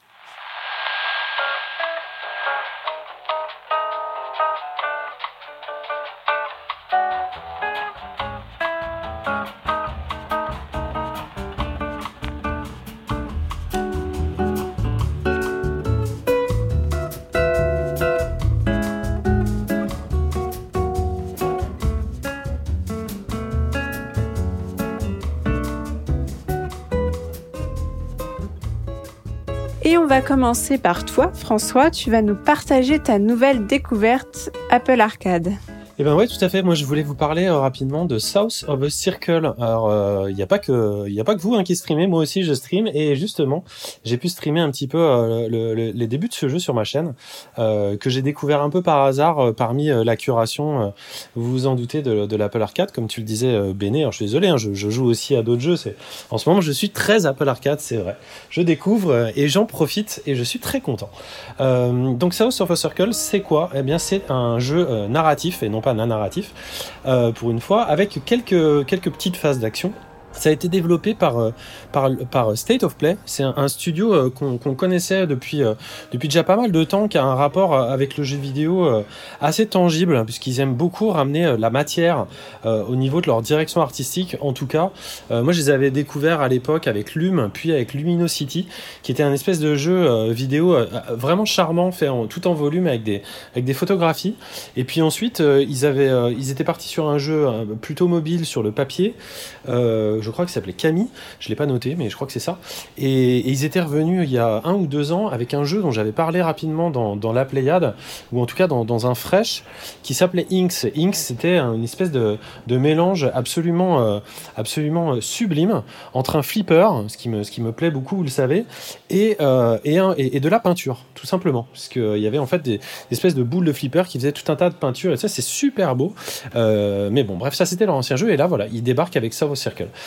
Et on va commencer par toi, François. Tu vas nous partager ta nouvelle découverte Apple Arcade. Eh ben ouais, tout à fait. Moi, je voulais vous parler euh, rapidement de South of a Circle. Alors, il euh, n'y a pas que, il y a pas que vous hein, qui streamez. Moi aussi, je stream. Et justement, j'ai pu streamer un petit peu euh, le, le, les débuts de ce jeu sur ma chaîne, euh, que j'ai découvert un peu par hasard euh, parmi euh, la curation. Euh, vous vous en doutez de, de l'Apple Arcade, comme tu le disais, euh, Béné. Alors, je suis désolé, hein, je, je joue aussi à d'autres jeux. C'est, en ce moment, je suis très Apple Arcade, c'est vrai. Je découvre euh, et j'en profite et je suis très content. Euh, donc, South of a Circle, c'est quoi ? Eh bien, c'est un jeu euh, narratif et non pas narratif, euh, pour une fois, avec quelques, quelques petites phases d'action. Ça a été développé par, par, par State of Play. C'est un, un studio euh, qu'on, qu'on connaissait depuis, euh, depuis déjà pas mal de temps, qui a un rapport avec le jeu vidéo euh, assez tangible, puisqu'ils aiment beaucoup ramener euh, la matière euh, au niveau de leur direction artistique. En tout cas, euh, moi je les avais découverts à l'époque avec Lume, puis avec Luminosity, qui était un espèce de jeu euh, vidéo euh, vraiment charmant, fait en, tout en volume avec des, avec des photographies. Et puis ensuite, euh, ils, avaient, euh, ils étaient partis sur un jeu euh, plutôt mobile sur le papier. Euh, je crois qu'il s'appelait Camille, je l'ai pas noté, mais je crois que c'est ça. Et, et ils étaient revenus il y a un ou deux ans avec un jeu dont j'avais parlé rapidement dans, dans la Pléiade, ou en tout cas dans, dans un fresh, qui s'appelait Inks. Inks, c'était une espèce de, de mélange absolument, euh, absolument sublime entre un flipper, ce qui me, ce qui me plaît beaucoup, vous le savez, et, euh, et, un, et, et de la peinture, tout simplement. Parce qu'il y avait en fait des, des espèces de boules de flipper qui faisaient tout un tas de peintures, et ça, c'est super beau. Euh, mais bon, bref, ça, c'était leur ancien jeu, et là, voilà, ils débarquent avec South of Circle.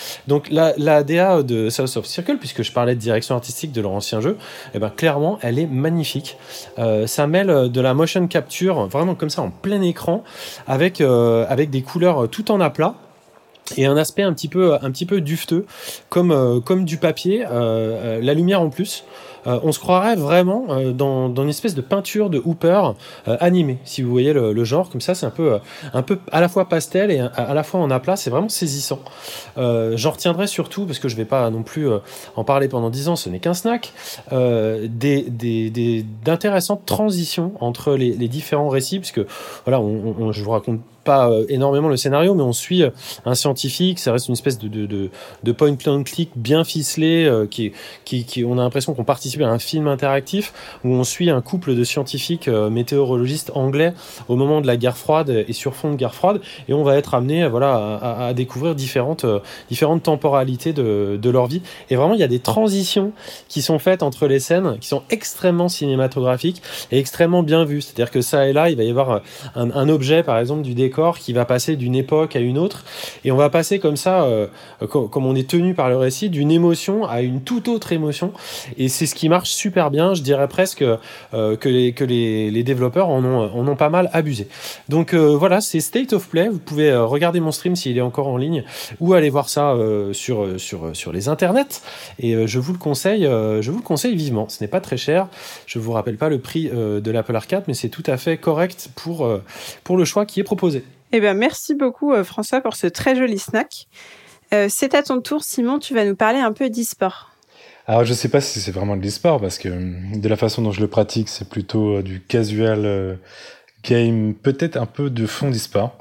Donc la, la D A de South of Circle, puisque je parlais de direction artistique de leur ancien jeu, eh ben, clairement, elle est magnifique. Euh, ça mêle de la motion capture, vraiment comme ça, en plein écran, avec, euh, avec des couleurs tout en aplat. Et un aspect un petit peu un petit peu dufteux, comme euh, comme du papier, euh, euh, la lumière en plus. Euh, on se croirait vraiment euh, dans dans une espèce de peinture de Hooper euh, animée, si vous voyez le, le genre. Comme ça, c'est un peu euh, un peu à la fois pastel et à, à la fois en aplat. C'est vraiment saisissant. Euh, j'en retiendrai surtout, parce que je vais pas non plus euh, en parler pendant dix ans. Ce n'est qu'un snack. Euh, des des des d'intéressantes transitions entre les les différents récits, puisque voilà, on, on, je vous raconte pas énormément le scénario, mais on suit un scientifique, ça reste une espèce de, de, de, de point and click bien ficelé, euh, qui, qui, qui, on a l'impression qu'on participe à un film interactif où on suit un couple de scientifiques euh, météorologistes anglais au moment de la guerre froide et sur fond de guerre froide, et on va être amené voilà, à, à découvrir différentes, euh, différentes temporalités de, de leur vie. Et vraiment, il y a des transitions qui sont faites entre les scènes, qui sont extrêmement cinématographiques et extrêmement bien vues. C'est-à-dire que ça et là, il va y avoir un, un objet, par exemple, du décor qui va passer d'une époque à une autre, et on va passer comme ça, euh, comme, comme on est tenu par le récit, d'une émotion à une toute autre émotion, et c'est ce qui marche super bien. Je dirais presque euh, que, les, que les, les développeurs en ont, en ont pas mal abusé. Donc euh, voilà, c'est State of Play. Vous pouvez euh, regarder mon stream s'il est encore en ligne, ou aller voir ça euh, sur, sur, sur les internets, et euh, je vous le conseille, euh, je vous le conseille vivement. Ce n'est pas très cher, je vous rappelle pas le prix euh, de l'Apple Arcade, mais c'est tout à fait correct pour, euh, pour le choix qui est proposé. Eh ben, merci beaucoup euh, François pour ce très joli snack. Euh, c'est à ton tour, Simon, tu vas nous parler un peu d'e-sport. Alors je sais pas si c'est vraiment de l'e-sport, parce que de la façon dont je le pratique, c'est plutôt du casual euh, game, peut-être un peu de fond d'e-sport.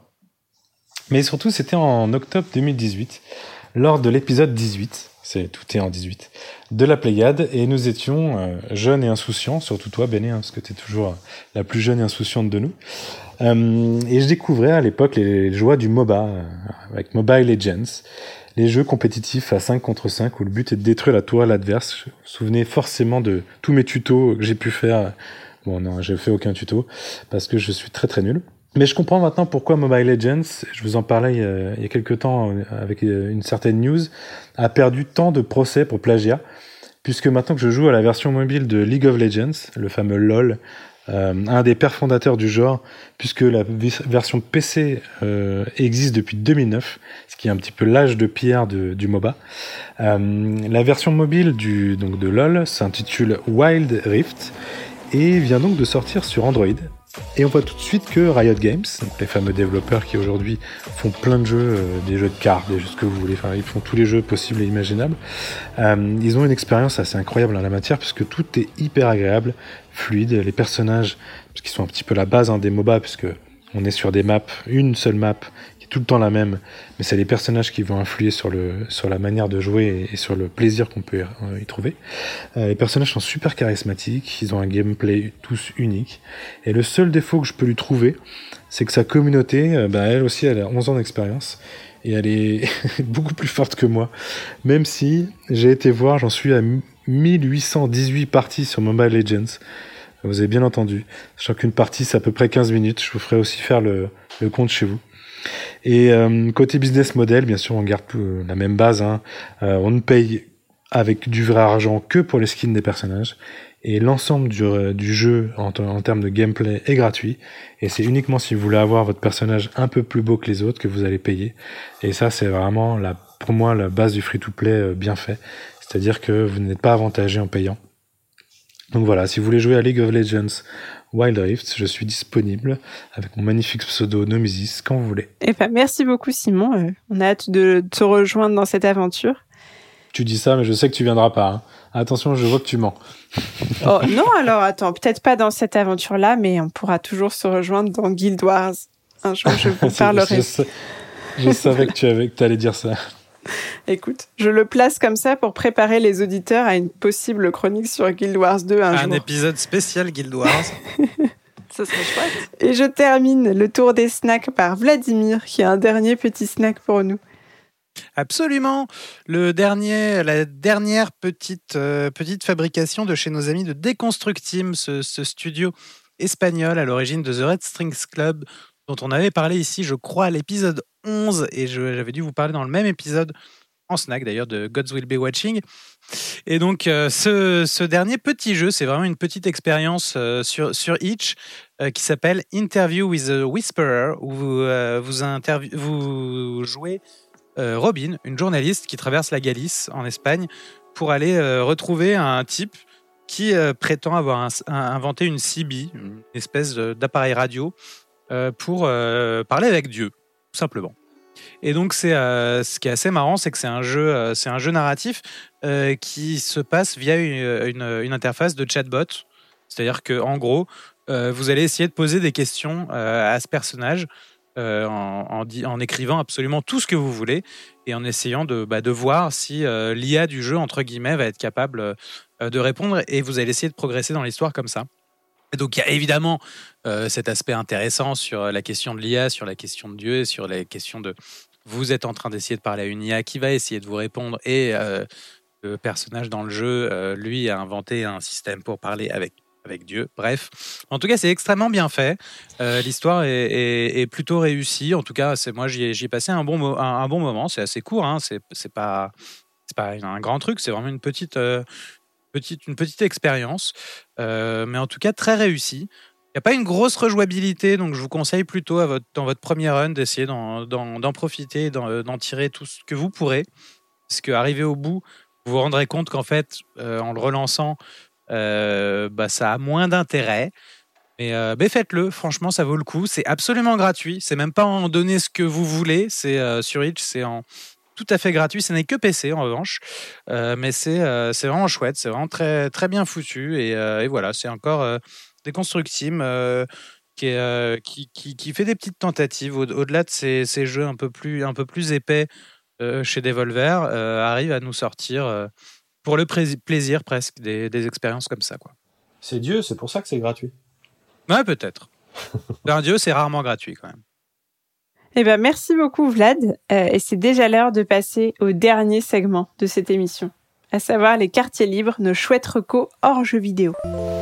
Mais surtout, c'était en octobre deux mille dix-huit, lors de l'épisode dix-huit, c'est tout est en dix-huit, de la Pléiade, et nous étions euh, jeunes et insouciants, surtout toi Béné, hein, parce que t'es toujours la plus jeune et insouciante de nous. Euh, et je découvrais à l'époque les, les joies du MOBA, euh, avec Mobile Legends, les jeux compétitifs à cinq contre cinq où le but est de détruire la tourelle adverse. Je vous souvenez forcément de tous mes tutos que j'ai pu faire. Bon non, j'ai fait aucun tuto, parce que je suis très très nul. Mais je comprends maintenant pourquoi Mobile Legends, je vous en parlais il y a, il y a quelques temps avec une certaine news, a perdu tant de procès pour plagiat, puisque maintenant que je joue à la version mobile de League of Legends, le fameux LOL, Euh, un des pères fondateurs du genre, puisque la v- version P C euh, existe depuis deux mille neuf, ce qui est un petit peu l'âge de pierre de, du MOBA. Euh, la version mobile du, donc de LoL s'intitule Wild Rift et vient donc de sortir sur Android. Et on voit tout de suite que Riot Games, donc les fameux développeurs qui aujourd'hui font plein de jeux, euh, des jeux de cartes, des jeux ce que vous voulez, enfin ils font tous les jeux possibles et imaginables, euh, ils ont une expérience assez incroyable en la matière, puisque tout est hyper agréable, fluide, les personnages, parce qu'ils sont un petit peu la base hein, des MOBA, puisque on est sur des maps, une seule map, qui est tout le temps la même, mais c'est les personnages qui vont influer sur, le, sur la manière de jouer et, et sur le plaisir qu'on peut y, y trouver. Euh, les personnages sont super charismatiques, ils ont un gameplay tous unique, et le seul défaut que je peux lui trouver, c'est que sa communauté, euh, bah, elle aussi, elle a onze ans d'expérience, et elle est beaucoup plus forte que moi, même si j'ai été voir, j'en suis à mille huit cent dix-huit parties sur Mobile Legends. Vous avez bien entendu. Sachant qu'une partie, c'est à peu près quinze minutes. Je vous ferai aussi faire le, le compte chez vous. Et euh, côté business model, bien sûr, on garde tout, la même base. Hein. Euh, on ne paye avec du vrai argent que pour les skins des personnages. Et l'ensemble du, du jeu, en, en termes de gameplay, est gratuit. Et c'est uniquement si vous voulez avoir votre personnage un peu plus beau que les autres que vous allez payer. Et ça, c'est vraiment, la, pour moi, la base du free-to-play bien fait. C'est-à-dire que vous n'êtes pas avantagé en payant. Donc voilà, si vous voulez jouer à League of Legends Wild Rift, je suis disponible avec mon magnifique pseudo Nomisis quand vous voulez. Eh ben, merci beaucoup Simon, euh, on a hâte de te rejoindre dans cette aventure. Tu dis ça, mais je sais que tu viendras pas. Hein. Attention, je vois que tu mens. Oh non, alors attends, peut-être pas dans cette aventure-là, mais on pourra toujours se rejoindre dans Guild Wars. Un jour, je vous parlerai. je, je savais que tu avais, que t'allais dire ça. Écoute, je le place comme ça pour préparer les auditeurs à une possible chronique sur Guild Wars deux un, un jour. Un épisode spécial Guild Wars. Ça serait chouette. Et je termine le tour des snacks par Vladimir, qui a un dernier petit snack pour nous. Absolument. Le dernier, la dernière petite, euh, petite fabrication de chez nos amis de Deconstructim, ce, ce studio espagnol à l'origine de The Red Strings Club, dont on avait parlé ici, je crois, à l'épisode onze, et je, j'avais dû vous parler dans le même épisode en snack d'ailleurs de Gods Will Be Watching. Et donc euh, ce, ce dernier petit jeu, c'est vraiment une petite expérience euh, sur, sur Itch euh, qui s'appelle Interview with a Whisperer, où vous, euh, vous, interview- vous jouez euh, Robin, une journaliste qui traverse la Galice en Espagne pour aller euh, retrouver un type qui euh, prétend avoir un, un, inventé une C B, une espèce de, d'appareil radio, euh, pour euh, parler avec Dieu, tout simplement. Et donc, c'est, euh, ce qui est assez marrant, c'est que c'est un jeu, euh, c'est un jeu narratif euh, qui se passe via une, une, une interface de chatbot. C'est-à-dire qu'en gros, euh, vous allez essayer de poser des questions euh, à ce personnage euh, en, en, di- en écrivant absolument tout ce que vous voulez et en essayant de, bah, de voir si euh, l'I A du jeu, entre guillemets, va être capable euh, de répondre. Et vous allez essayer de progresser dans l'histoire comme ça. Et donc, il y a évidemment euh, cet aspect intéressant sur la question de l'I A, sur la question de Dieu, sur la question de vous êtes en train d'essayer de parler à une I A qui va essayer de vous répondre et euh, le personnage dans le jeu, euh, lui, a inventé un système pour parler avec, avec Dieu. Bref, en tout cas, c'est extrêmement bien fait. Euh, l'histoire est, est, est plutôt réussie. En tout cas, c'est, moi, j'y ai, j'y ai passé un bon, mo- un, un bon moment. C'est assez court, hein. c'est, c'est, pas, c'est pas un grand truc, c'est vraiment une petite... Euh, Petite, une petite expérience, euh, mais en tout cas très réussie. Il n'y a pas une grosse rejouabilité, donc je vous conseille plutôt à votre, dans votre premier run d'essayer d'en, d'en, d'en profiter, d'en, d'en tirer tout ce que vous pourrez. Parce qu'arrivé au bout, vous vous rendrez compte qu'en fait, euh, en le relançant, euh, bah, ça a moins d'intérêt. Mais, euh, mais faites-le, franchement, ça vaut le coup. C'est absolument gratuit. C'est même pas en donner ce que vous voulez. C'est euh, sur Itch, c'est en tout à fait gratuit. Ce n'est que P C en revanche, euh, mais c'est euh, c'est vraiment chouette. C'est vraiment très très bien foutu et, euh, et voilà, c'est encore euh, Deconstruct Team euh, qui, est, euh, qui, qui qui fait des petites tentatives au, au-delà de ces, ces jeux un peu plus un peu plus épais euh, chez Devolver, euh, arrive à nous sortir euh, pour le pré- plaisir presque des, des expériences comme ça, quoi. C'est Dieu, c'est pour ça que c'est gratuit. Ouais, peut-être. Un Dieu, c'est rarement gratuit quand même. Eh ben, merci beaucoup, Vlad. Euh, et c'est déjà l'heure de passer au dernier segment de cette émission, à savoir les quartiers libres, nos chouettes recos hors jeux vidéo.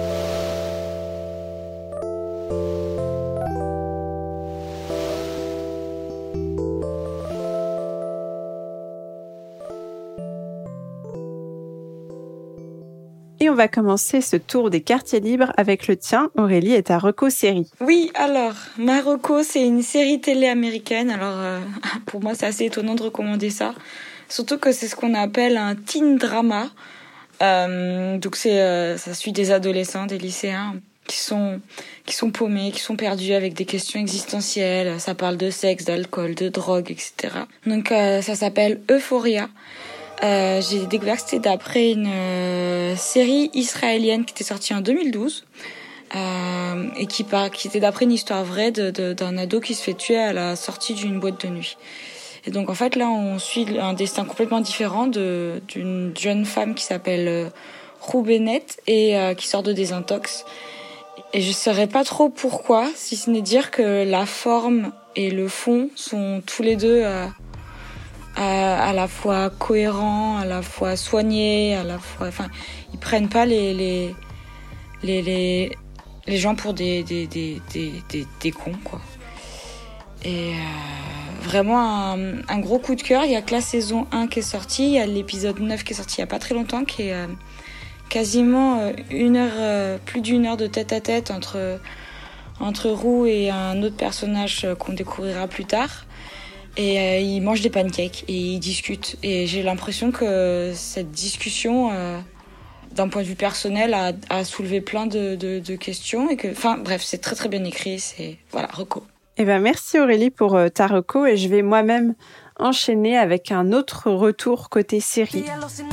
Et on va commencer ce tour des quartiers libres avec le tien, Aurélie, et ta reco série. Oui, alors, ma reco, c'est une série télé américaine. Alors, euh, pour moi, c'est assez étonnant de recommander ça. Surtout que c'est ce qu'on appelle un teen drama. Euh, donc, c'est, euh, ça suit des adolescents, des lycéens qui sont, qui sont paumés, qui sont perdus avec des questions existentielles. Ça parle de sexe, d'alcool, de drogue, et cetera. Donc, euh, ça s'appelle Euphoria. Euh, j'ai découvert que c'était d'après une euh, série israélienne qui était sortie en deux mille douze euh, et qui, par, qui était d'après une histoire vraie de, de, d'un ado qui se fait tuer à la sortie d'une boîte de nuit. Et donc en fait là on suit un destin complètement différent de, d'une jeune femme qui s'appelle euh, Rue Bennett et euh, qui sort de désintox. Et je saurais pas trop pourquoi, si ce n'est dire que la forme et le fond sont tous les deux... Euh, À, à la fois cohérent, à la fois soigné, à la fois, enfin, ils prennent pas les les les les, les gens pour des des des des des, des cons, quoi. Et euh, vraiment un, un gros coup de cœur. Il y a que la saison un qui est sortie, il y a l'épisode neuf qui est sorti il y a pas très longtemps, qui est euh, quasiment une heure, euh, plus d'une heure de tête à tête entre entre Roux et un autre personnage qu'on découvrira plus tard. Et euh, ils mangent des pancakes et ils discutent. Et j'ai l'impression que cette discussion, euh, d'un point de vue personnel, a, a soulevé plein de, de, de questions. Et que, enfin, bref, c'est très très bien écrit. C'est voilà, reco. Eh ben, merci Aurélie pour euh, ta reco. Et je vais moi-même enchaîner avec un autre retour côté série.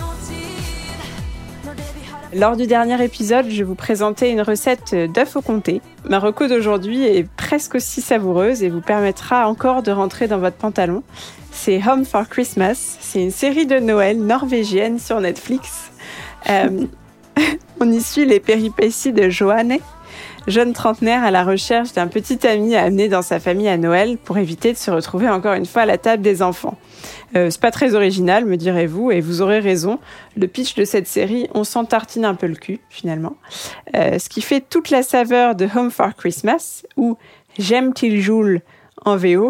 Lors du dernier épisode, je vous présentais une recette d'œufs au comté. Ma reco d'aujourd'hui est presque aussi savoureuse et vous permettra encore de rentrer dans votre pantalon. C'est Home for Christmas. C'est une série de Noël norvégienne sur Netflix. Euh, on y suit les péripéties de Johanne, jeune trentenaire à la recherche d'un petit ami à amener dans sa famille à Noël pour éviter de se retrouver encore une fois à la table des enfants. Euh, c'est pas très original, me direz-vous, et vous aurez raison. Le pitch de cette série, on s'en tartine un peu le cul, finalement. Euh, ce qui fait toute la saveur de Home for Christmas, ou J'aime til jul en V O,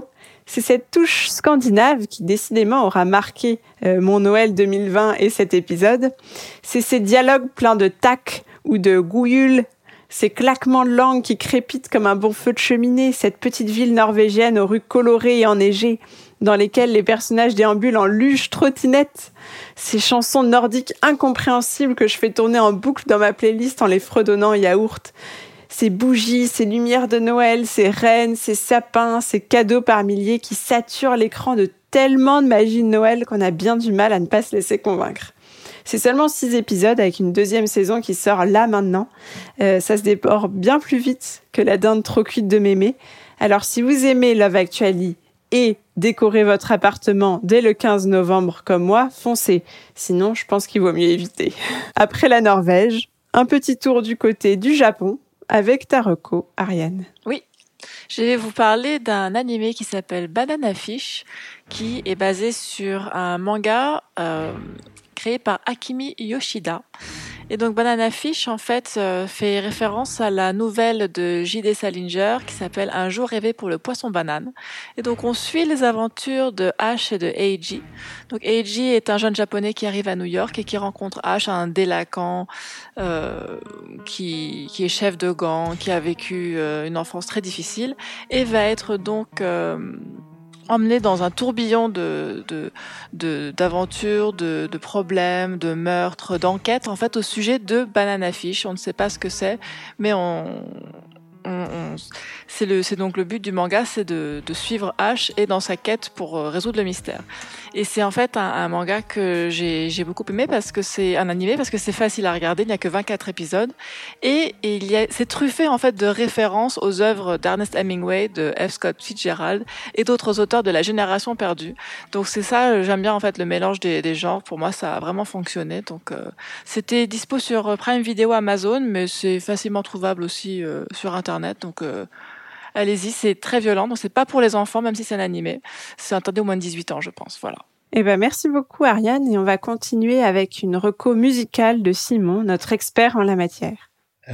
C'est cette touche scandinave qui décidément aura marqué euh, mon Noël deux mille vingt et cet épisode. C'est ces dialogues pleins de tac ou de gouillul, ces claquements de langue qui crépitent comme un bon feu de cheminée, cette petite ville norvégienne aux rues colorées et enneigées, dans lesquelles les personnages déambulent en luge trottinette, ces chansons nordiques incompréhensibles que je fais tourner en boucle dans ma playlist en les fredonnant yaourt, ces bougies, ces lumières de Noël, ces rennes, ces sapins, ces cadeaux par milliers qui saturent l'écran de tellement de magie de Noël qu'on a bien du mal à ne pas se laisser convaincre. C'est seulement six épisodes avec une deuxième saison qui sort là maintenant. Euh, ça se dépore bien plus vite que la dinde trop cuite de mémé. Alors si vous aimez Love Actually et décorer votre appartement dès le quinze novembre comme moi, foncez. Sinon, je pense qu'il vaut mieux éviter. Après la Norvège, un petit tour du côté du Japon avec ta reco, Ariane. Oui, je vais vous parler d'un animé qui s'appelle Banana Fish, qui est basé sur un manga euh, créé par Akimi Yoshida. Et donc Banana Fish, en fait, euh, fait référence à la nouvelle de J D Salinger qui s'appelle Un jour rêvé pour le poisson banane. Et donc on suit les aventures de Ash et de Eiji. Donc Eiji est un jeune japonais qui arrive à New York et qui rencontre Ash, un délinquant euh, qui, qui est chef de gang, qui a vécu euh, une enfance très difficile et va être donc... Euh, emmené dans un tourbillon de, de, de, d'aventures, de, de problèmes, de meurtres, d'enquêtes, en fait, au sujet de Banana Fish. On ne sait pas ce que c'est, mais on, on, on c'est le, c'est donc le but du manga, c'est de, de suivre Ash et dans sa quête pour résoudre le mystère. Et c'est en fait un, un manga que j'ai, j'ai beaucoup aimé parce que c'est un animé, parce que c'est facile à regarder, il n'y a que vingt-quatre épisodes. Et, et il y a, c'est truffé en fait de références aux œuvres d'Ernest Hemingway, de F. Scott Fitzgerald et d'autres auteurs de la génération perdue. Donc c'est ça, j'aime bien en fait le mélange des, des genres. Pour moi, ça a vraiment fonctionné. Donc euh, c'était dispo sur Prime Video Amazon, mais c'est facilement trouvable aussi euh, sur Internet. Donc euh, allez-y, c'est très violent, donc c'est pas pour les enfants, même si c'est un animé. C'est interdit au moins de dix-huit ans, je pense. Voilà. Eh ben, merci beaucoup, Ariane, et on va continuer avec une reco musicale de Simon, notre expert en la matière.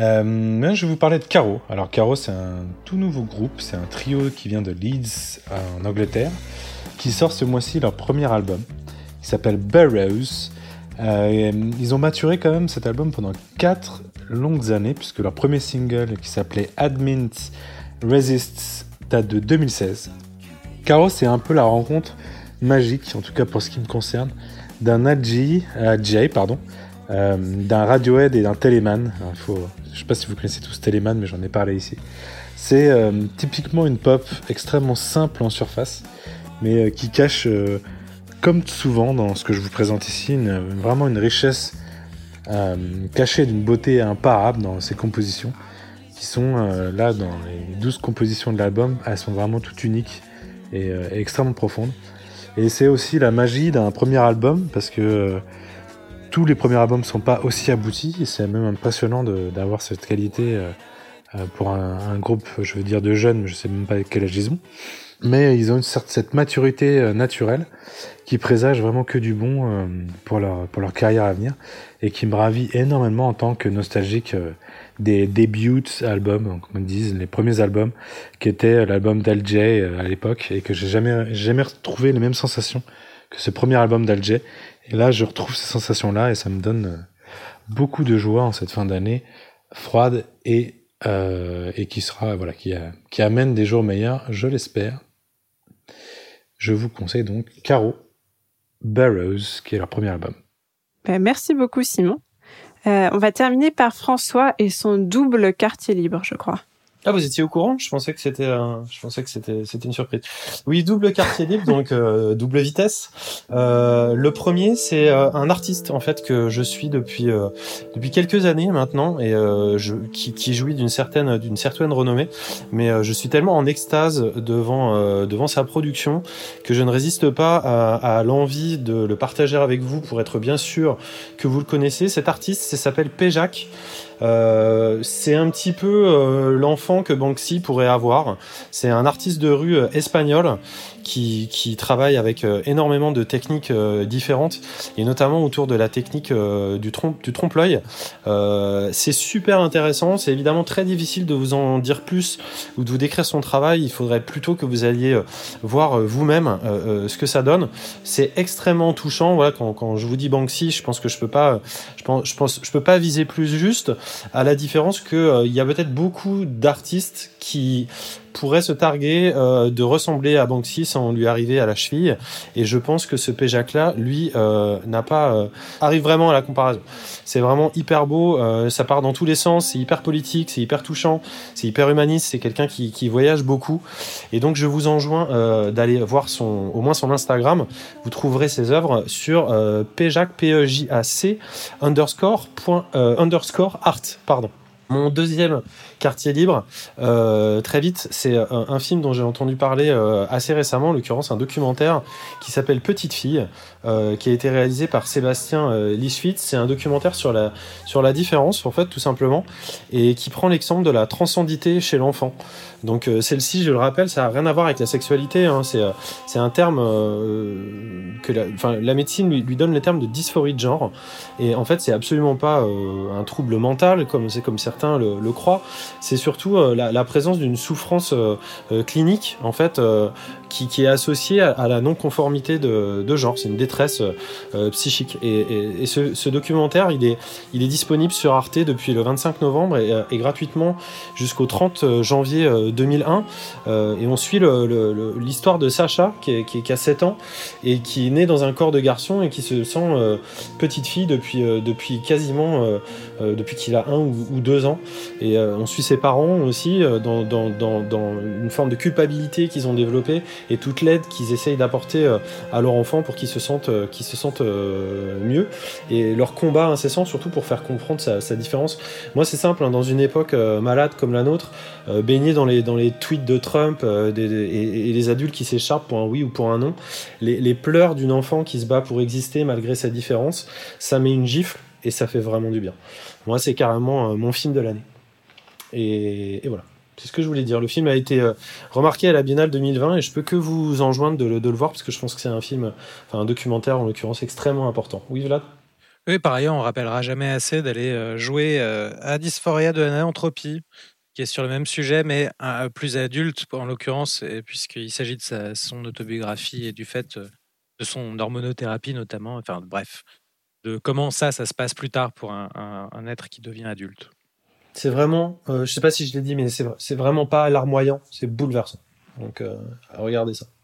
Euh, je vais vous parler de Caro. Alors, Caro, c'est un tout nouveau groupe, c'est un trio qui vient de Leeds, en Angleterre, qui sort ce mois-ci leur premier album, qui s'appelle Burrows. Euh, ils ont maturé quand même cet album pendant quatre longues années, puisque leur premier single, qui s'appelait Admit Resists, date de deux mille seize. Caro, c'est un peu la rencontre magique, en tout cas pour ce qui me concerne, d'un A J, euh, Jay, pardon, euh, d'un Radiohead et d'un Telemann. Alors, faut, je ne sais pas si vous connaissez tous Telemann, mais j'en ai parlé ici. C'est euh, typiquement une pop extrêmement simple en surface, mais euh, qui cache, euh, comme souvent dans ce que je vous présente ici, une, vraiment une richesse euh, cachée d'une beauté imparable dans ses compositions, qui sont euh, là dans les douze compositions de l'album. Elles sont vraiment toutes uniques et, euh, et extrêmement profondes. Et c'est aussi la magie d'un premier album, parce que euh, tous les premiers albums ne sont pas aussi aboutis, et c'est même impressionnant de, d'avoir cette qualité euh, euh, pour un, un groupe, je veux dire, de jeunes, mais je ne sais même pas quel âge ils ont. Mais ils ont une sorte, cette maturité euh, naturelle qui présage vraiment que du bon euh, pour, leur, pour leur carrière à venir, et qui me ravit énormément en tant que nostalgique euh, des débuts albums, comme ils disent, les premiers albums, qui étaient l'album d'Al Jay euh, à l'époque, et que j'ai jamais, jamais retrouvé les mêmes sensations que ce premier album d'Al Jay. Et là, je retrouve ces sensations-là, et ça me donne euh, beaucoup de joie en cette fin d'année froide, et, euh, et qui sera, voilà, qui, a, qui amène des jours meilleurs, je l'espère. Je vous conseille donc Caro, Burrows, qui est leur premier album. Ben, merci beaucoup, Simon. Euh, on va terminer par François et son double quartier libre, je crois. Ah, vous étiez au courant ? Je pensais que c'était, un... je pensais que c'était, c'était une surprise. Oui, double quartier libre, donc euh, double vitesse. Euh, le premier, c'est euh, un artiste en fait que je suis depuis euh, depuis quelques années maintenant et euh, je, qui, qui jouit d'une certaine d'une certaine renommée. Mais euh, je suis tellement en extase devant euh, devant sa production que je ne résiste pas à, à l'envie de le partager avec vous pour être bien sûr que vous le connaissez. Cet artiste, ça s'appelle Péjac. Euh, c'est un petit peu euh, l'enfant que Banksy pourrait avoir. C'est un artiste de rue euh, espagnol qui, qui travaille avec euh, énormément de techniques euh, différentes, et notamment autour de la technique euh, du, trompe, du trompe-l'œil. Euh, c'est super intéressant, c'est évidemment très difficile de vous en dire plus ou de vous décrire son travail. Il faudrait plutôt que vous alliez euh, voir euh, vous-même euh, euh, ce que ça donne. C'est extrêmement touchant. Voilà, quand, quand je vous dis Banksy, je pense que je peux pas, je pense, je pense, je peux pas viser plus juste, à la différence que euh, il y a peut-être beaucoup d'artistes qui pourrait se targuer euh, de ressembler à Banksy sans lui arriver à la cheville, et je pense que ce Péjac là lui euh, n'a pas euh, arrive vraiment à la comparaison. C'est vraiment hyper beau, euh, ça part dans tous les sens, c'est hyper politique, c'est hyper touchant, c'est hyper humaniste, c'est quelqu'un qui, qui voyage beaucoup, et donc je vous enjoins euh, d'aller voir son, au moins son Instagram. Vous trouverez ses œuvres sur euh, Péjac, P E J A C underscore point euh, underscore art, pardon. Mon deuxième quartier libre, euh, très vite, c'est un, un film dont j'ai entendu parler euh, assez récemment, en l'occurrence un documentaire qui s'appelle Petite fille, euh, qui a été réalisé par Sébastien euh, Lischwitz. C'est un documentaire sur la, sur la différence, en fait, tout simplement, et qui prend l'exemple de la transcendité chez l'enfant. Donc euh, celle-ci, je le rappelle, ça n'a rien à voir avec la sexualité, hein, c'est, euh, c'est un terme euh, que la, enfin, la médecine lui, lui donne le terme de dysphorie de genre, et en fait, c'est absolument pas euh, un trouble mental, comme, c'est comme certains le, le croient. C'est surtout euh, la, la présence d'une souffrance euh, euh, clinique, en fait, euh, qui, qui est associée à, à la non-conformité de, de genre. C'est une détresse euh, psychique. Et, et, et ce, ce documentaire, il est, il est disponible sur Arte depuis le vingt-cinq novembre et, et gratuitement jusqu'au trente janvier deux mille un. Euh, et on suit le, le, le, l'histoire de Sacha, qui, est, qui, est, qui a sept ans et qui est né dans un corps de garçon et qui se sent euh, petite fille depuis, euh, depuis quasiment euh, euh, depuis qu'il a un ou, ou deux ans. Et euh, on suit ses parents aussi euh, dans, dans, dans, dans une forme de culpabilité qu'ils ont développée et toute l'aide qu'ils essayent d'apporter euh, à leur enfant pour qu'ils se sentent, euh, qu'ils se sentent euh, mieux, et leur combat incessant surtout pour faire comprendre sa, sa différence. Moi c'est simple, hein, dans une époque euh, malade comme la nôtre, euh, baigné dans les, dans les tweets de Trump euh, des, des, et, et les adultes qui s'écharpent pour un oui ou pour un non, les, les pleurs d'une enfant qui se bat pour exister malgré sa différence, ça met une gifle et ça fait vraiment du bien. Moi c'est carrément euh, mon film de l'année. Et, et voilà, c'est ce que je voulais dire. Le film a été euh, remarqué à la Biennale deux mille vingt et je peux que vous enjoindre de le, de le voir parce que je pense que c'est un film, enfin un documentaire en l'occurrence, extrêmement important. Oui, Vlad ? Oui, par ailleurs, on rappellera jamais assez d'aller euh, jouer euh, à Dysphoria de l'anthropie, qui est sur le même sujet, mais un, plus adulte en l'occurrence, et puisqu'il s'agit de sa, son autobiographie et du fait euh, de son hormonothérapie notamment. Enfin, bref, de comment ça, ça se passe plus tard pour un, un, un être qui devient adulte. C'est vraiment, euh, je sais pas si je l'ai dit, mais c'est, c'est vraiment pas larmoyant, c'est bouleversant. Donc, euh, regardez ça.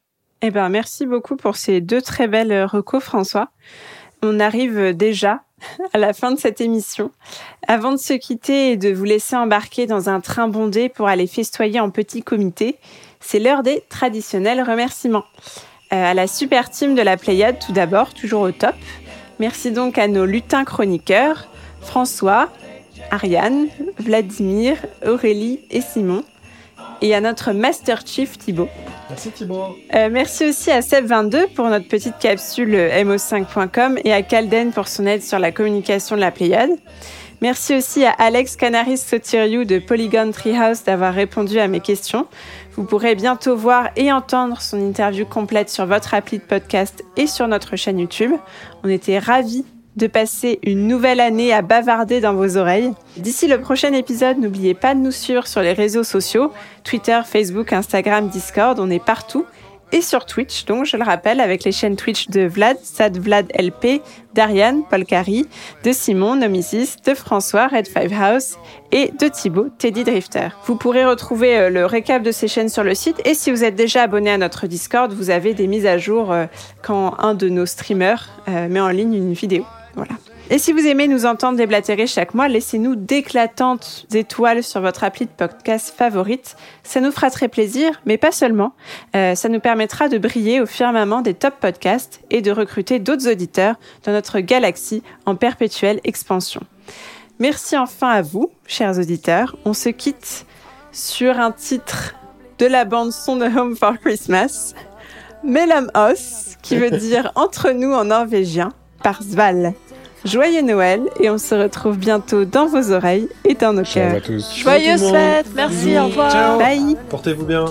Eh ben, merci beaucoup pour ces deux très belles recos, François. On arrive déjà à la fin de cette émission. Avant de se quitter et de vous laisser embarquer dans un train bondé pour aller festoyer en petit comité, c'est l'heure des traditionnels remerciements. Euh, à la super team de la Pléiade, tout d'abord, toujours au top. Merci donc à nos lutins chroniqueurs, François, Ariane, Vladimir, Aurélie et Simon, et à notre Master Chief Thibaut. Merci Thibaut. Euh, merci aussi à Seb vingt-deux pour notre petite capsule M O cinq point com et à Calden pour son aide sur la communication de la Pléiade. Merci aussi à Alex Canaris Sotiriou de Polygon Treehouse d'avoir répondu à mes questions. Vous pourrez bientôt voir et entendre son interview complète sur votre appli de podcast et sur notre chaîne YouTube. On était ravis de passer une nouvelle année à bavarder dans vos oreilles. D'ici le prochain épisode, n'oubliez pas de nous suivre sur les réseaux sociaux, Twitter, Facebook, Instagram, Discord, on est partout. Et sur Twitch, donc je le rappelle, avec les chaînes Twitch de Vlad, Sad Vlad L P, d'Ariane, Paul Carry, de Simon, Nomisis, de François, Red Five House et de Thibaut, Teddy Drifter. Vous pourrez retrouver le récap de ces chaînes sur le site et si vous êtes déjà abonné à notre Discord, vous avez des mises à jour quand un de nos streamers met en ligne une vidéo. Voilà. Et si vous aimez nous entendre déblatérer chaque mois, laissez-nous d'éclatantes étoiles sur votre appli de podcast favorite. Ça nous fera très plaisir, mais pas seulement. Euh, ça nous permettra de briller au firmament des top podcasts et de recruter d'autres auditeurs dans notre galaxie en perpétuelle expansion. Merci enfin à vous, chers auditeurs. On se quitte sur un titre de la bande-son de Home for Christmas, Mellom Oss, qui veut dire « entre nous » en norvégien, par Sval. Joyeux Noël et on se retrouve bientôt dans vos oreilles et dans nos Ciao cœurs. à tous. Joyeuses fêtes, merci, au revoir. Ciao. Bye. Portez-vous bien.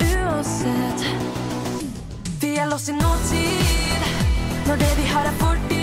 Vi är loss i nutid, når det vi har är fortid.